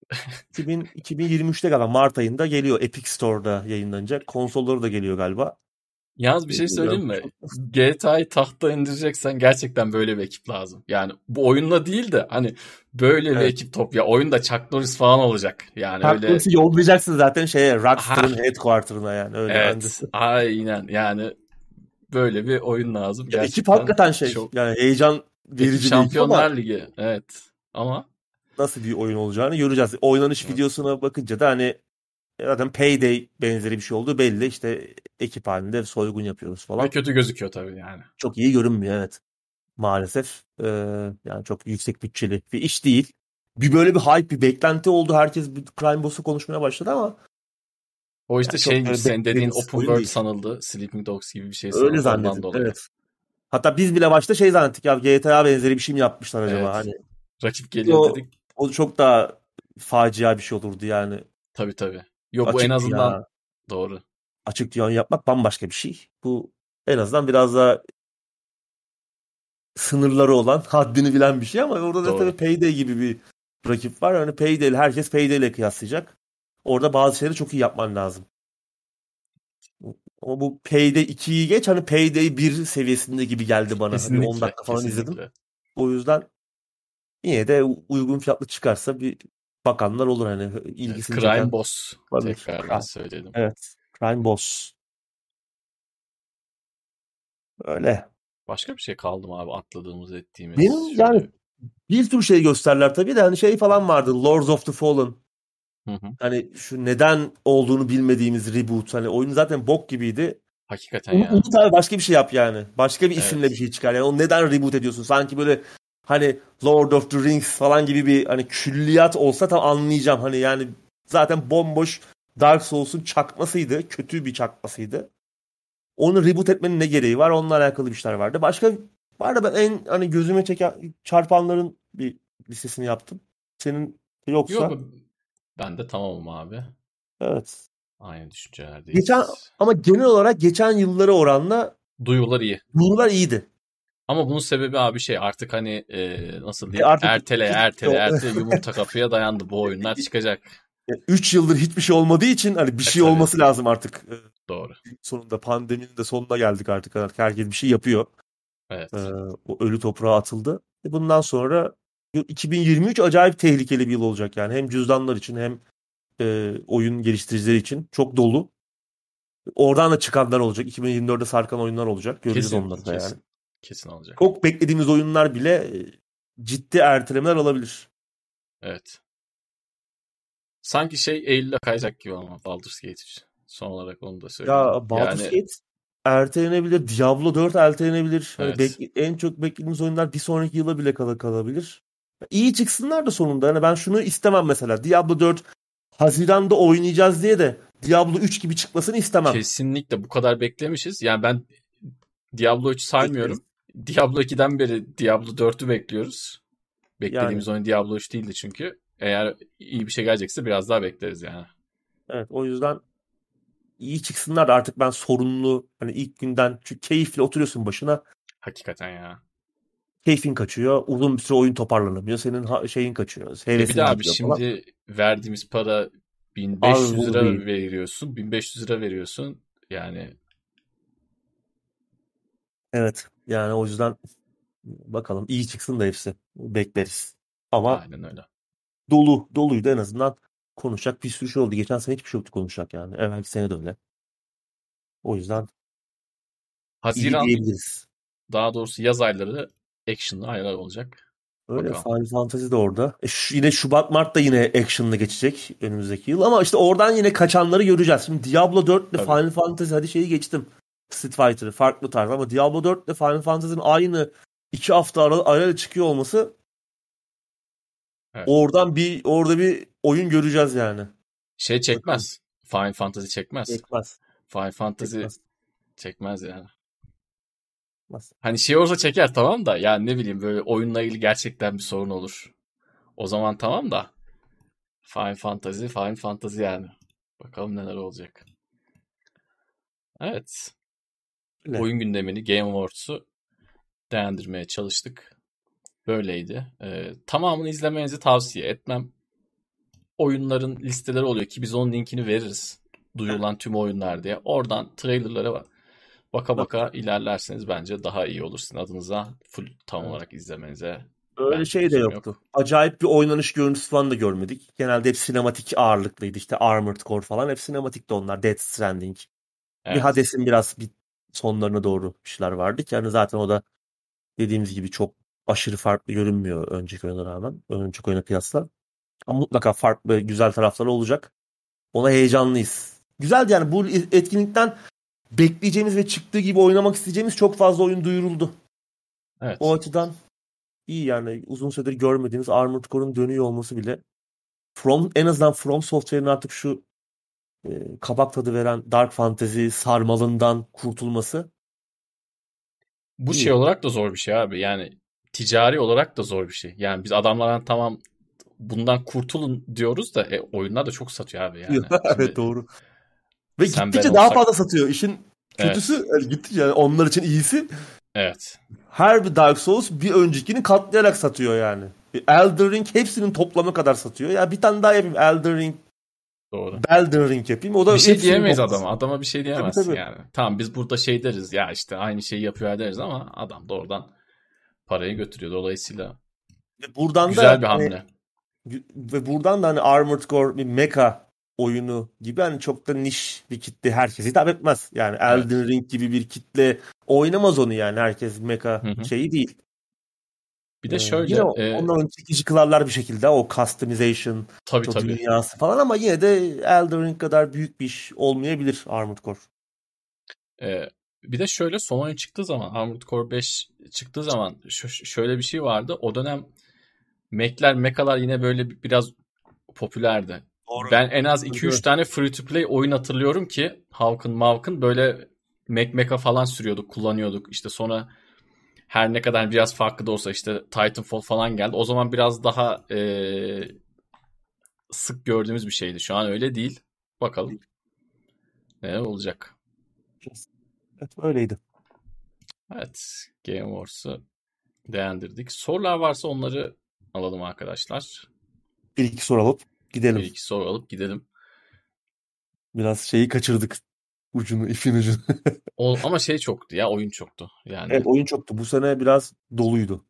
iki bin, iki bin yirmi üçte galiba Mart ayında geliyor. Epic Store'da yayınlanacak. Konsolları da geliyor galiba. Yalnız bir şey söyleyeyim Bilmiyorum. mi? Çok basit. G T A'yı tahta indireceksen gerçekten böyle bir ekip lazım. Yani bu oyunla değil de hani böyle bir Evet. ekip top ya. Oyunda Chuck Norris falan olacak. Yani öyle Takvimsi yollayacaksın zaten şeye Rockstar'ın aha, headquarter'ına yani öyle anca. evet, aynen yani böyle bir oyun lazım. Ya ekip Gerçekten hakikaten şey çok yani heyecan Ekip verici değil ama Şampiyonlar Ligi. Evet. Ama nasıl bir oyun olacağını göreceğiz. Oynanış evet. videosuna bakınca da hani zaten Payday benzeri bir şey olduğu belli. İşte ekip halinde soygun yapıyoruz Ve falan. kötü gözüküyor tabii yani. Çok iyi görünmüyor, evet. Maalesef. Ee, yani çok yüksek bütçeli bir iş değil. Bir böyle bir hype, bir beklenti oldu. Herkes bir Crime Boss'u konuşmaya başladı ama O işte yani çok şeymiş, böyle senin dediğin beklediğimiz open oyun world değil. sanıldı. Sleeping Dogs gibi bir şey Öyle sanıldı ondan zannedildi. dolayı. Evet. Hatta biz bile başta şey zannettik ya, G T A benzeri bir şey mi yapmışlar acaba? Evet. Hani Rakip geliyor o, dedik. o çok daha facia bir şey olurdu yani. Tabii tabii. Yo, bu en Açık azından dünya, doğru. açık dünya yapmak bambaşka bir şey. Bu en azından biraz daha sınırları olan, haddini bilen bir şey ama orada da Doğru. tabii Payday gibi bir rakip var. Hani Payday, herkes Payday ile kıyaslayacak. Orada bazı şeyleri çok iyi yapman lazım. Ama bu Payday ikiyi geç, hani Payday bir seviyesinde gibi geldi bana. Bir on Kesinlikle. dakika falan izledim. Kesinlikle. O yüzden yine de uygun fiyatlı çıkarsa bir bakanlar olur, hani Evet, ilgisini Crime çeken Boss olabilir. tekrardan Crime. söyledim. Evet. Crime Boss. Öyle. Başka bir şey kaldı mı abi atladığımız ettiğimiz Benim yani şöyle. bir sürü şey gösterler tabii de, hani şey falan vardı. Lords of the Fallen. Hı hı. Hani şu neden olduğunu bilmediğimiz reboot. Hani oyun zaten bok gibiydi. Hakikaten Onu ya. unut abi, başka bir şey yap yani. Başka bir isimle bir Evet. şey çıkar. Yani onu neden reboot ediyorsun? Sanki böyle hani Lord of the Rings falan gibi bir hani külliyat olsa tam anlayacağım. Hani yani zaten bomboş Dark Souls'un çakmasıydı. Kötü bir çakmasıydı. Onu reboot etmenin ne gereği var? Onunla alakalı bir şeyler vardı. Başka var da ben en hani gözüme çeken çarpanların bir listesini yaptım. Senin Yok, yoksa ben de tamamım abi. evet. Aynı Geçen düşüncelerdeyiz. ama genel olarak geçen yıllara oranla Duyurular iyi. duyurular iyiydi. Ama bunun sebebi abi şey artık hani e, nasıl E diyeyim, artık ertele hiçbir şey ertele ol- ertele yumurta kapıya dayandı, bu oyunlar çıkacak. üç yıldır hiçbir şey olmadığı için hani bir E şey tabi, olması lazım artık. E, doğru. Sonunda pandeminin de sonuna geldik artık. Artık herkes bir şey yapıyor. E, Evet. o ölü toprağa atıldı. E bundan sonra iki bin yirmi üç acayip tehlikeli bir yıl olacak yani. Hem cüzdanlar için hem e, oyun geliştiricileri için çok dolu. Oradan da çıkanlar olacak. iki bin yirmi dörde sarkan oyunlar olacak. Göreceğiz Kesin onları da yani. kesin. Kesin olacak. Çok beklediğimiz oyunlar bile e, ciddi ertelemeler alabilir. Evet. Sanki şey Eylül'e kayacak gibi ama Baldur's Gate üç. Son olarak onu da söyleyeyim. Ya Baldur's Yani Gate ertelenebilir. Diablo dört ertelenebilir. Hani evet. bek- en çok beklediğimiz oyunlar bir sonraki yıla bile kala kalabilir. İyi çıksınlar da sonunda. Hani ben şunu istemem mesela. Diablo dört Haziran'da oynayacağız diye de Diablo üç gibi çıkmasını istemem. Kesinlikle bu kadar beklemişiz. Yani ben Diablo üçü Bekleriz. saymıyorum. Diablo ikiden beri Diablo dördü bekliyoruz. Yani Beklediğimiz oyun Diablo üç değildi çünkü. Eğer iyi bir şey gelecekse biraz daha bekleriz yani. evet, o yüzden iyi çıksınlar da artık ben sorunlu, hani ilk günden çünkü keyifle oturuyorsun başına, Hakikaten ya. keyfin kaçıyor. Uzun bir süre oyun toparlanamıyor. Senin ha- şeyin kaçıyor. E bir de Hevesin abi gidiyor falan. şimdi verdiğimiz para Az bin beş yüz bu lira değil. veriyorsun. bin beş yüz lira veriyorsun. Yani Evet. Yani o yüzden bakalım iyi çıksın da hepsi. Bekleriz. Ama aynen öyle. dolu doluydu en azından, konuşacak bir sürü şey oldu. Geçen sene hiçbir şey yoktu konuşacak yani. Evvelki sene de öyle. O yüzden iyi Haziran, diyebiliriz. daha doğrusu yaz ayları action'lı aylar olacak. Öyle, Bakalım. Final Fantasy de orada. E, şu- yine Şubat Mart'ta yine action'la geçecek önümüzdeki yıl. Ama işte oradan yine kaçanları göreceğiz. Şimdi Diablo dört ile Tabii. Final Fantasy, hadi şeyi geçtim. Street Fighter'ı farklı tarz ama Diablo dört ile Final Fantasy'nin aynı iki hafta ara, arayla çıkıyor olması, Evet. oradan bir orada bir oyun göreceğiz yani. Şey Bakalım. çekmez. Final Fantasy çekmez. Çekmez. Final Fantasy Çekmez. çekmez yani. Çekmez. Hani şey olsa çeker tamam da yani ne bileyim böyle oyunla ilgili gerçekten bir sorun olur. O zaman tamam da Final Fantasy, Final Fantasy yani. Bakalım neler olacak. Evet. Öyle. Oyun gündemini, Game Awards'u değerlendirmeye çalıştık. Böyleydi. Ee, tamamını izlemenizi tavsiye etmem. Oyunların listeleri oluyor ki biz onun linkini veririz. Duyurulan tüm oyunlar diye. Oradan trailerlara bak. Baka baka Bakacağım. ilerlerseniz bence daha iyi olur sizin adınıza. Full tam Evet. olarak izlemenize Öyle bence şey de lüzum yoktu. yok. Acayip bir oynanış görüntüsü falan da görmedik. Genelde hep sinematik ağırlıklıydı. İşte Armored Core falan hep sinematikti onlar. Death Stranding. Bir Evet. Hades'in biraz bir sonlarına doğru bir şeyler vardı ki. Yani zaten o da dediğimiz gibi çok aşırı farklı görünmüyor önceki oyuna rağmen. Önceki oyuna kıyasla. Ama mutlaka farklı güzel tarafları olacak. Ona heyecanlıyız. Güzeldi yani bu etkinlikten bekleyeceğimiz ve çıktığı gibi oynamak isteyeceğimiz çok fazla oyun duyuruldu. O Evet. açıdan iyi yani uzun süredir görmediğimiz Armored Core'un dönüyor olması bile From en azından From Software'in artık şu e, kabak tadı veren Dark Fantasy sarmalından kurtulması Bu şey iyi. olarak da zor bir şey abi. Yani ticari olarak da zor bir şey. Yani biz adamlara tamam bundan kurtulun diyoruz da e, oyunlar da çok satıyor abi yani. Evet Şimdi doğru. Ve sen ben gittikçe daha olsak fazla satıyor. İşin evet. kötüsü yani gittikçe yani onlar için iyisi Evet. her bir Dark Souls bir öncekini katlayarak satıyor yani. Elden Ring hepsinin toplamı kadar satıyor. Ya bir tane daha yapayım Elden Ring, Doğru. Elden Ring yapayım. O da Bir şey hepsinin diyemeyiz toplamı. adama. Adama bir şey Tabii diyemezsin tabii. yani. Tamam biz burada şey deriz ya işte aynı şeyi yapıyor deriz ama adam da oradan parayı götürüyor. Dolayısıyla Ve buradan güzel da bir hani hamle. ve buradan da hani Armored Core bir mecha oyunu gibi hani çok da niş bir kitle herkese hitap etmez. Yani Evet. Elden Ring gibi bir kitle oynamaz onu yani herkes mecha Hı hı. şeyi değil. Bir Ee, de yine şöyle e, onların çekici kılarlar bir şekilde o customization, tabii o tabii. dünyası falan ama yine de Elden Ring kadar büyük bir iş olmayabilir Armored Core. E, bir de şöyle son oyun çıktığı zaman Armored Core beş çıktığı zaman ş- şöyle bir şey vardı. O dönem Mac'ler, Mecha'lar yine böyle bi- biraz popülerdi. Doğru. Ben en az iki üç Doğru. tane free to play oyun hatırlıyorum ki Havkın Mavkın böyle Mac Mecha falan sürüyorduk, kullanıyorduk. İşte sonra her ne kadar biraz farklı da olsa işte Titanfall falan geldi. O zaman biraz daha e, sık gördüğümüz bir şeydi. Şu an öyle değil. Bakalım ne olacak. Evet öyleydi. Evet, Game Wars'u değerlendirdik. Sorular varsa onları alalım arkadaşlar. Bir iki soru alıp Bir gidelim. iki soru alıp gidelim. Biraz şeyi kaçırdık. Ucunu, ipin ucunu. O, ama şey çoktu ya, oyun çoktu. Yani Evet oyun çoktu. Bu sene biraz doluydu.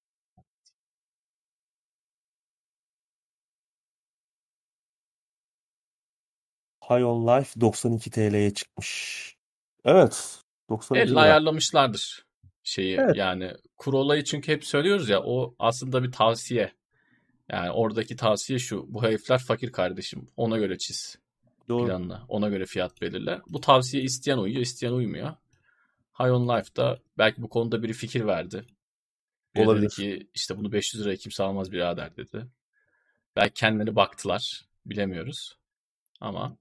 High on Life doksan iki T L'ye çıkmış. Evet. doksan iki elle lira. ayarlamışlardır şeyi. Evet. Yani kur olayı çünkü hep söylüyoruz ya, o aslında bir tavsiye. Yani oradaki tavsiye şu: bu herifler fakir kardeşim. Ona göre çiz Doğru. planını. Ona göre fiyat belirle. Bu tavsiye isteyen uyuyor, isteyen uymuyor. High on Life'da belki bu konuda biri fikir verdi. Biri dedi Olabilir. ki işte bunu beş yüz liraya kimse almaz birader dedi. Belki kendileri baktılar. Bilemiyoruz. Ama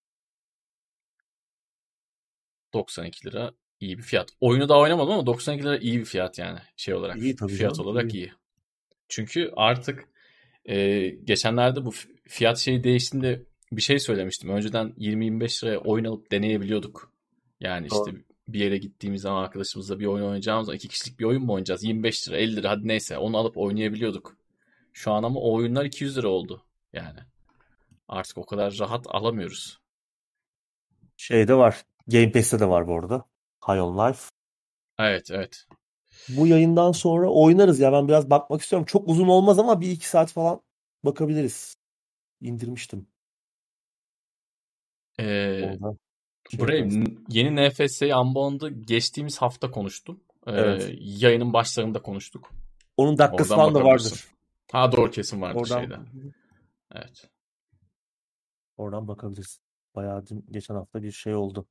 doksan iki lira iyi bir fiyat. Oyunu daha oynamadım ama doksan iki lira iyi bir fiyat yani. Şey olarak, İyi tabii fiyat canım. olarak İyi. iyi. Çünkü artık e, geçenlerde bu fiyat şeyi değiştiğinde bir şey söylemiştim. Önceden yirmi yirmi beş liraya oyun alıp deneyebiliyorduk. Yani işte Doğru. bir yere gittiğimiz zaman arkadaşımızla bir oyun oynayacağımız zaman iki kişilik bir oyun mu oynayacağız? yirmi beş lira, elli lira hadi neyse onu alıp oynayabiliyorduk. Şu an ama o oyunlar iki yüz lira oldu. Yani artık o kadar rahat alamıyoruz. Şeyde var. Game Pass'te de var bu arada. High on Life. Evet, evet. Bu yayından sonra oynarız ya. Ben biraz bakmak istiyorum. Çok uzun olmaz ama bir iki saat falan bakabiliriz. İndirmiştim. Ee, Orada şey Brave yaparız. yeni N F S Unbound'ı geçtiğimiz hafta konuştum. Ee, Evet. yayının başlarında konuştuk. Onun dakikası Oradan falan da bakabilirsin. vardır. Ha doğru, kesin vardır Oradan şeyde. Evet. oradan bakabiliriz. Bayağı dün, geçen hafta bir şey oldu.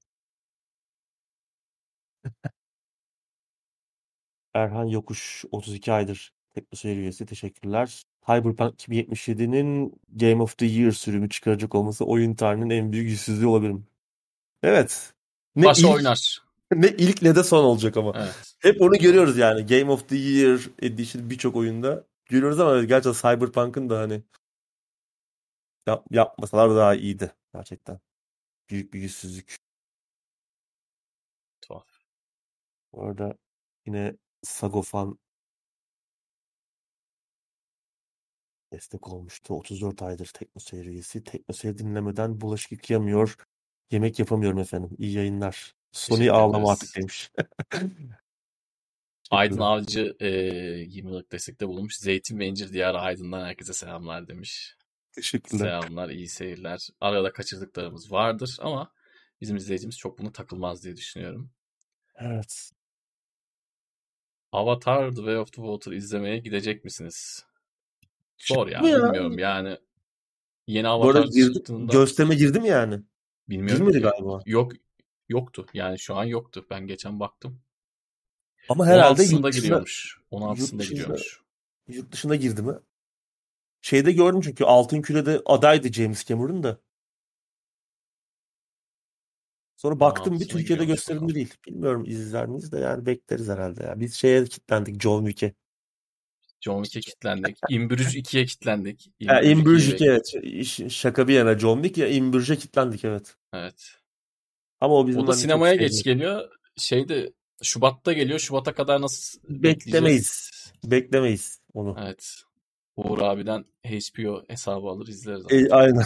Erhan Yokuş otuz iki aydır Teknoseyir üyesi. Teşekkürler. Cyberpunk iki bin yetmiş yedi'nin Game of the Year sürümü çıkaracak olması oyun tarihinin en büyük yüzsüzlüğü olabilir. Evet. Ne Başa ilk oynar. ne ilk ne de son olacak ama. Evet. Hep onu Doğru. görüyoruz yani. Game of the Year Edition birçok oyunda görüyoruz ama gerçekten Cyberpunk'ın da hani yap, yapmasalar daha iyiydi gerçekten. Büyük bir yüzsüzlük. Tuhaf. Bu arada yine Sagofan destek olmuştu. otuz dört aydır Teknoseyir üyesi. Teknoseyir dinlemeden bulaşık yıkayamıyor. Yemek yapamıyorum efendim. İyi yayınlar. Sony Teşekkür ağlama artık ederiz. demiş. Aydın Teşekkürler. Avcı e, yirmi yıllık destekte bulunmuş. Zeytin ve İncir Diyarı Aydın'dan herkese selamlar demiş. Teşekkürler. Selamlar, iyi seyirler. Arada kaçırdıklarımız vardır ama bizim izleyicimiz çok buna takılmaz diye düşünüyorum. Evet. Avatar The Way of the Water izlemeye gidecek misiniz? Zor Çıktı mı ya, ya? bilmiyorum yani. Yeni Bu arada Avatar girdi, çıktığında gösterime girdi mi yani? bilmiyorum Girmedi ki. galiba. Yok, yoktu. Yani şu an yoktu. Ben geçen baktım. Ama herhalde yurt on altısında dışında giriyormuş. yurt on altısında dışında giriyormuş. yurt dışına girdi mi? Şeyde gördüm çünkü Altın Küre'de adaydı James Cameron da. Sonra baktım bir on altısına Türkiye'de giriyormuş gösterimde bakalım. değil. Bilmiyorum izler miyiz de yani bekleriz herhalde ya. Biz şeye kilitlendik John Wick'e. John Wick'e kilitlendik. In Bruges ikiye kilitlendik. In Ya Bruges In ikiyi Bruges iki, bekliyorum. evet. İş- Şaka bir yana John Wick ya In Bruges'e kilitlendik evet. Evet. Ama o O bizim da hani çok sinemaya geç sevdiğimiz. geliyor. Şeyde Şubat'ta geliyor. Şubat'a kadar nasıl bekleyeceğiz? Beklemeyiz. Beklemeyiz onu. Evet. Uğur abiden H B O hesabı alır izleriz E, artık. aynen.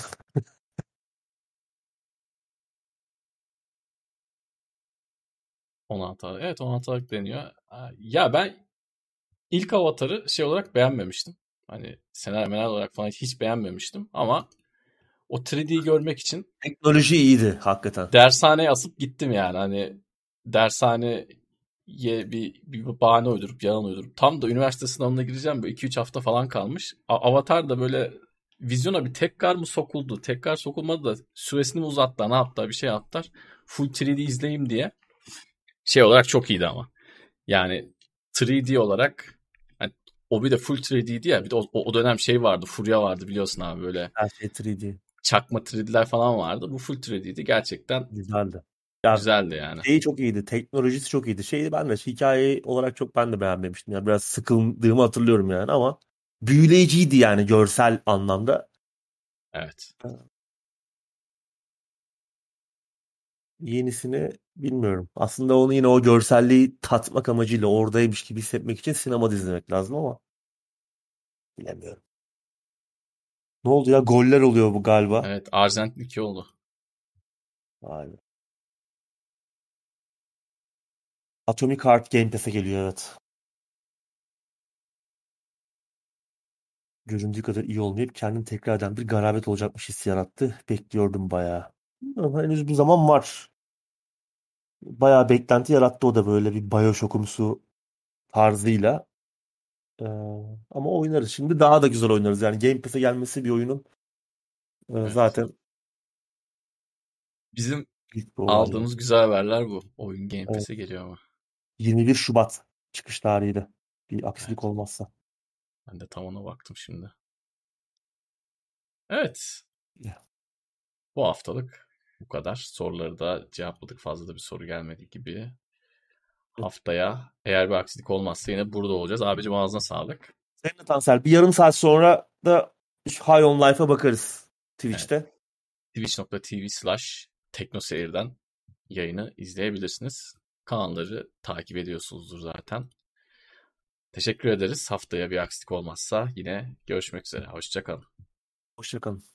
on altı Aralık. Evet, on altı Aralık deniyor. Ya ben ilk Avatar'ı şey olarak beğenmemiştim. Hani senaryo menal olarak falan hiç beğenmemiştim. Ama o üç D'yi görmek için Teknoloji iyiydi hakikaten. dershaneye asıp gittim yani. Hani dershaneye bir, bir bahane uydurup yalan uydurup. Tam da üniversite sınavına gireceğim. Böyle iki üç hafta falan kalmış. A- Avatar da böyle vizyona bir tekrar mı sokuldu? Tekrar sokulmadı da süresini mi uzattılar? Ne yaptılar? Bir şey yaptılar. Full üç D izleyeyim diye. Şey olarak çok iyiydi ama. Yani üç D olarak hani o bir de full üç D'ydi ya. Bir de o, o dönem şey vardı. Furya vardı biliyorsun abi böyle. Her şey üç D. Çakma üç D'ler falan vardı. Bu full üç D'ydi. Gerçekten Güzeldi. Ya güzeldi yani. şeyi çok iyiydi. Teknolojisi çok iyiydi. Şeyi ben de hikaye olarak çok ben de beğenmemiştim. Yani biraz sıkıldığımı hatırlıyorum yani ama büyüleyiciydi yani görsel anlamda. Evet. Yenisini bilmiyorum. Aslında onu yine o görselliği tatmak amacıyla oradaymış gibi hissetmek için sinemada izlemek lazım ama bilemiyorum. Ne oldu ya? Goller oluyor bu galiba. Evet. Arjantin iki oldu. Vay. Atomic Heart Game Pass'e geliyor evet. Göründüğü kadar iyi olmayıp kendim tekrardan bir garabet olacakmış hissi yarattı. Bekliyordum bayağı. Bilmiyorum, henüz bir zaman var. Bayağı beklenti yarattı o da böyle bir BioShock'umsu tarzıyla. Ee, ama oynarız. Şimdi daha da güzel oynarız. Yani Game Pass'e gelmesi bir oyunun e, Evet. zaten Bizim büyük bir olay yani. aldığımız güzel haberler bu. Oyun Game Evet. Pass'e geliyor ama. yirmi bir Şubat çıkış tarihiydi. Bir aksilik Evet. olmazsa. Ben de tam ona baktım şimdi. Evet. Ya, Bu haftalık bu kadar. Soruları da cevapladık. Fazla da bir soru gelmedi gibi. evet. Haftaya eğer bir aksilik olmazsa yine burada olacağız. Abicim ağzına sağlık. Senin de Tansel. Bir yarım saat sonra da High on Life'a bakarız Evet. Twitch'te. Twitch.tv slash teknoseyirden yayını izleyebilirsiniz. Kanalları takip ediyorsunuzdur zaten. Teşekkür ederiz. Haftaya bir aksilik olmazsa yine görüşmek üzere. Hoşça kalın. Hoşça kalın.